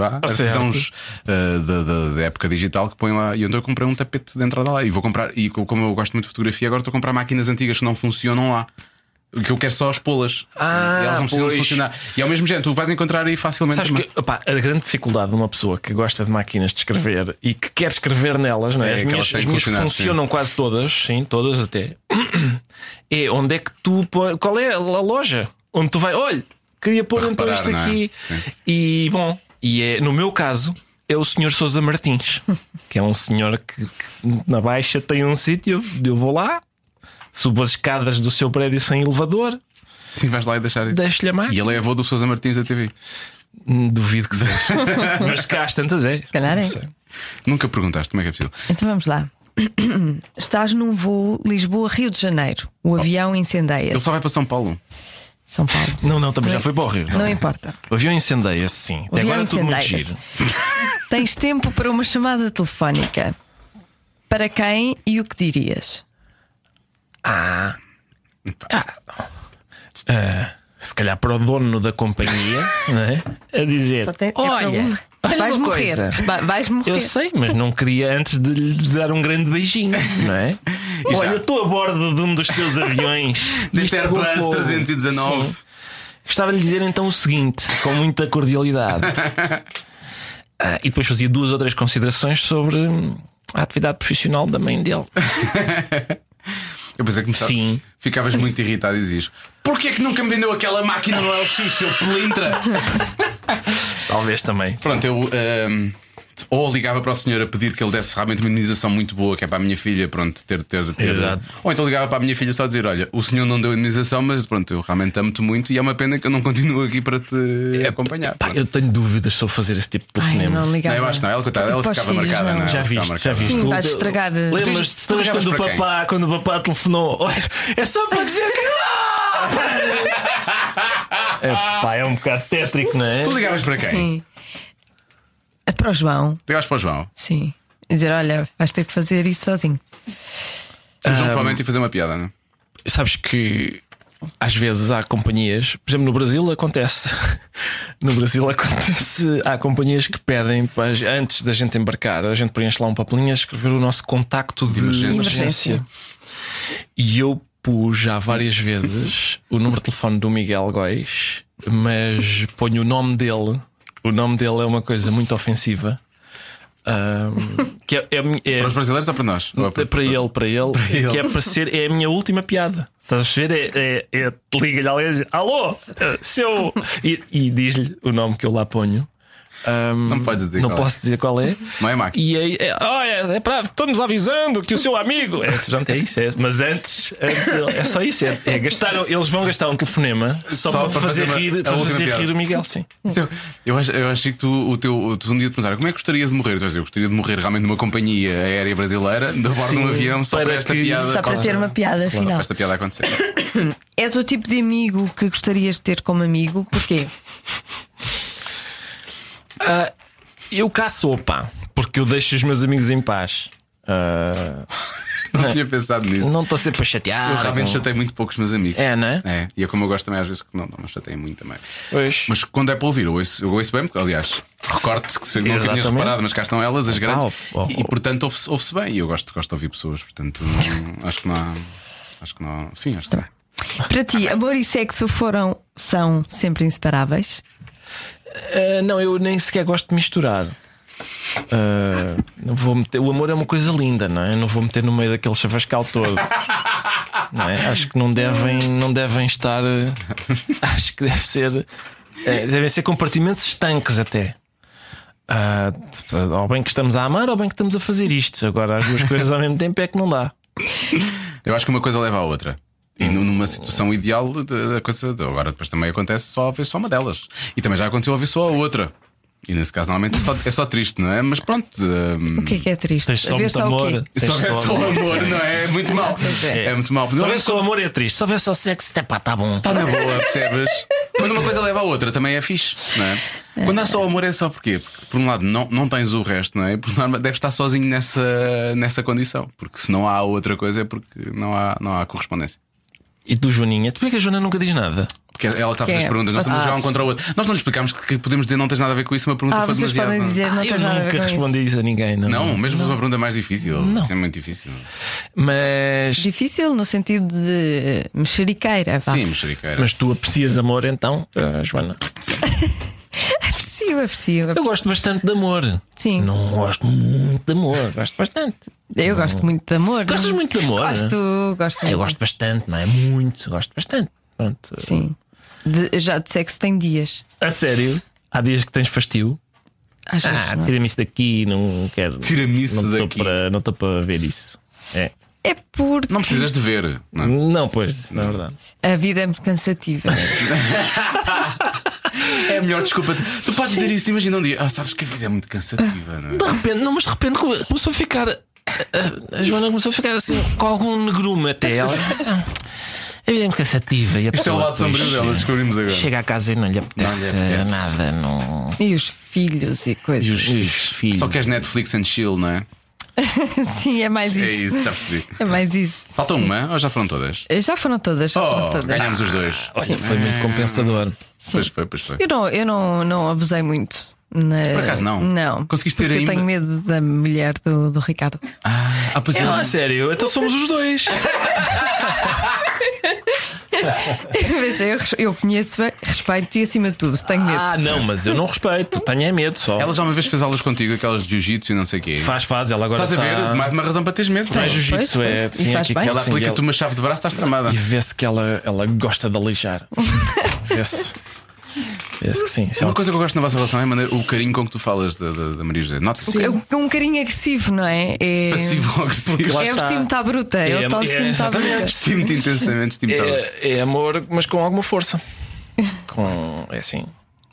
[SPEAKER 2] da época digital que põem lá. E então eu comprei um tapete de entrada lá. E vou comprar, e como eu gosto muito de fotografia, agora estou a comprar máquinas antigas que não funcionam lá. Que eu quero só expô-las. E elas não precisam de funcionar. E ao mesmo tempo, tu vais encontrar aí facilmente.
[SPEAKER 4] Sabes que, a grande dificuldade de uma pessoa que gosta de máquinas de escrever e que quer escrever nelas, não é? As minhas funcionam quase todas, sim, todas até. É onde é que tu põe. Qual é a loja? Onde tu vai, olha, queria pôr então isto aqui. E bom, no meu caso, é o Sr. Sousa Martins, que é um senhor que na Baixa tem um sítio, eu vou lá. Subo as escadas do seu prédio sem elevador.
[SPEAKER 2] Sim, vais lá e
[SPEAKER 4] deixo-lhe a máquina.
[SPEAKER 2] E ele é avô do Sousa Martins da TV.
[SPEAKER 4] Duvido que seja. Mas cá às tantas é.
[SPEAKER 3] Se calhar é.
[SPEAKER 2] Nunca perguntaste como é que é possível.
[SPEAKER 3] Então vamos lá. Estás num voo Lisboa-Rio de Janeiro. O avião incendeia-se.
[SPEAKER 2] Ele só vai para São Paulo.
[SPEAKER 3] São Paulo.
[SPEAKER 4] Não, também já foi para o Rio.
[SPEAKER 3] Não importa.
[SPEAKER 4] O avião incendeia-se, sim. Até agora é tudo muito giro.
[SPEAKER 3] Tens tempo para uma chamada telefónica. Para quem e o que dirias?
[SPEAKER 4] Se calhar para o dono da companhia, não é? A dizer: olha,
[SPEAKER 3] vais morrer. Vais morrer.
[SPEAKER 4] Eu sei, mas não queria antes de lhe dar um grande beijinho, não é? Olha, eu estou a bordo de um dos seus aviões
[SPEAKER 2] deste Airbus 319.
[SPEAKER 4] Sim. Gostava de lhe dizer então o seguinte, com muita cordialidade. E depois fazia 2 ou 3 considerações sobre a atividade profissional da mãe dele.
[SPEAKER 2] Eu pensei que ficavas muito irritado e dizias: porquê é que nunca me vendeu aquela máquina no LX, seu pelintra?
[SPEAKER 4] Talvez também.
[SPEAKER 2] Pronto, eu ou ligava para o senhor a pedir que ele desse realmente uma indenização muito boa, que é para a minha filha, pronto, ter.
[SPEAKER 4] Exato.
[SPEAKER 2] Ou então ligava para a minha filha só a dizer: olha, o senhor não deu indenização, mas pronto, eu realmente amo-te muito e é uma pena que eu não continuo aqui para te acompanhar.
[SPEAKER 4] Eu tenho dúvidas sobre fazer esse tipo de telefonema.
[SPEAKER 3] Não ligava.
[SPEAKER 2] Eu acho que não, ela ficava
[SPEAKER 3] filhos,
[SPEAKER 2] marcada. Não.
[SPEAKER 4] Já viste.
[SPEAKER 3] Sim, vais estragar.
[SPEAKER 4] Lembras-te quando o papá telefonou? É só para dizer que não! É um bocado tétrico, não é?
[SPEAKER 2] Tu ligavas para quem?
[SPEAKER 3] Sim. Para o João.
[SPEAKER 2] Ligavas para o João?
[SPEAKER 3] Sim. Dizer: olha, vais ter que fazer isso sozinho.
[SPEAKER 2] O João provavelmente ia fazer uma piada, não é?
[SPEAKER 4] Sabes que às vezes há companhias, por exemplo, no Brasil acontece. Há companhias que pedem antes da gente embarcar, a gente preenche lá um papelinho a escrever o nosso contacto de emergência. E eu pus já várias vezes o número de telefone do Miguel Góis, mas ponho o nome dele. O nome dele é uma coisa muito ofensiva. Que
[SPEAKER 2] para os brasileiros ou para nós?
[SPEAKER 4] Para ele. Que é para ser, é a minha última piada. Estás a ver? Liga-lhe alguém e diz: alô, seu. E diz-lhe o nome que eu lá ponho.
[SPEAKER 2] Não podes dizer
[SPEAKER 4] não posso dizer qual é.
[SPEAKER 2] Não é máquina.
[SPEAKER 4] E aí é para estamos avisando que o seu amigo é isso. Mas antes é só isso. Eles vão gastar um telefonema só para fazer rir o Miguel. Sim.
[SPEAKER 2] Eu acho que tu um dia te perguntar: como é que gostaria de morrer? Eu gostaria de morrer realmente numa companhia aérea brasileira, de bordo de um avião, só para esta piada.
[SPEAKER 3] Só para ter uma piada final.
[SPEAKER 2] Para esta piada acontecer.
[SPEAKER 3] És o tipo de amigo que gostarias de ter como amigo? Porquê?
[SPEAKER 4] Eu cá sou, porque eu deixo os meus amigos em paz.
[SPEAKER 2] Não tinha pensado nisso.
[SPEAKER 4] Não estou sempre a chatear.
[SPEAKER 2] Eu realmente chatei muito poucos meus amigos.
[SPEAKER 4] Não é?
[SPEAKER 2] É. E é como eu gosto também às vezes que não chatei muito também.
[SPEAKER 4] Pois.
[SPEAKER 2] Mas quando é para ouvir, eu ouço bem, porque aliás, recorte-se que não tinhas reparado, mas cá estão elas, as grandes. E portanto ouve-se bem. E eu gosto de ouvir pessoas, portanto acho que não. Sim, acho que não.
[SPEAKER 3] Para ti, amor e sexo são sempre inseparáveis?
[SPEAKER 4] Não, eu nem sequer gosto de misturar. Não vou meter. O amor é uma coisa linda, não é? Eu não vou meter no meio daquele chavascal todo. Não é? Acho que não devem estar. Acho que devem ser compartimentos estanques até. Ou bem que estamos a amar, ou bem que estamos a fazer isto. Agora, as duas coisas ao mesmo tempo é que não dá.
[SPEAKER 2] Eu acho que uma coisa leva à outra. E numa situação ideal da coisa. Agora depois também acontece só ouvir só uma delas. E também já aconteceu ouvir só a outra. E nesse caso normalmente é só triste, não é? Mas pronto.
[SPEAKER 3] O que é triste?
[SPEAKER 4] Tens só muito amor.
[SPEAKER 2] Só amor, não é? É muito mal. É muito mal.
[SPEAKER 4] Se houver só amor é triste. Se houver só sexo, tá bom.
[SPEAKER 2] Está na boa, percebes? Quando uma coisa leva à outra também é fixe, não é? Quando há só amor é só porquê? Porque por um lado não tens o resto, não é? Por norma deves estar sozinho nessa condição. Porque se não há outra coisa é porque não há correspondência.
[SPEAKER 4] E tu, Joaninha? Porquê que a Joana nunca diz nada?
[SPEAKER 2] Porque ela está a fazer as perguntas, nós estamos já um contra o outro. Nós não lhe explicámos que podemos dizer não tens nada a ver com isso, uma pergunta foi
[SPEAKER 3] vocês
[SPEAKER 2] demasiado.
[SPEAKER 3] podem dizer não
[SPEAKER 4] Eu
[SPEAKER 3] tens nada a ver
[SPEAKER 4] nunca
[SPEAKER 3] com
[SPEAKER 4] respondi isso a ninguém, não.
[SPEAKER 2] Não, mesmo se fosse uma pergunta mais difícil.
[SPEAKER 4] Não.
[SPEAKER 2] Isso é muito difícil.
[SPEAKER 4] Mas.
[SPEAKER 3] Difícil no sentido de mexeriqueira. Vá.
[SPEAKER 2] Sim, mexeriqueira.
[SPEAKER 4] Mas tu aprecias amor então, Joana?
[SPEAKER 3] Aprecio.
[SPEAKER 4] Eu gosto bastante de amor.
[SPEAKER 3] Sim.
[SPEAKER 4] Não gosto muito de amor, gosto bastante.
[SPEAKER 3] Eu gosto muito de amor.
[SPEAKER 4] Gostas muito de amor?
[SPEAKER 3] Gosto
[SPEAKER 4] Eu
[SPEAKER 3] muito.
[SPEAKER 4] gosto bastante, não é? Muito, gosto bastante. Pronto.
[SPEAKER 3] Sim. Já de sexo tem dias.
[SPEAKER 4] A sério? Há dias que tens fastio?
[SPEAKER 3] Às vezes não.
[SPEAKER 4] Tira-me isso daqui, não quero.
[SPEAKER 2] Tira-me isso daqui.
[SPEAKER 4] Não estou para ver isso. É
[SPEAKER 3] porque
[SPEAKER 2] Não precisas de ver. Não.
[SPEAKER 4] Não, pois, isso não é verdade.
[SPEAKER 3] a vida é muito cansativa.
[SPEAKER 2] É a melhor desculpa. Tu podes dizer isso, imagina um dia. Sabes que a vida é muito cansativa, não é?
[SPEAKER 4] Mas de repente começou a ficar. A Joana começou a ficar assim com algum negrume até. Ela disse, a vida é muito cansativa. E a
[SPEAKER 2] Isto é o
[SPEAKER 4] pessoa
[SPEAKER 2] lado sombrio
[SPEAKER 4] depois
[SPEAKER 2] dela, descobrimos agora.
[SPEAKER 4] chega a casa e não lhe apetece, nada. Não...
[SPEAKER 3] E os filhos e coisas.
[SPEAKER 4] E os filhos.
[SPEAKER 2] Só queres Netflix and chill, não é?
[SPEAKER 3] Sim, é mais isso.
[SPEAKER 2] É isso, já percebi.
[SPEAKER 3] É mais isso.
[SPEAKER 2] Falta
[SPEAKER 3] Sim.
[SPEAKER 2] uma ou já foram todas?
[SPEAKER 3] Já foram todas.
[SPEAKER 2] Ganhámos os dois.
[SPEAKER 4] Olha, foi muito compensador.
[SPEAKER 2] Pois foi.
[SPEAKER 3] Eu não abusei muito.
[SPEAKER 2] Por acaso não?
[SPEAKER 3] Não.
[SPEAKER 2] Conseguiste ter
[SPEAKER 3] porque
[SPEAKER 2] ainda?
[SPEAKER 3] eu tenho medo da mulher do Ricardo.
[SPEAKER 2] Pois é.
[SPEAKER 4] A sério, então somos os dois.
[SPEAKER 3] Eu conheço bem, respeito e acima de tudo tenho medo.
[SPEAKER 4] Não, mas eu não respeito, tenho é medo só.
[SPEAKER 2] Ela já uma vez fez aulas contigo, aquelas de jiu-jitsu e não sei o quê.
[SPEAKER 4] Faz, ela agora
[SPEAKER 2] Estás a ver?
[SPEAKER 4] está...
[SPEAKER 2] Mais uma razão para teres medo.
[SPEAKER 4] Faz jiu-jitsu,
[SPEAKER 3] Pois. E faz
[SPEAKER 4] aqui
[SPEAKER 3] bem.
[SPEAKER 4] que
[SPEAKER 2] Ela
[SPEAKER 4] sim,
[SPEAKER 2] aplica-te uma chave de braço, estás tramada.
[SPEAKER 4] E vê-se que ela gosta de aleijar. Vê-se que sim.
[SPEAKER 2] Uma coisa que eu gosto na vossa relação é a maneira, o carinho com que tu falas da Maria José. Nota-se
[SPEAKER 3] Um carinho agressivo, não é?
[SPEAKER 2] passivo-agressivo.
[SPEAKER 4] Lá
[SPEAKER 3] É o
[SPEAKER 4] está.
[SPEAKER 3] estimo está bruta. É o tal estimo está bruta.
[SPEAKER 2] Estimo-te intensamente,
[SPEAKER 4] É amor, mas com alguma força. É assim.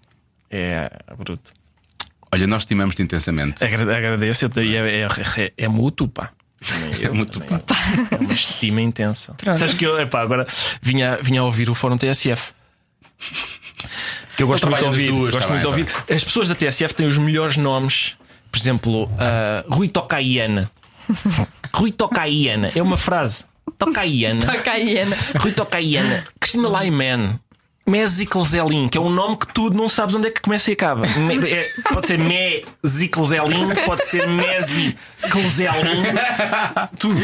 [SPEAKER 4] É bruto.
[SPEAKER 2] Olha, nós estimamos-te intensamente.
[SPEAKER 4] Agradeço, é mútuo, pá.
[SPEAKER 2] É muito pá.
[SPEAKER 4] É uma estima intensa.
[SPEAKER 3] Pronto.
[SPEAKER 4] Sabes que eu agora vinha a ouvir o Fórum TSF. Que eu gosto muito de
[SPEAKER 2] trabalho
[SPEAKER 4] ouvir.
[SPEAKER 2] nas duas,
[SPEAKER 4] Gosto
[SPEAKER 2] tá
[SPEAKER 4] muito de
[SPEAKER 2] bem,
[SPEAKER 4] ouvir. As pessoas da TSF têm os melhores nomes. Por exemplo, Rui Tocaiana. Rui Tocaiana é uma frase. Tocaiana.
[SPEAKER 3] Tocaiana.
[SPEAKER 4] Rui Tocaiana. Cristina Laiman. Messi Clezelin, que é um nome que tu não sabes onde é que começa e acaba. Pode ser Messi Clezelin, pode ser Messi Clezelin. Tudo.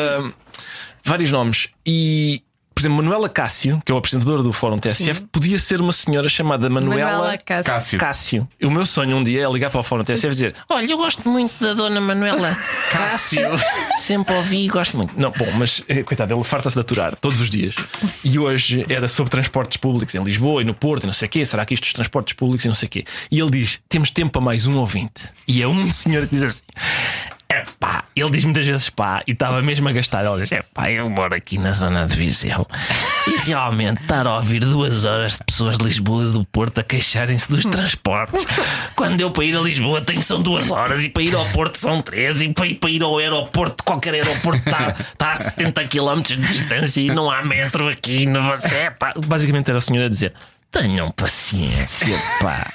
[SPEAKER 4] Vários nomes. E, por exemplo, Manuela Cássio, que é o apresentador do Fórum TSF, podia ser uma senhora chamada Manuela Cássio. E o meu sonho um dia é ligar para o Fórum TSF e dizer: olha, eu gosto muito da dona Manuela Cássio. Sempre ouvi e gosto muito. Não, bom, mas coitado, ele farta-se de aturar todos os dias. E hoje era sobre transportes públicos em Lisboa e no Porto e não sei o quê. Será que isto dos transportes públicos e não sei o quê? E ele diz: temos tempo para mais um ouvinte. E é um senhor que diz assim: pá, ele diz muitas vezes pá, e estava mesmo a gastar. Olha, pá, eu moro aqui na zona de Viseu e realmente estar a ouvir 2 horas de pessoas de Lisboa e do Porto a queixarem-se dos transportes, quando eu para ir a Lisboa tenho são 2 horas e para ir ao Porto são 3 e para ir ao aeroporto, qualquer aeroporto está a 70 km de distância e não há metro aqui. Não você, pá. Basicamente era a senhora a dizer: tenham paciência, pá.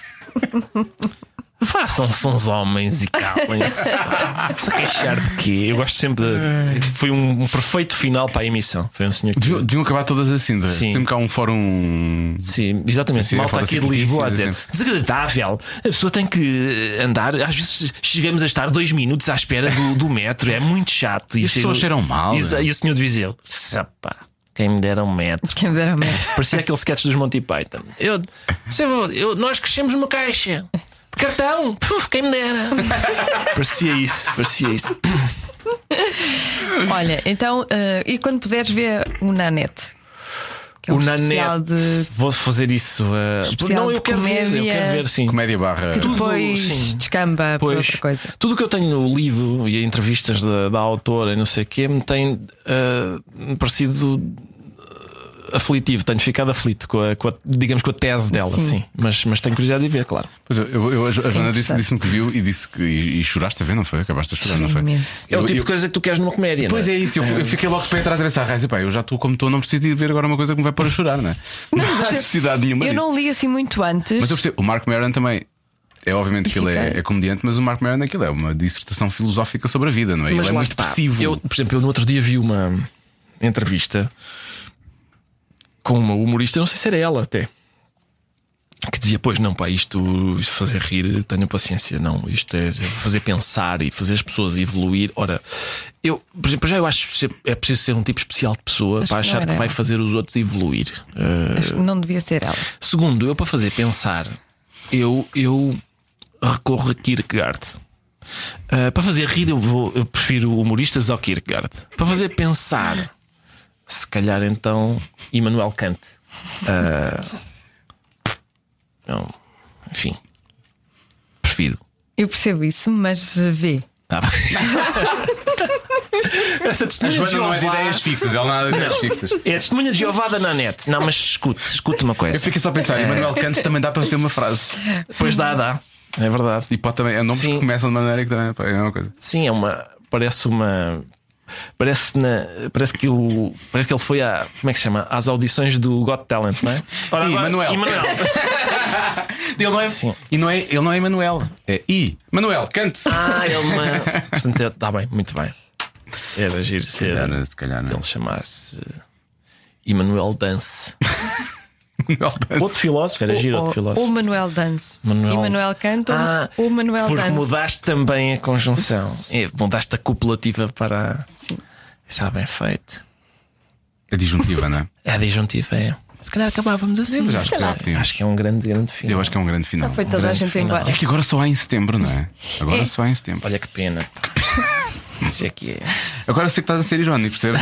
[SPEAKER 4] Façam-se uns homens e calem-se. Se queixar de quê? Eu gosto sempre de... Foi um perfeito final para a emissão. Foi um senhor que...
[SPEAKER 2] Deviam acabar todas assim.
[SPEAKER 4] Sim.
[SPEAKER 2] Sempre que há um fórum.
[SPEAKER 4] Sim, exatamente.
[SPEAKER 2] Sim,
[SPEAKER 4] Malta aqui de Lisboa a dizer:
[SPEAKER 2] assim.
[SPEAKER 4] desagradável. A pessoa tem que andar. Às vezes chegamos a estar 2 minutos à espera do metro. É muito chato.
[SPEAKER 2] E as pessoas cheiram mal.
[SPEAKER 4] E o senhor de Viseu: sapa, quem me dera um metro. Parecia aquele sketch dos Monty Python. Nós crescemos numa caixa. Cartão, quem me dera. Parecia isso.
[SPEAKER 3] Olha, então, e quando puderes ver o Nanete? Que é
[SPEAKER 4] o
[SPEAKER 3] especial
[SPEAKER 4] Nanete, vou fazer isso.
[SPEAKER 3] Especial
[SPEAKER 4] eu quero ver, sim.
[SPEAKER 2] Comédia barra.
[SPEAKER 3] Que depois
[SPEAKER 4] sim.
[SPEAKER 3] descamba por outra coisa.
[SPEAKER 4] Tudo o que eu tenho lido e entrevistas da autora e não sei o quê me tem parecido aflitivo. Tenho ficado aflito com a tese dela, sim. Mas tenho curiosidade de ver, claro.
[SPEAKER 2] Pois a Joana disse-me que viu e disse que e choraste a ver, não foi? Acabaste a chorar, não foi?
[SPEAKER 4] É o tipo de coisa que tu queres numa comédia.
[SPEAKER 2] Pois
[SPEAKER 4] não é?
[SPEAKER 2] é isso, eu fiquei logo de pé atrás a pensar: pá, eu já estou como estou, não preciso de ver agora uma coisa que me vai pôr a chorar, não é? Não há necessidade nenhuma.
[SPEAKER 3] Eu
[SPEAKER 2] disso.
[SPEAKER 3] não li assim muito antes.
[SPEAKER 2] Mas eu percebo, o Mark Maron também. É obviamente que ele é comediante, mas o Mark Maron aquilo é uma dissertação filosófica sobre a vida, não é?
[SPEAKER 4] Mas
[SPEAKER 2] ele é muito expressivo.
[SPEAKER 4] Por exemplo, eu no outro dia vi uma entrevista com uma humorista, não sei se era ela até, que dizia: pois não, pá, isto fazer rir, tenho paciência, não, isto é fazer pensar e fazer as pessoas evoluir. Ora, eu, por exemplo, já eu acho que é preciso ser um tipo especial de pessoa para achar que vai fazer os outros evoluir.
[SPEAKER 3] Acho que não devia ser ela.
[SPEAKER 4] Segundo, eu para fazer pensar, eu recorro a Kierkegaard. Para fazer rir, eu prefiro humoristas ao Kierkegaard. Para fazer pensar, se calhar então Immanuel Kant. Não, enfim, prefiro.
[SPEAKER 3] Eu percebo isso, mas vê.
[SPEAKER 4] Tá bem. Essa testemunha
[SPEAKER 2] A Joana não é de ideias fixas, ela nada de ideias fixas.
[SPEAKER 4] É a testemunha de Jeová da Nanete. Não, mas escute uma coisa.
[SPEAKER 2] Eu fico só a pensar, Immanuel Kant também dá para ser uma frase.
[SPEAKER 4] Pois dá. É verdade.
[SPEAKER 2] E pode também, é nomes que começam de maneira que também é uma coisa.
[SPEAKER 4] Sim, parece que ele foi como é que se chama? Às audições do Got Talent, não é? Ora,
[SPEAKER 2] Immanuel. Ele não é Immanuel, é Manuel Kant.
[SPEAKER 4] Portanto, está bem, muito bem. Era giro ser.
[SPEAKER 2] Se calhar não.
[SPEAKER 4] Ele chamar-se Immanuel Dance. Outro filósofo, era giro outro filósofo.
[SPEAKER 3] O Manuel Dance. Immanuel Kant ou Manuel
[SPEAKER 4] porque
[SPEAKER 3] Dance.
[SPEAKER 4] Porque mudaste também a conjunção. Mudaste a copulativa para.
[SPEAKER 3] Sim.
[SPEAKER 4] Está bem feito.
[SPEAKER 2] A disjuntiva, não é?
[SPEAKER 4] A disjuntiva é. Se calhar acabávamos assim. Acho que é um grande final.
[SPEAKER 2] Eu acho que é um grande final.
[SPEAKER 3] Já foi toda a gente embora.
[SPEAKER 2] É que agora só há em setembro, não é? Agora só há em setembro.
[SPEAKER 4] Olha que pena. Isso é que é.
[SPEAKER 2] Agora sei que estás a ser irónico, percebes?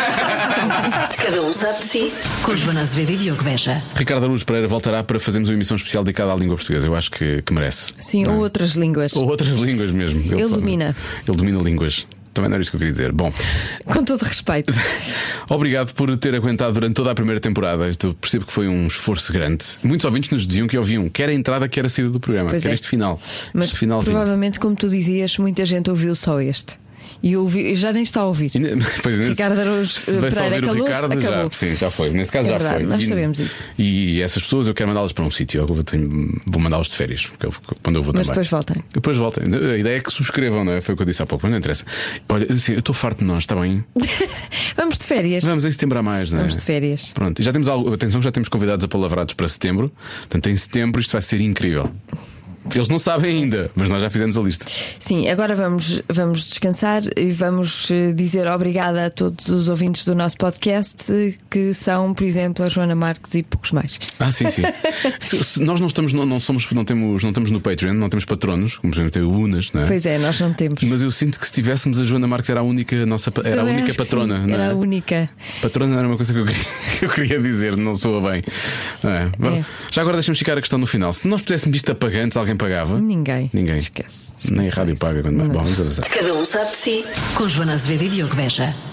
[SPEAKER 1] Cada um sabe de si. Com Joana Azevedo e Diogo Beja.
[SPEAKER 2] Ricardo Araújo Pereira voltará para fazermos uma emissão especial dedicada à língua portuguesa. Eu acho que merece.
[SPEAKER 3] Sim, ou outras línguas.
[SPEAKER 2] Ou outras línguas mesmo.
[SPEAKER 3] Ele domina.
[SPEAKER 2] Ele domina línguas. Também não era isso que eu queria dizer. Bom,
[SPEAKER 3] com todo respeito.
[SPEAKER 2] Obrigado por ter aguentado durante toda a primeira temporada. Eu percebo que foi um esforço grande. Muitos ouvintes nos diziam que ouviam quer a entrada, quer a saída do programa, quer este final.
[SPEAKER 3] Mas
[SPEAKER 2] este finalzinho.
[SPEAKER 3] Provavelmente, como tu dizias, muita gente ouviu só este. E já nem está a ouvir. Ricardo Araújo Pereira calou-se, acabou.
[SPEAKER 2] Sim, já foi. Nesse caso já foi.
[SPEAKER 3] Nós sabemos isso.
[SPEAKER 2] E essas pessoas eu quero mandá-las para um sítio. Vou mandá-los de férias, quando eu vou
[SPEAKER 3] mas
[SPEAKER 2] também.
[SPEAKER 3] Depois voltem.
[SPEAKER 2] A ideia é que subscrevam, não é? Foi o que eu disse há pouco, mas não interessa. Olha, assim, eu estou farto de nós, está bem?
[SPEAKER 3] Vamos de férias.
[SPEAKER 2] Vamos em setembro a mais, não é?
[SPEAKER 3] Vamos de férias.
[SPEAKER 2] Pronto, e já temos atenção, já temos convidados apalavrados para setembro. Portanto, em setembro isto vai ser incrível. Eles não sabem ainda, mas nós já fizemos a lista.
[SPEAKER 3] Sim, agora vamos descansar e vamos dizer obrigada a todos os ouvintes do nosso podcast, que são, por exemplo, a Joana Marques e poucos mais.
[SPEAKER 2] Sim. Nós não estamos não estamos no Patreon, não temos patronos, como por exemplo tem o Unas, não é?
[SPEAKER 3] Pois é, nós não temos.
[SPEAKER 2] Mas eu sinto que se tivéssemos, a Joana Marques era a única patrona,
[SPEAKER 3] sim,
[SPEAKER 2] não é?
[SPEAKER 3] Era a única.
[SPEAKER 2] Patrona não era uma coisa que eu queria dizer, não soa bem. Não é? Bom, já agora deixamos ficar a questão no final. Se nós pudéssemos isto a pagantes, alguém pagava?
[SPEAKER 3] Ninguém.
[SPEAKER 2] Esquece. Nem a rádio paga. Bom, vamos avançar.
[SPEAKER 1] Cada um sabe de si. Com Joana Azevedo e Diogo Beja.